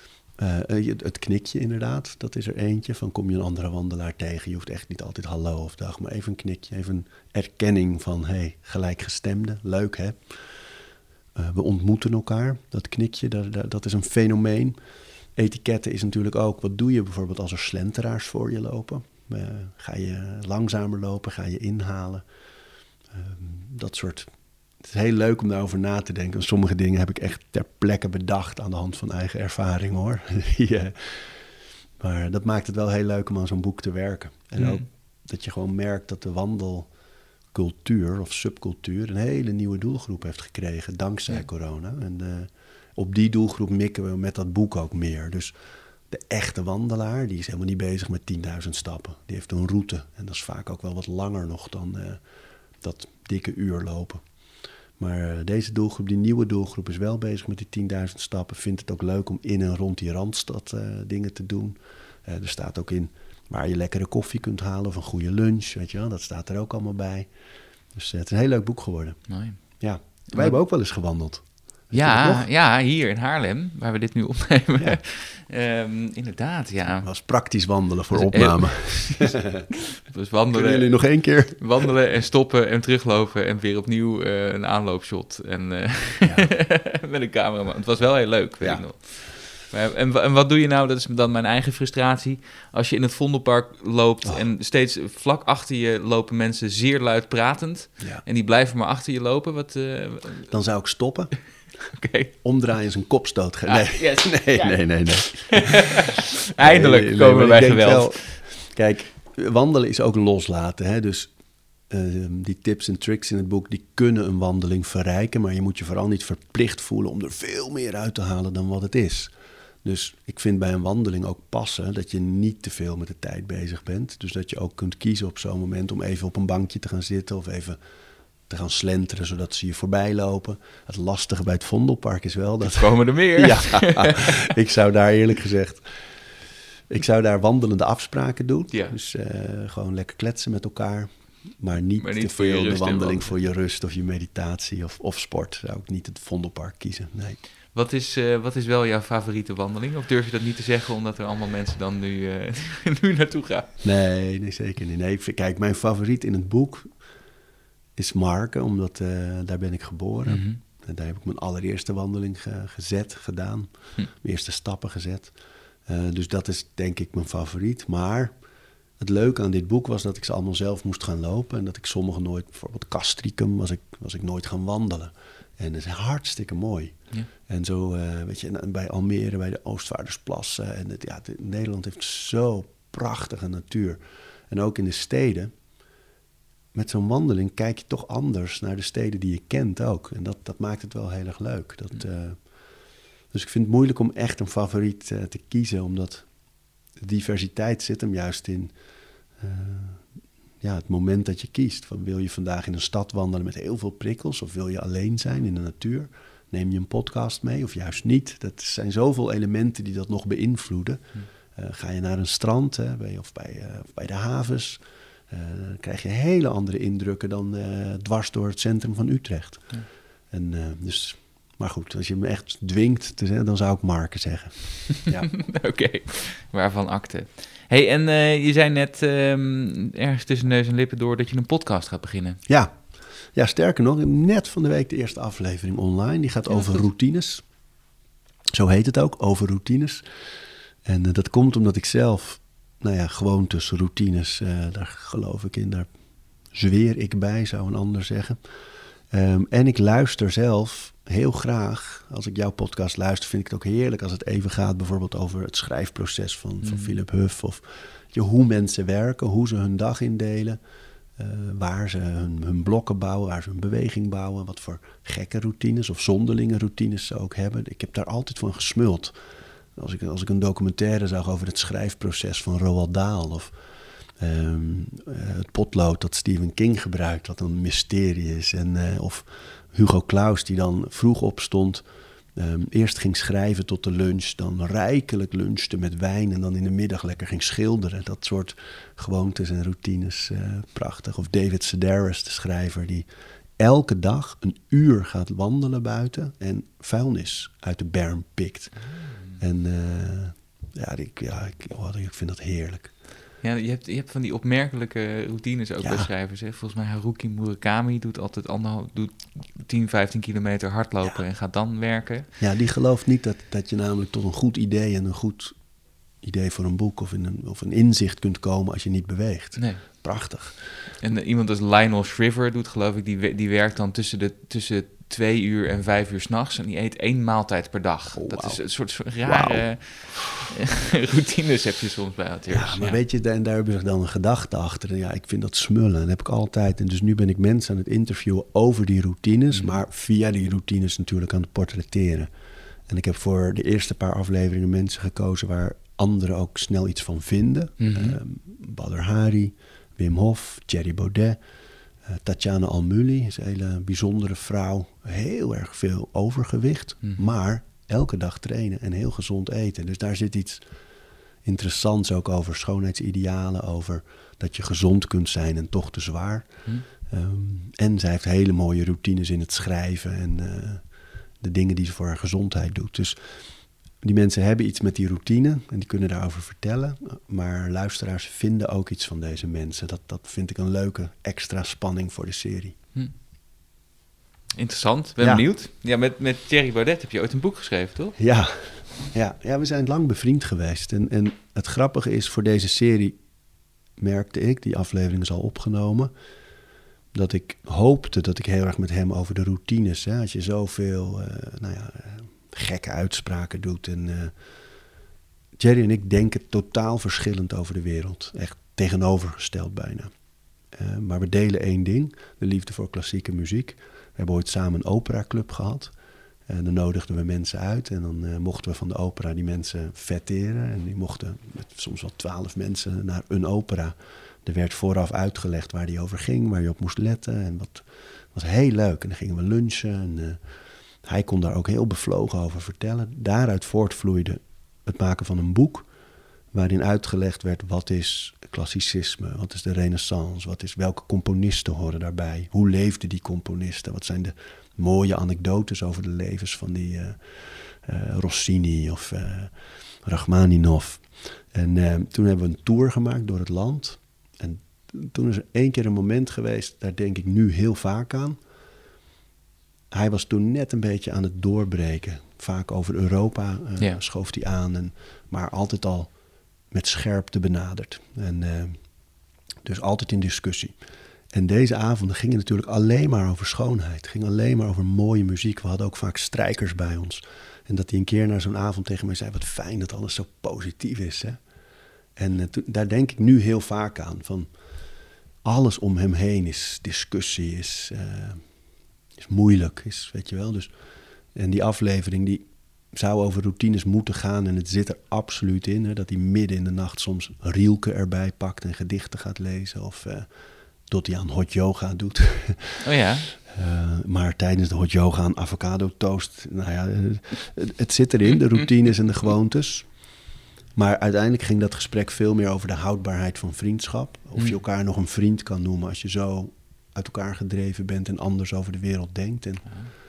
Uh, het knikje inderdaad, dat is er eentje. Van kom je een andere wandelaar tegen, je hoeft echt niet altijd hallo of dag, maar even een knikje, even een erkenning van hey, gelijkgestemde, leuk hè. Uh, we ontmoeten elkaar, dat knikje, dat, dat, dat is een fenomeen. Etiketten is natuurlijk ook, wat doe je bijvoorbeeld als er slenteraars voor je lopen? Uh, ga je langzamer lopen, ga je inhalen? Uh, dat soort... Het is heel leuk om daarover na te denken. Sommige dingen heb ik echt ter plekke bedacht aan de hand van eigen ervaring hoor. ja. Maar dat maakt het wel heel leuk om aan zo'n boek te werken. En mm. ook dat je gewoon merkt dat de wandelcultuur of subcultuur een hele nieuwe doelgroep heeft gekregen dankzij ja. corona. En uh, op die doelgroep mikken we met dat boek ook meer. Dus de echte wandelaar, die is helemaal niet bezig met tienduizend stappen. Die heeft een route en dat is vaak ook wel wat langer nog dan uh, dat dikke uur lopen. Maar uh, deze doelgroep, die nieuwe doelgroep, is wel bezig met die tienduizend stappen. Vindt het ook leuk om in en rond die Randstad uh, dingen te doen. Uh, er staat ook in waar je lekkere koffie kunt halen of een goede lunch. Weet je wel, dat staat er ook allemaal bij. Dus uh, het is een heel leuk boek geworden. Mooi. Ja, wij hebben ook wel eens gewandeld. Ja, ja, hier in Haarlem, waar we dit nu opnemen. Ja. um, inderdaad, ja. Dat was praktisch wandelen voor opname. Dus wandelen. Kunnen jullie nog één keer? Wandelen en stoppen en teruglopen en weer opnieuw uh, een aanloopshot. En uh, ja. met een cameraman. Het was wel heel leuk, weet ja. ik nog. Maar, en, en wat doe je nou, dat is dan mijn eigen frustratie, als je in het Vondelpark loopt oh. en steeds vlak achter je lopen mensen zeer luid pratend. Ja. En die blijven maar achter je lopen. Wat, uh, dan zou ik stoppen. Okay. Omdraaien is een kopstoot. Nee, ah, yes. nee, nee, nee, nee, nee. Eindelijk nee, komen we bij geweld. Wel, kijk, wandelen is ook loslaten. Hè? Dus uh, die tips en tricks in het boek, die kunnen een wandeling verrijken. Maar je moet je vooral niet verplicht voelen om er veel meer uit te halen dan wat het is. Dus ik vind bij een wandeling ook passen dat je niet te veel met de tijd bezig bent. Dus dat je ook kunt kiezen op zo'n moment om even op een bankje te gaan zitten of even te gaan slenteren, zodat ze je voorbij lopen. Het lastige bij het Vondelpark is wel dat... Er komen er meer. Ja, ik zou daar eerlijk gezegd... Ik zou daar wandelende afspraken doen. Ja. Dus uh, gewoon lekker kletsen met elkaar. Maar niet, maar niet te veel de wandeling voor je rust of je meditatie of, of sport. Zou ik niet het Vondelpark kiezen, nee. Wat is, uh, wat is wel jouw favoriete wandeling? Of durf je dat niet te zeggen, omdat er allemaal mensen dan nu, uh, nu naartoe gaan? Nee, nee, zeker niet. Nee, kijk, mijn favoriet in het boek is Marken, omdat uh, daar ben ik geboren. Mm-hmm. En daar heb ik mijn allereerste wandeling ge- gezet, gedaan. Hm. Mijn eerste stappen gezet. Uh, dus dat is denk ik mijn favoriet. Maar het leuke aan dit boek was dat ik ze allemaal zelf moest gaan lopen. En dat ik sommige nooit, bijvoorbeeld Castricum, was ik, was ik nooit gaan wandelen. En dat is hartstikke mooi. Ja. En zo, uh, weet je, bij Almere, bij de Oostvaardersplassen. En het, ja, het, Nederland heeft zo prachtige natuur. En ook in de steden. Met zo'n wandeling kijk je toch anders naar de steden die je kent ook. En dat, dat maakt het wel heel erg leuk. Dat, uh, dus ik vind het moeilijk om echt een favoriet uh, te kiezen. Omdat de diversiteit zit hem juist in uh, ja, het moment dat je kiest. Van, wil je vandaag in een stad wandelen met heel veel prikkels? Of wil je alleen zijn in de natuur? Neem je een podcast mee of juist niet? Dat zijn zoveel elementen die dat nog beïnvloeden. Uh, ga je naar een strand hè, bij, of, bij, uh, of bij de havens... Uh, dan krijg je hele andere indrukken dan uh, dwars door het centrum van Utrecht. Ja. En, uh, dus, maar goed, als je me echt dwingt te zeggen, dan zou ik Marken zeggen. Ja. Oké, okay. Waarvan akte. Hey, en uh, je zei net um, ergens tussen neus en lippen door dat je een podcast gaat beginnen. Ja, ja sterker nog, net van de week de eerste aflevering online. Die gaat ja, over routines. Zo heet het ook, over routines. En uh, dat komt omdat ik zelf... Nou ja, gewoontes, routines, uh, daar geloof ik in, daar zweer ik bij, zou een ander zeggen. Um, en ik luister zelf heel graag, als ik jouw podcast luister, vind ik het ook heerlijk als het even gaat bijvoorbeeld over het schrijfproces van, mm. van Philip Huff. Of je, hoe mensen werken, hoe ze hun dag indelen, uh, waar ze hun, hun blokken bouwen, waar ze hun beweging bouwen, wat voor gekke routines of zonderlinge routines ze ook hebben. Ik heb daar altijd van gesmuld. Als ik, als ik een documentaire zag over het schrijfproces van Roald Dahl... of um, uh, het potlood dat Stephen King gebruikt, wat een mysterie is... En, uh, of Hugo Claus die dan vroeg opstond... Um, eerst ging schrijven tot de lunch, dan rijkelijk lunchte met wijn... en dan in de middag lekker ging schilderen. Dat soort gewoontes en routines, uh, prachtig. Of David Sedaris, de schrijver, die elke dag een uur gaat wandelen buiten... en vuilnis uit de berm pikt... En uh, ja, ik, ja ik, oh, ik vind dat heerlijk. Ja, je hebt, je hebt van die opmerkelijke routines ook ja. bij schrijvers. Hè? Volgens mij Haruki Murakami doet altijd anderhalf, doet tien, vijftien kilometer hardlopen ja. en gaat dan werken. Ja, die gelooft niet dat, dat je namelijk tot een goed idee en een goed idee voor een boek of, in een, of een inzicht kunt komen als je niet beweegt. Nee. Prachtig. En uh, iemand als Lionel Shriver doet, geloof ik, die, die werkt dan tussen de... Tussen twee uur en vijf uur 's nachts en die eet één maaltijd per dag. Oh, dat wow. is een soort van rare wow. routines heb je soms bij auteurs. Ja, maar ja. weet je, en daar heb ik dan een gedachte achter. En ja, ik vind dat smullen. Dat heb ik altijd. En dus nu ben ik mensen aan het interviewen over die routines, mm. maar via die routines natuurlijk aan het portretteren. En ik heb voor de eerste paar afleveringen mensen gekozen waar anderen ook snel iets van vinden. Mm-hmm. Um, Badr Hari, Wim Hof, Thierry Baudet, uh, Tatjana Almuli, is een hele bijzondere vrouw. Heel erg veel overgewicht, mm-hmm. maar elke dag trainen en heel gezond eten. Dus daar zit iets interessants ook over schoonheidsidealen, over dat je gezond kunt zijn en toch te zwaar. Mm. Um, en zij heeft hele mooie routines in het schrijven en uh, de dingen die ze voor haar gezondheid doet. Dus die mensen hebben iets met die routine en die kunnen daarover vertellen. Maar luisteraars vinden ook iets van deze mensen. Dat, dat vind ik een leuke extra spanning voor de serie. Hm. Interessant, ben ja. benieuwd. Ja, met, met Thierry Baudet heb je ooit een boek geschreven, toch? Ja, ja, ja we zijn lang bevriend geweest. En, en het grappige is, voor deze serie merkte ik, die aflevering is al opgenomen, dat ik hoopte dat ik heel erg met hem over de routines, hè, als je zoveel uh, nou ja, gekke uitspraken doet. En uh, Thierry en ik denken totaal verschillend over de wereld. Echt tegenovergesteld bijna. Uh, maar we delen één ding, de liefde voor klassieke muziek. We hebben ooit samen een operaclub gehad. En dan nodigden we mensen uit en dan uh, mochten we van de opera die mensen vetteren. En die mochten met soms wel twaalf mensen naar een opera. Er werd vooraf uitgelegd waar die over ging, waar je op moest letten. En wat was heel leuk. En dan gingen we lunchen. En uh, hij kon daar ook heel bevlogen over vertellen. Daaruit voortvloeide het maken van een boek, waarin uitgelegd werd wat is klassicisme, wat is de renaissance, wat is, welke componisten horen daarbij, hoe leefden die componisten, wat zijn de mooie anekdotes over de levens van die uh, uh, Rossini of uh, Rachmaninov. En uh, toen hebben we een tour gemaakt door het land. En toen is er één keer een moment geweest, daar denk ik nu heel vaak aan. Hij was toen net een beetje aan het doorbreken. Vaak over Europa uh, ja. schoof hij aan, en, maar altijd al met scherpte benaderd. En uh, dus altijd in discussie. En deze avonden gingen natuurlijk alleen maar over schoonheid. Het ging alleen maar over mooie muziek. We hadden ook vaak strijkers bij ons. En dat hij een keer na zo'n avond tegen mij zei, wat fijn dat alles zo positief is. Hè? En uh, to- daar denk ik nu heel vaak aan. Van alles om hem heen is discussie, is, uh, is moeilijk. Is, weet je wel. Dus, en die aflevering die zou over routines moeten gaan. En het zit er absoluut in. Hè, dat hij midden in de nacht soms Rielke erbij pakt en gedichten gaat lezen. Of uh, tot hij aan hot yoga doet. Oh ja. Uh, maar tijdens de hot yoga een avocado toast. Nou ja, het, het zit erin, de routines en de gewoontes. Maar uiteindelijk ging dat gesprek veel meer over de houdbaarheid van vriendschap. Of je elkaar nog een vriend kan noemen als je zo uit elkaar gedreven bent en anders over de wereld denkt. En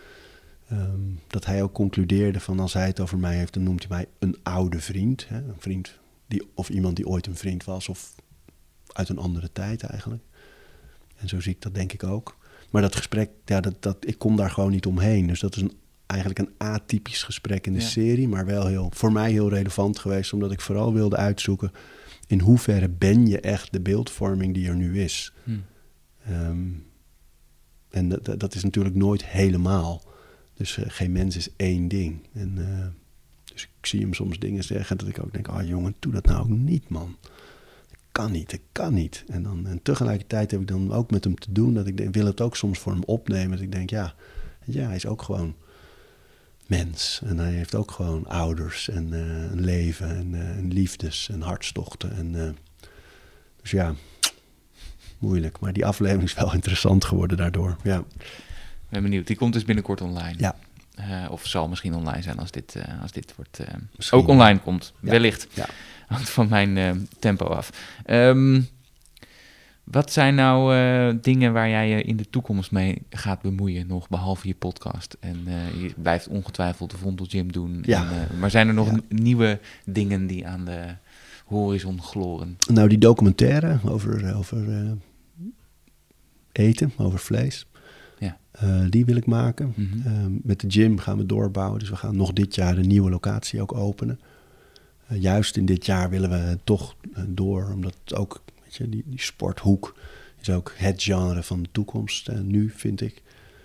um, dat hij ook concludeerde van als hij het over mij heeft, dan noemt hij mij een oude vriend. Hè? Een vriend die, of iemand die ooit een vriend was of uit een andere tijd eigenlijk. En zo zie ik dat denk ik ook. Maar dat gesprek, ja, dat, dat, ik kom daar gewoon niet omheen. Dus dat is een, eigenlijk een atypisch gesprek in de ja. serie, maar wel heel, voor mij heel relevant geweest, omdat ik vooral wilde uitzoeken in hoeverre ben je echt de beeldvorming die er nu is. Hm. Um, en dat, dat is natuurlijk nooit helemaal. Dus uh, geen mens is één ding. En, uh, dus ik zie hem soms dingen zeggen dat ik ook denk, ah oh, jongen, doe dat nou ook niet, man. Dat kan niet, dat kan niet. En, dan, en tegelijkertijd heb ik dan ook met hem te doen, dat ik denk, wil het ook soms voor hem opnemen. Dat ik denk, ja, ja, hij is ook gewoon mens. En hij heeft ook gewoon ouders en uh, een leven en, uh, en liefdes en hartstochten. En, uh, dus ja, moeilijk. Maar die aflevering is wel interessant geworden daardoor. Ja. Ben benieuwd. Die komt dus binnenkort online. Ja. Uh, of zal misschien online zijn als dit, uh, als dit wordt, uh, ook online komt. Ja. Wellicht. Ja. Hangt van mijn uh, tempo af. Um, wat zijn nou uh, dingen waar jij je in de toekomst mee gaat bemoeien nog, behalve je podcast? En uh, je blijft ongetwijfeld de Vondelgym doen. Ja. En, uh, maar zijn er nog ja. n- nieuwe dingen die aan de horizon gloren? Nou, die documentaire over, over uh, eten, over vlees. Ja. Uh, die wil ik maken. Mm-hmm. Uh, met de gym gaan we doorbouwen. Dus we gaan nog dit jaar een nieuwe locatie ook openen. Uh, juist in dit jaar willen we toch uh, door, omdat het ook, weet je, die, die sporthoek is ook het genre van de toekomst uh, nu, vind ik.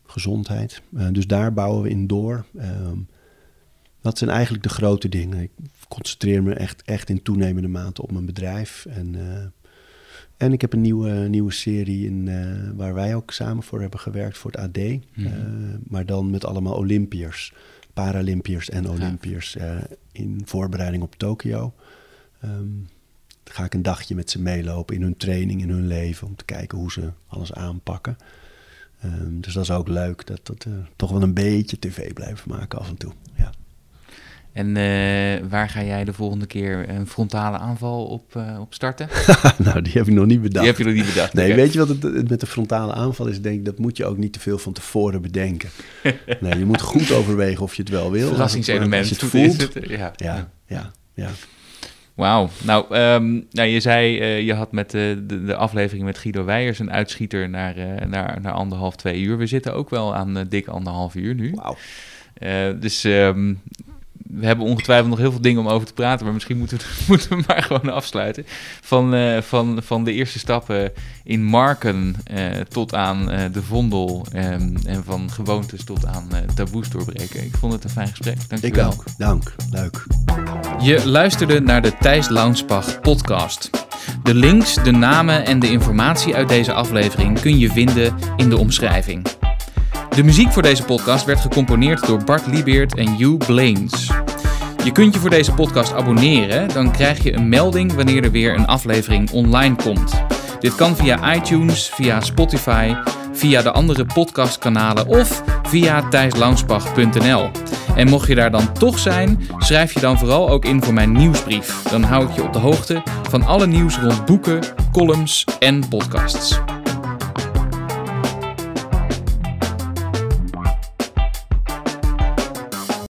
gezondheid. Uh, dus daar bouwen we in door. Um, dat zijn eigenlijk de grote dingen. Ik concentreer me echt, echt in toenemende mate op mijn bedrijf. En, uh, en ik heb een nieuwe, nieuwe serie in, uh, waar wij ook samen voor hebben gewerkt, voor het A D. Mm-hmm. Uh, maar dan met allemaal Olympiërs, Paralympiërs en Olympiërs uh, in voorbereiding op Tokio. Um, dan ga ik een dagje met ze meelopen in hun training, in hun leven, om te kijken hoe ze alles aanpakken. Um, dus dat is ook leuk, dat dat uh, toch wel een beetje tv blijven maken af en toe. Ja. En uh, waar ga jij de volgende keer een frontale aanval op, uh, op starten? Nou, die heb ik nog niet bedacht. Die heb je nog niet bedacht. Nee, okay. Weet je wat het, het met de frontale aanval is? Denk ik, dat moet je ook niet te veel van tevoren bedenken. Nee, je moet goed overwegen of je het wel wil. Verrassingselement. Als je het voelt. Het, ja, ja, ja, ja. Wauw. Nou, um, nou, je zei, uh, je had met de, de, de aflevering met Guido Weijers een uitschieter naar, uh, naar, naar anderhalf, twee uur. We zitten ook wel aan uh, dik anderhalf uur nu. Wauw. Uh, dus um, we hebben ongetwijfeld nog heel veel dingen om over te praten, maar misschien moeten we, moeten we maar gewoon afsluiten. Van, uh, van, van de eerste stappen in Marken uh, tot aan uh, de Vondel um, en van gewoontes tot aan uh, taboes doorbreken. Ik vond het een fijn gesprek. Dank je wel. Ik ook. Dank. Leuk. Je luisterde naar de Thijs Launsbach podcast. De links, de namen en de informatie uit deze aflevering kun je vinden in de omschrijving. De muziek voor deze podcast werd gecomponeerd door Bart Liebeert en Hugh Blaines. Je kunt je voor deze podcast abonneren, dan krijg je een melding wanneer er weer een aflevering online komt. Dit kan via iTunes, via Spotify, via de andere podcastkanalen of via thijs launsbach punt n l. En mocht je daar dan toch zijn, schrijf je dan vooral ook in voor mijn nieuwsbrief. Dan hou ik je op de hoogte van alle nieuws rond boeken, columns en podcasts.